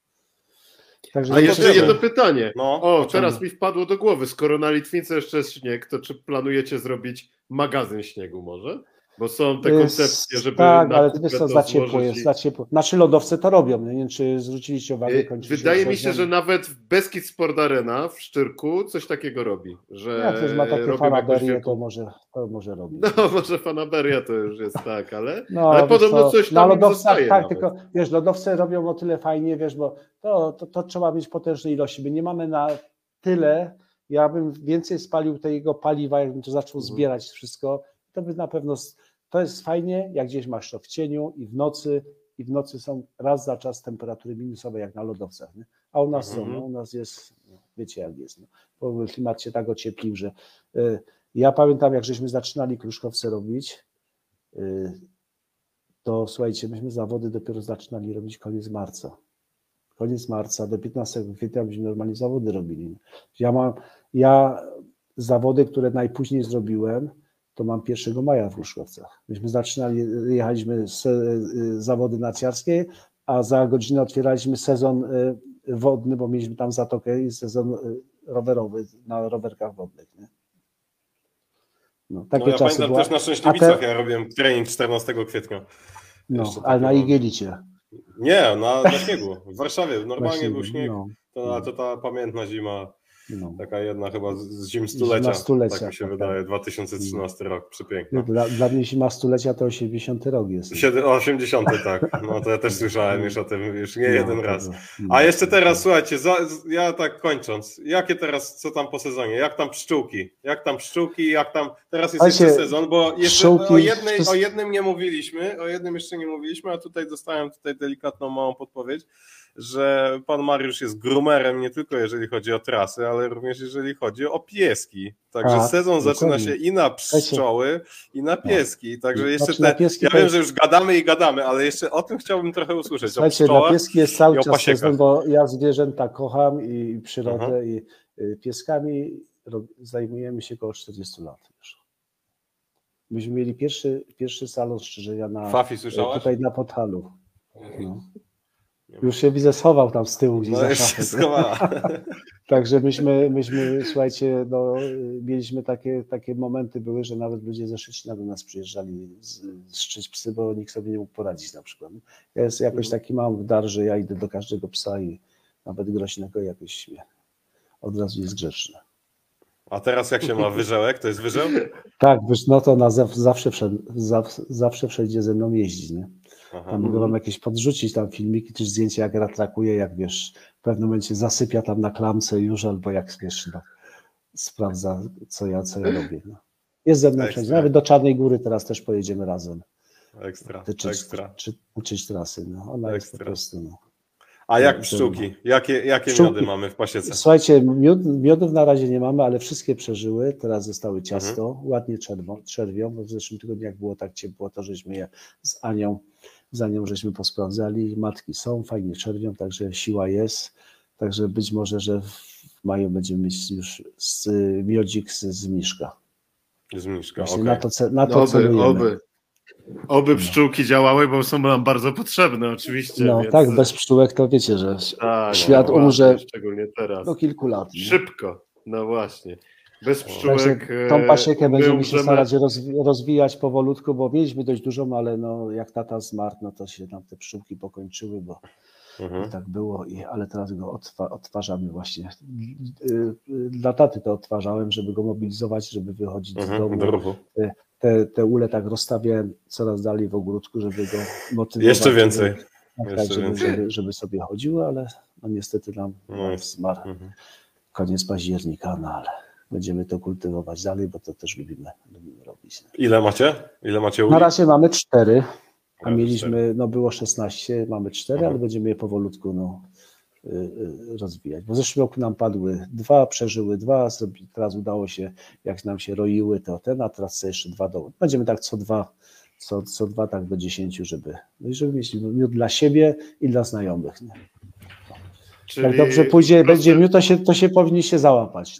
Także
A
to
jeszcze
potrzeba-
jedno pytanie.
No,
O,
o czym?
teraz mi wpadło do głowy, skoro na Litwince jeszcze jest śnieg, to czy planujecie zrobić magazyn śniegu może? Bo są te
Jest-
koncepcje, żeby
tak,
na
ale
kupę
wiesz co,
to
za ciepło
złożyć
jest,
i-
za ciepło. Nasze lodowce to robią, nie, nie wiem, czy zwróciliście uwagę.
Y,
kończy się
Wydaje mi się,
sezon.
że nawet w Beskid Sport Arena w Szczyrku coś takiego robi, że
Jak ktoś ma takie
robią jakąś
fanaberię,
wielką...
to może, to może robić.
No może fanaberia to już jest tak, ale,
No,
ale
wiesz
podobno
co,
coś
na
tam im
lodowcach,
zostaje
tak,
nawet.
tylko wiesz, lodowce robią o tyle fajnie, wiesz, bo to, to, to trzeba mieć potężne ilości, my nie mamy na tyle, ja bym więcej spalił tego paliwa, jakbym to zaczął
Mhm.
zbierać wszystko, to by na pewno, s- to jest fajnie, jak gdzieś masz to w cieniu i w nocy, i w nocy są raz za czas temperatury minusowe, jak na lodowcach, nie? A u nas
Mhm.
są, no, u nas jest, no, wiecie jak jest, no, bo klimat się tak ocieplił, że y, ja pamiętam, jak żeśmy zaczynali kruszkowce robić, y, to słuchajcie, myśmy zawody dopiero zaczynali robić koniec marca. Koniec marca, do piętnastego kwietnia byśmy normalnie zawody robili. Ja mam, ja zawody, które najpóźniej zrobiłem, to mam pierwszego maja w Kruszkowcach. Myśmy zaczynali, jechaliśmy se, y, zawody narciarskie, a za godzinę otwieraliśmy sezon y, wodny, bo mieliśmy tam zatokę i sezon y, rowerowy na rowerkach wodnych. Nie? No, takie
No ja
czasy
pamiętam
była.
też na
A
Szczęśliwicach,
te-
ja robiłem trening czternastego kwietnia.
No,
jeszcze
ale na
takiego-
Igielicie.
Nie, na, na śniegu. W Warszawie normalnie
Właśnie,
był śnieg.
no,
To, a to ta pamiętna zima,
no.
taka jedna chyba z, z zim
Zima
stulecia.
stulecia,
Tak mi się
tak,
wydaje,
tak.
dwa tysiące trzynasty rok, przepiękna.
Dla, dla mnie zima stulecia to osiemdziesiąty rok jest.
Siedem- osiemdziesiąty, tak. No to ja też słyszałem już o tym, już nie
No,
jeden
to-
raz.
no.
A jeszcze teraz, słuchajcie, za, ja tak kończąc, jakie teraz, co tam po sezonie, jak tam pszczółki, jak tam pszczółki, jak tam, teraz jest
Słuchajcie,
jeszcze sezon, bo jeszcze
pszczółki-
o, jednej,
wszystko-
o jednym nie mówiliśmy, o jednym jeszcze nie mówiliśmy, a tutaj dostałem tutaj delikatną małą podpowiedź, że pan Mariusz jest groomerem nie tylko jeżeli chodzi o trasy, ale również jeżeli chodzi o pieski. Także
Tak,
sezon zaczyna
dokładnie.
się i na pszczoły, i na pieski. Także jeszcze
Znaczy, na
te,
pieski
ja
to
wiem,
jest-
że już gadamy i gadamy, ale jeszcze o tym chciałbym trochę usłyszeć.
Słuchajcie,
o
dla
pszczołach
pieski jest
i
cały
o
czas
pasiekach.
sezon, bo ja zwierzęta kocham i przyrodę
Aha.
i y, pieskami ro- zajmujemy się około czterdziestu lat już. Myśmy mieli pierwszy, pierwszy salon strzyżenia na,
Fafi, słyszałaś?
tutaj na Podhalu. No. Już się widzę schował tam z tyłu gdzieś
No
za
już się
szafę.
schowała.
Także myśmy, myśmy słuchajcie, no, mieliśmy takie, takie momenty były, że nawet ludzie ze Szczecina do nas przyjeżdżali z- strzyć psy, bo nikt sobie nie mógł poradzić na przykład. Ja jest jakoś taki mam dar, że ja idę do każdego psa i nawet groźnego jakoś mnie od razu jest grzeczny.
A teraz jak się ma wyżełek, to jest wyżeł?
Tak, wiesz, no to na zaw, zawsze, wszedł, zaw, zawsze wszędzie ze mną jeździ, nie?
Aha.
Tam mogę wam jakieś podrzucić tam filmiki, czy zdjęcia, jak ratrakuje, jak wiesz, w pewnym momencie zasypia tam na klamce już, albo jak wiesz, no, sprawdza, co ja, co ja robię. No. Jest ze mną
Ekstra.
wszędzie. Nawet do Czarnej Góry teraz też pojedziemy razem.
Ekstra,
Tyczyć,
ekstra.
czy, uczyć trasy. No. Ona jest po
Ekstra.
prostu. No.
A jak
No,
pszczółki? Jakie, jakie
Pszczółki.
miody mamy w pasiece?
Słuchajcie, miód, miodów na razie nie mamy, ale wszystkie przeżyły. Teraz zostały ciasto,
Mhm.
ładnie czerwo, czerwią, bo w zeszłym tygodniu jak było tak ciepło, to żeśmy je z Anią, z Anią żeśmy posprawdzali. Matki są, fajnie czerwią, także siła jest. Także być może, że w maju będziemy mieć już z, miodzik z, z Miszka.
Z Miszka,
Właśnie
okej.
na to, ce- na to
No, oby,
celujemy.
oby. Oby pszczółki działały, bo są nam bardzo potrzebne oczywiście.
No
więc...
tak, bez pszczółek to wiecie, że
tak,
świat
no,
umrze
ładnie, szczególnie teraz.
do kilku lat. Nie?
Szybko, no właśnie. Bez pszczółek.
Także tą pasiekę będziemy
umrzemy...
się starać rozwijać powolutku, bo mieliśmy dość dużą, ale no, jak tata zmarł, no to się nam te pszczółki pokończyły, bo mhm. tak było, i, ale teraz go odtwa, odtwarzamy właśnie. Dla taty to odtwarzałem, żeby go mobilizować, żeby wychodzić mhm, z domu.
Do ruchu.
Te, te ule tak rozstawiałem coraz dalej w ogródku, żeby go motywować.
Jeszcze więcej.
Żeby, tak,
Jeszcze
żeby,
więcej.
żeby, żeby sobie chodziły, ale no, niestety nam no, zmarł mhm. koniec października, no ale będziemy to kultywować dalej, bo to też lubimy, lubimy robić.
Ile macie? Ile macie uli?
Na razie mamy cztery, a
ja
mieliśmy,
cztery.
no było szesnaście, mamy cztery,
mhm.
ale będziemy je powolutku no, rozwijać. Bo w zeszłym roku nam padły dwa, przeżyły dwa, teraz udało się, jak nam się roiły, to ten, a teraz jeszcze dwa do. Będziemy tak co dwa, co, co dwa, tak do dziesięciu, żeby, żeby mieć miód dla siebie i dla znajomych. Nie? Czyli jak dobrze pójdzie, proste... będzie miód, to się, to się powinniście załapać.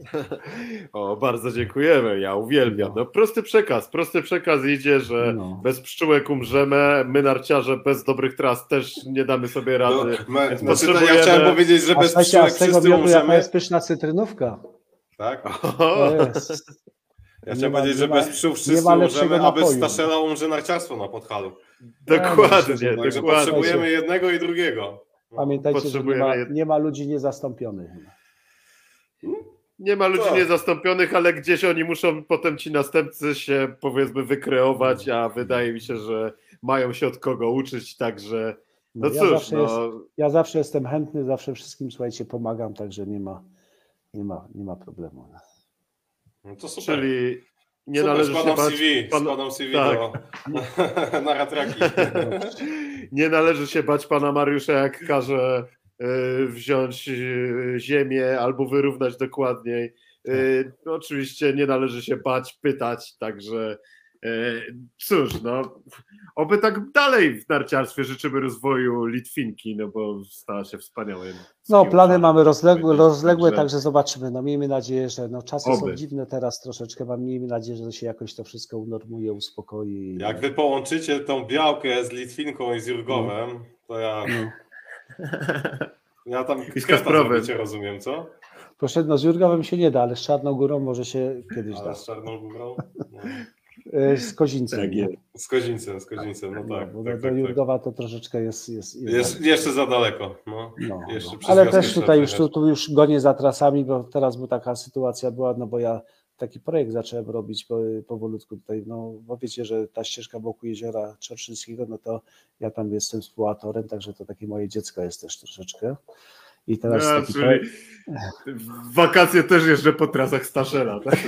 O, bardzo dziękujemy, ja uwielbiam. No, prosty przekaz, prosty przekaz idzie, że no. bez pszczółek umrzemy, my narciarze bez dobrych tras też nie damy sobie rady. No,
my, więc potrzebujemy... Ja chciałem powiedzieć, że bez pszczółek
z tego miodu jaka jest pyszna cytrynówka.
Tak?
To jest.
Ja chciałem ma, powiedzieć, że bez pszczół wszyscy umrzemy, a bez Staszela umrze narciarstwo na Podhalu.
Dokładnie,
no,
dokładnie.
Potrzebujemy jednego i drugiego.
Pamiętajcie, że nie ma, nie ma ludzi niezastąpionych.
Nie ma ludzi to. niezastąpionych, ale gdzieś oni muszą potem ci następcy się powiedzmy wykreować, a wydaje mi się, że mają się od kogo uczyć, także no, no cóż.
Ja zawsze,
no...
jest, ja zawsze jestem chętny, zawsze wszystkim, słuchajcie, pomagam, także nie ma, nie ma, nie ma problemu.
No to super.
Czyli nie
super,
należy się bać...
C V, pan... Składam C V tak. do... na ratraki.
Nie należy się bać pana Mariusza, jak każe wziąć ziemię albo wyrównać dokładniej. No, oczywiście nie należy się bać, pytać, także cóż, no oby tak dalej w narciarstwie, życzymy rozwoju Litwinki, no bo stała się wspaniałym.
No plany mamy rozległe, rozległe także zobaczymy, no miejmy nadzieję, że no czasy oby. są dziwne teraz troszeczkę, mam miejmy nadzieję, że się jakoś to wszystko unormuje, uspokoi.
Jak wy połączycie tą białkę z Litwinką i z Jurgowem, no. to ja... No. Ja tam zrobicie, rozumiem, co?
Proszę, no z Jurgowem się nie da, ale z Czarną Górą może się kiedyś ale da.
z Czarną Górą? No.
Z Kozincem. Tak,
z Kozincem, z Kozincem, no tak.
No,
tak,
do
tak
Jurgowa to troszeczkę jest... jest, jest
Jesz, jeszcze za daleko. No. No, jeszcze
no. Ale też tutaj już, tu, tu już gonię za trasami, bo teraz by taka sytuacja była, no bo ja taki projekt zacząłem robić po, powolutku tutaj, no bo wiecie, że ta ścieżka wokół jeziora Czerczyńskiego, no to ja tam jestem współautorem, także to takie moje dziecko jest też troszeczkę. I teraz
no,
taki
czyli projekt... w wakacje też jeżdżę po trasach Staszela, tak?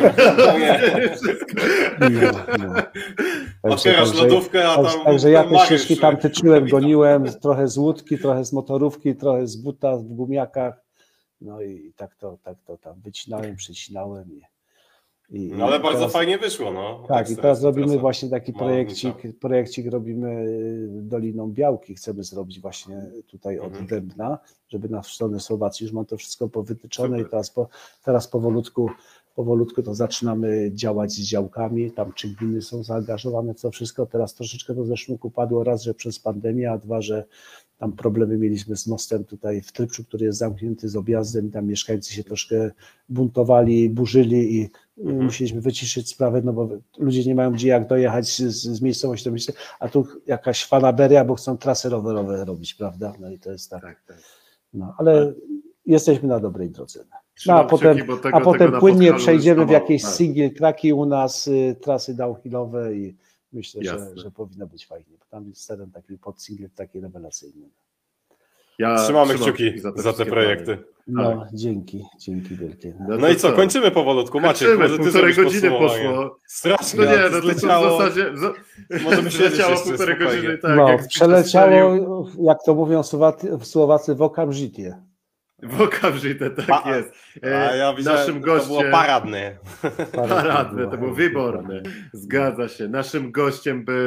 No, no.
Otwierasz lodówkę, a tam...
Także ja te ścieżki tam tyczyłem, goniłem, trochę z łódki, trochę z motorówki, trochę z buta, w gumiakach, no i tak to, tak to tam wycinałem, przycinałem i
I, no ale bardzo teraz, fajnie wyszło, no.
Tak, tak i teraz robimy trasa. właśnie taki projekcik, projekcik robimy Doliną Białki, chcemy zrobić właśnie tutaj od mhm. Dębna, żeby na stronę Słowacji, już mam to wszystko powytyczone Super. i teraz, po, teraz powolutku, powolutku to zaczynamy działać z działkami, tam czy gminy są zaangażowane, co wszystko, teraz troszeczkę to ze szmuku padło, raz, że przez pandemię, a dwa, że tam problemy mieliśmy z mostem tutaj w Trybczu, który jest zamknięty z objazdem i tam mieszkańcy się troszkę buntowali, burzyli i mhm. musieliśmy wyciszyć sprawę, no bo ludzie nie mają gdzie jak dojechać z, z miejscowości do miejsca, a tu jakaś fanaberia, bo chcą trasy rowerowe robić, prawda? No i to jest tak. tak, tak. No, ale tak. jesteśmy na dobrej drodze. No, a potem, tego, a potem płynnie przejdziemy w jakieś tak. single tracki u nas, y, trasy downhillowe i myślę, że, że powinno być fajnie, bo tam jest teren taki pod single taki rewelacyjny.
Ja trzymamy kciuki za te, za te projekty.
No, tak. dzięki, dzięki wielkie.
No, no i co, kończymy powolutku. Maciek, może ty
półtorej godziny poszło.
Strasznie.
No nie, no to, to w zasadzie
możemy
przeleciało półtorej godziny. Tak,
no, jak przeleciało, jak to mówią Słowacy, Słowacy w okamżycie.
W okamżyte, tak pa, jest.
A ja Naszym gościem, to było paradne.
Paradne, to było wyborne. Zgadza się. Naszym gościem był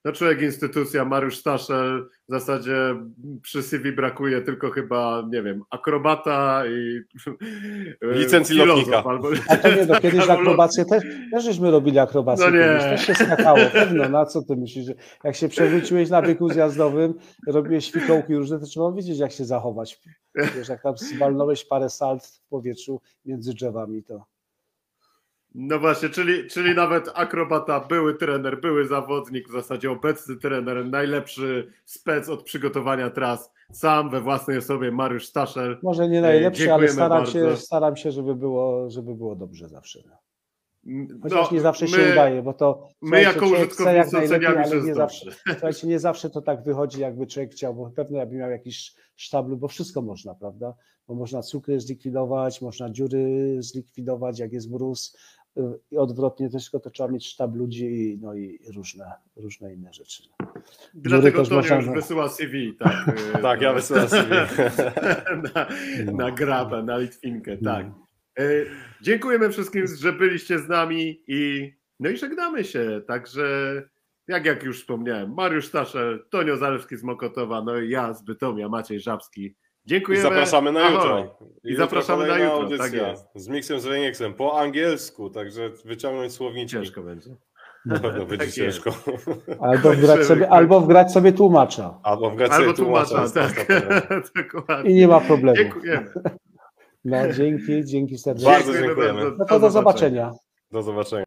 no człowiek instytucja, Mariusz Staszel, w zasadzie przy C V brakuje tylko chyba, nie wiem, akrobata i
licencji
filozof,
lotnika.
Albo... A to nie, no kiedyś akrobację też, też żeśmy robili akrobację,
no nie.
kiedyś, też się skakało, pewno, na co ty myślisz, że jak się przewróciłeś na biegu zjazdowym, robiłeś fikołki różne, to trzeba wiedzieć, jak się zachować. Wiesz, jak tam zwalnąłeś parę salt w powietrzu między drzewami, to...
No właśnie, czyli, czyli nawet akrobata, były trener, były zawodnik, w zasadzie obecny trener, najlepszy spec od przygotowania tras, sam we własnej osobie Mariusz Staszel.
Może nie najlepszy, ale
Dziękujemy
staram
bardzo.
się, staram się, żeby było, żeby było dobrze zawsze. Chociaż
No,
nie zawsze
my,
się udaje, bo to
my jako użytkownicy oceniamy,
ale
że
nie
jest
zawsze,
dobrze.
słuchajcie, nie zawsze to tak wychodzi, jakby człowiek chciał, bo pewno jakby miał jakiś sztablu, bo wszystko można, prawda? Bo można cukry zlikwidować, można dziury zlikwidować, jak jest mróz i odwrotnie też, tylko to trzeba mieć sztab ludzi i, no i różne, różne inne rzeczy.
Dlatego Tonio
można...
już wysyła C V, tak?
Tak, ja wysyłam C V.
na, na grabę, na Litwinkę, tak. Dziękujemy wszystkim, że byliście z nami i no i żegnamy się. Także jak, jak już wspomniałem, Mariusz Staszel, Tonio Zalewski z Mokotowa, no i ja z Bytomia, Maciej Żabski. Dziękujemy.
I zapraszamy na jutro.
Ahoj. I zapraszamy na jutro,
audycja,
tak jest.
z Miksem z Reniksem, po angielsku, także wyciągnąć słowniczki.
Ciężko będzie.
Na pewno będzie
Tak
ciężko.
Albo wgrać, sobie, albo wgrać sobie tłumacza.
Albo wgrać
Albo
sobie tłumacza.
tłumacza, tak. Dokładnie.
I nie ma problemu.
Dziękujemy.
No, dzięki, dzięki serdecznie.
Bardzo dziękujemy.
bardzo.
No to do zobaczenia.
Do zobaczenia.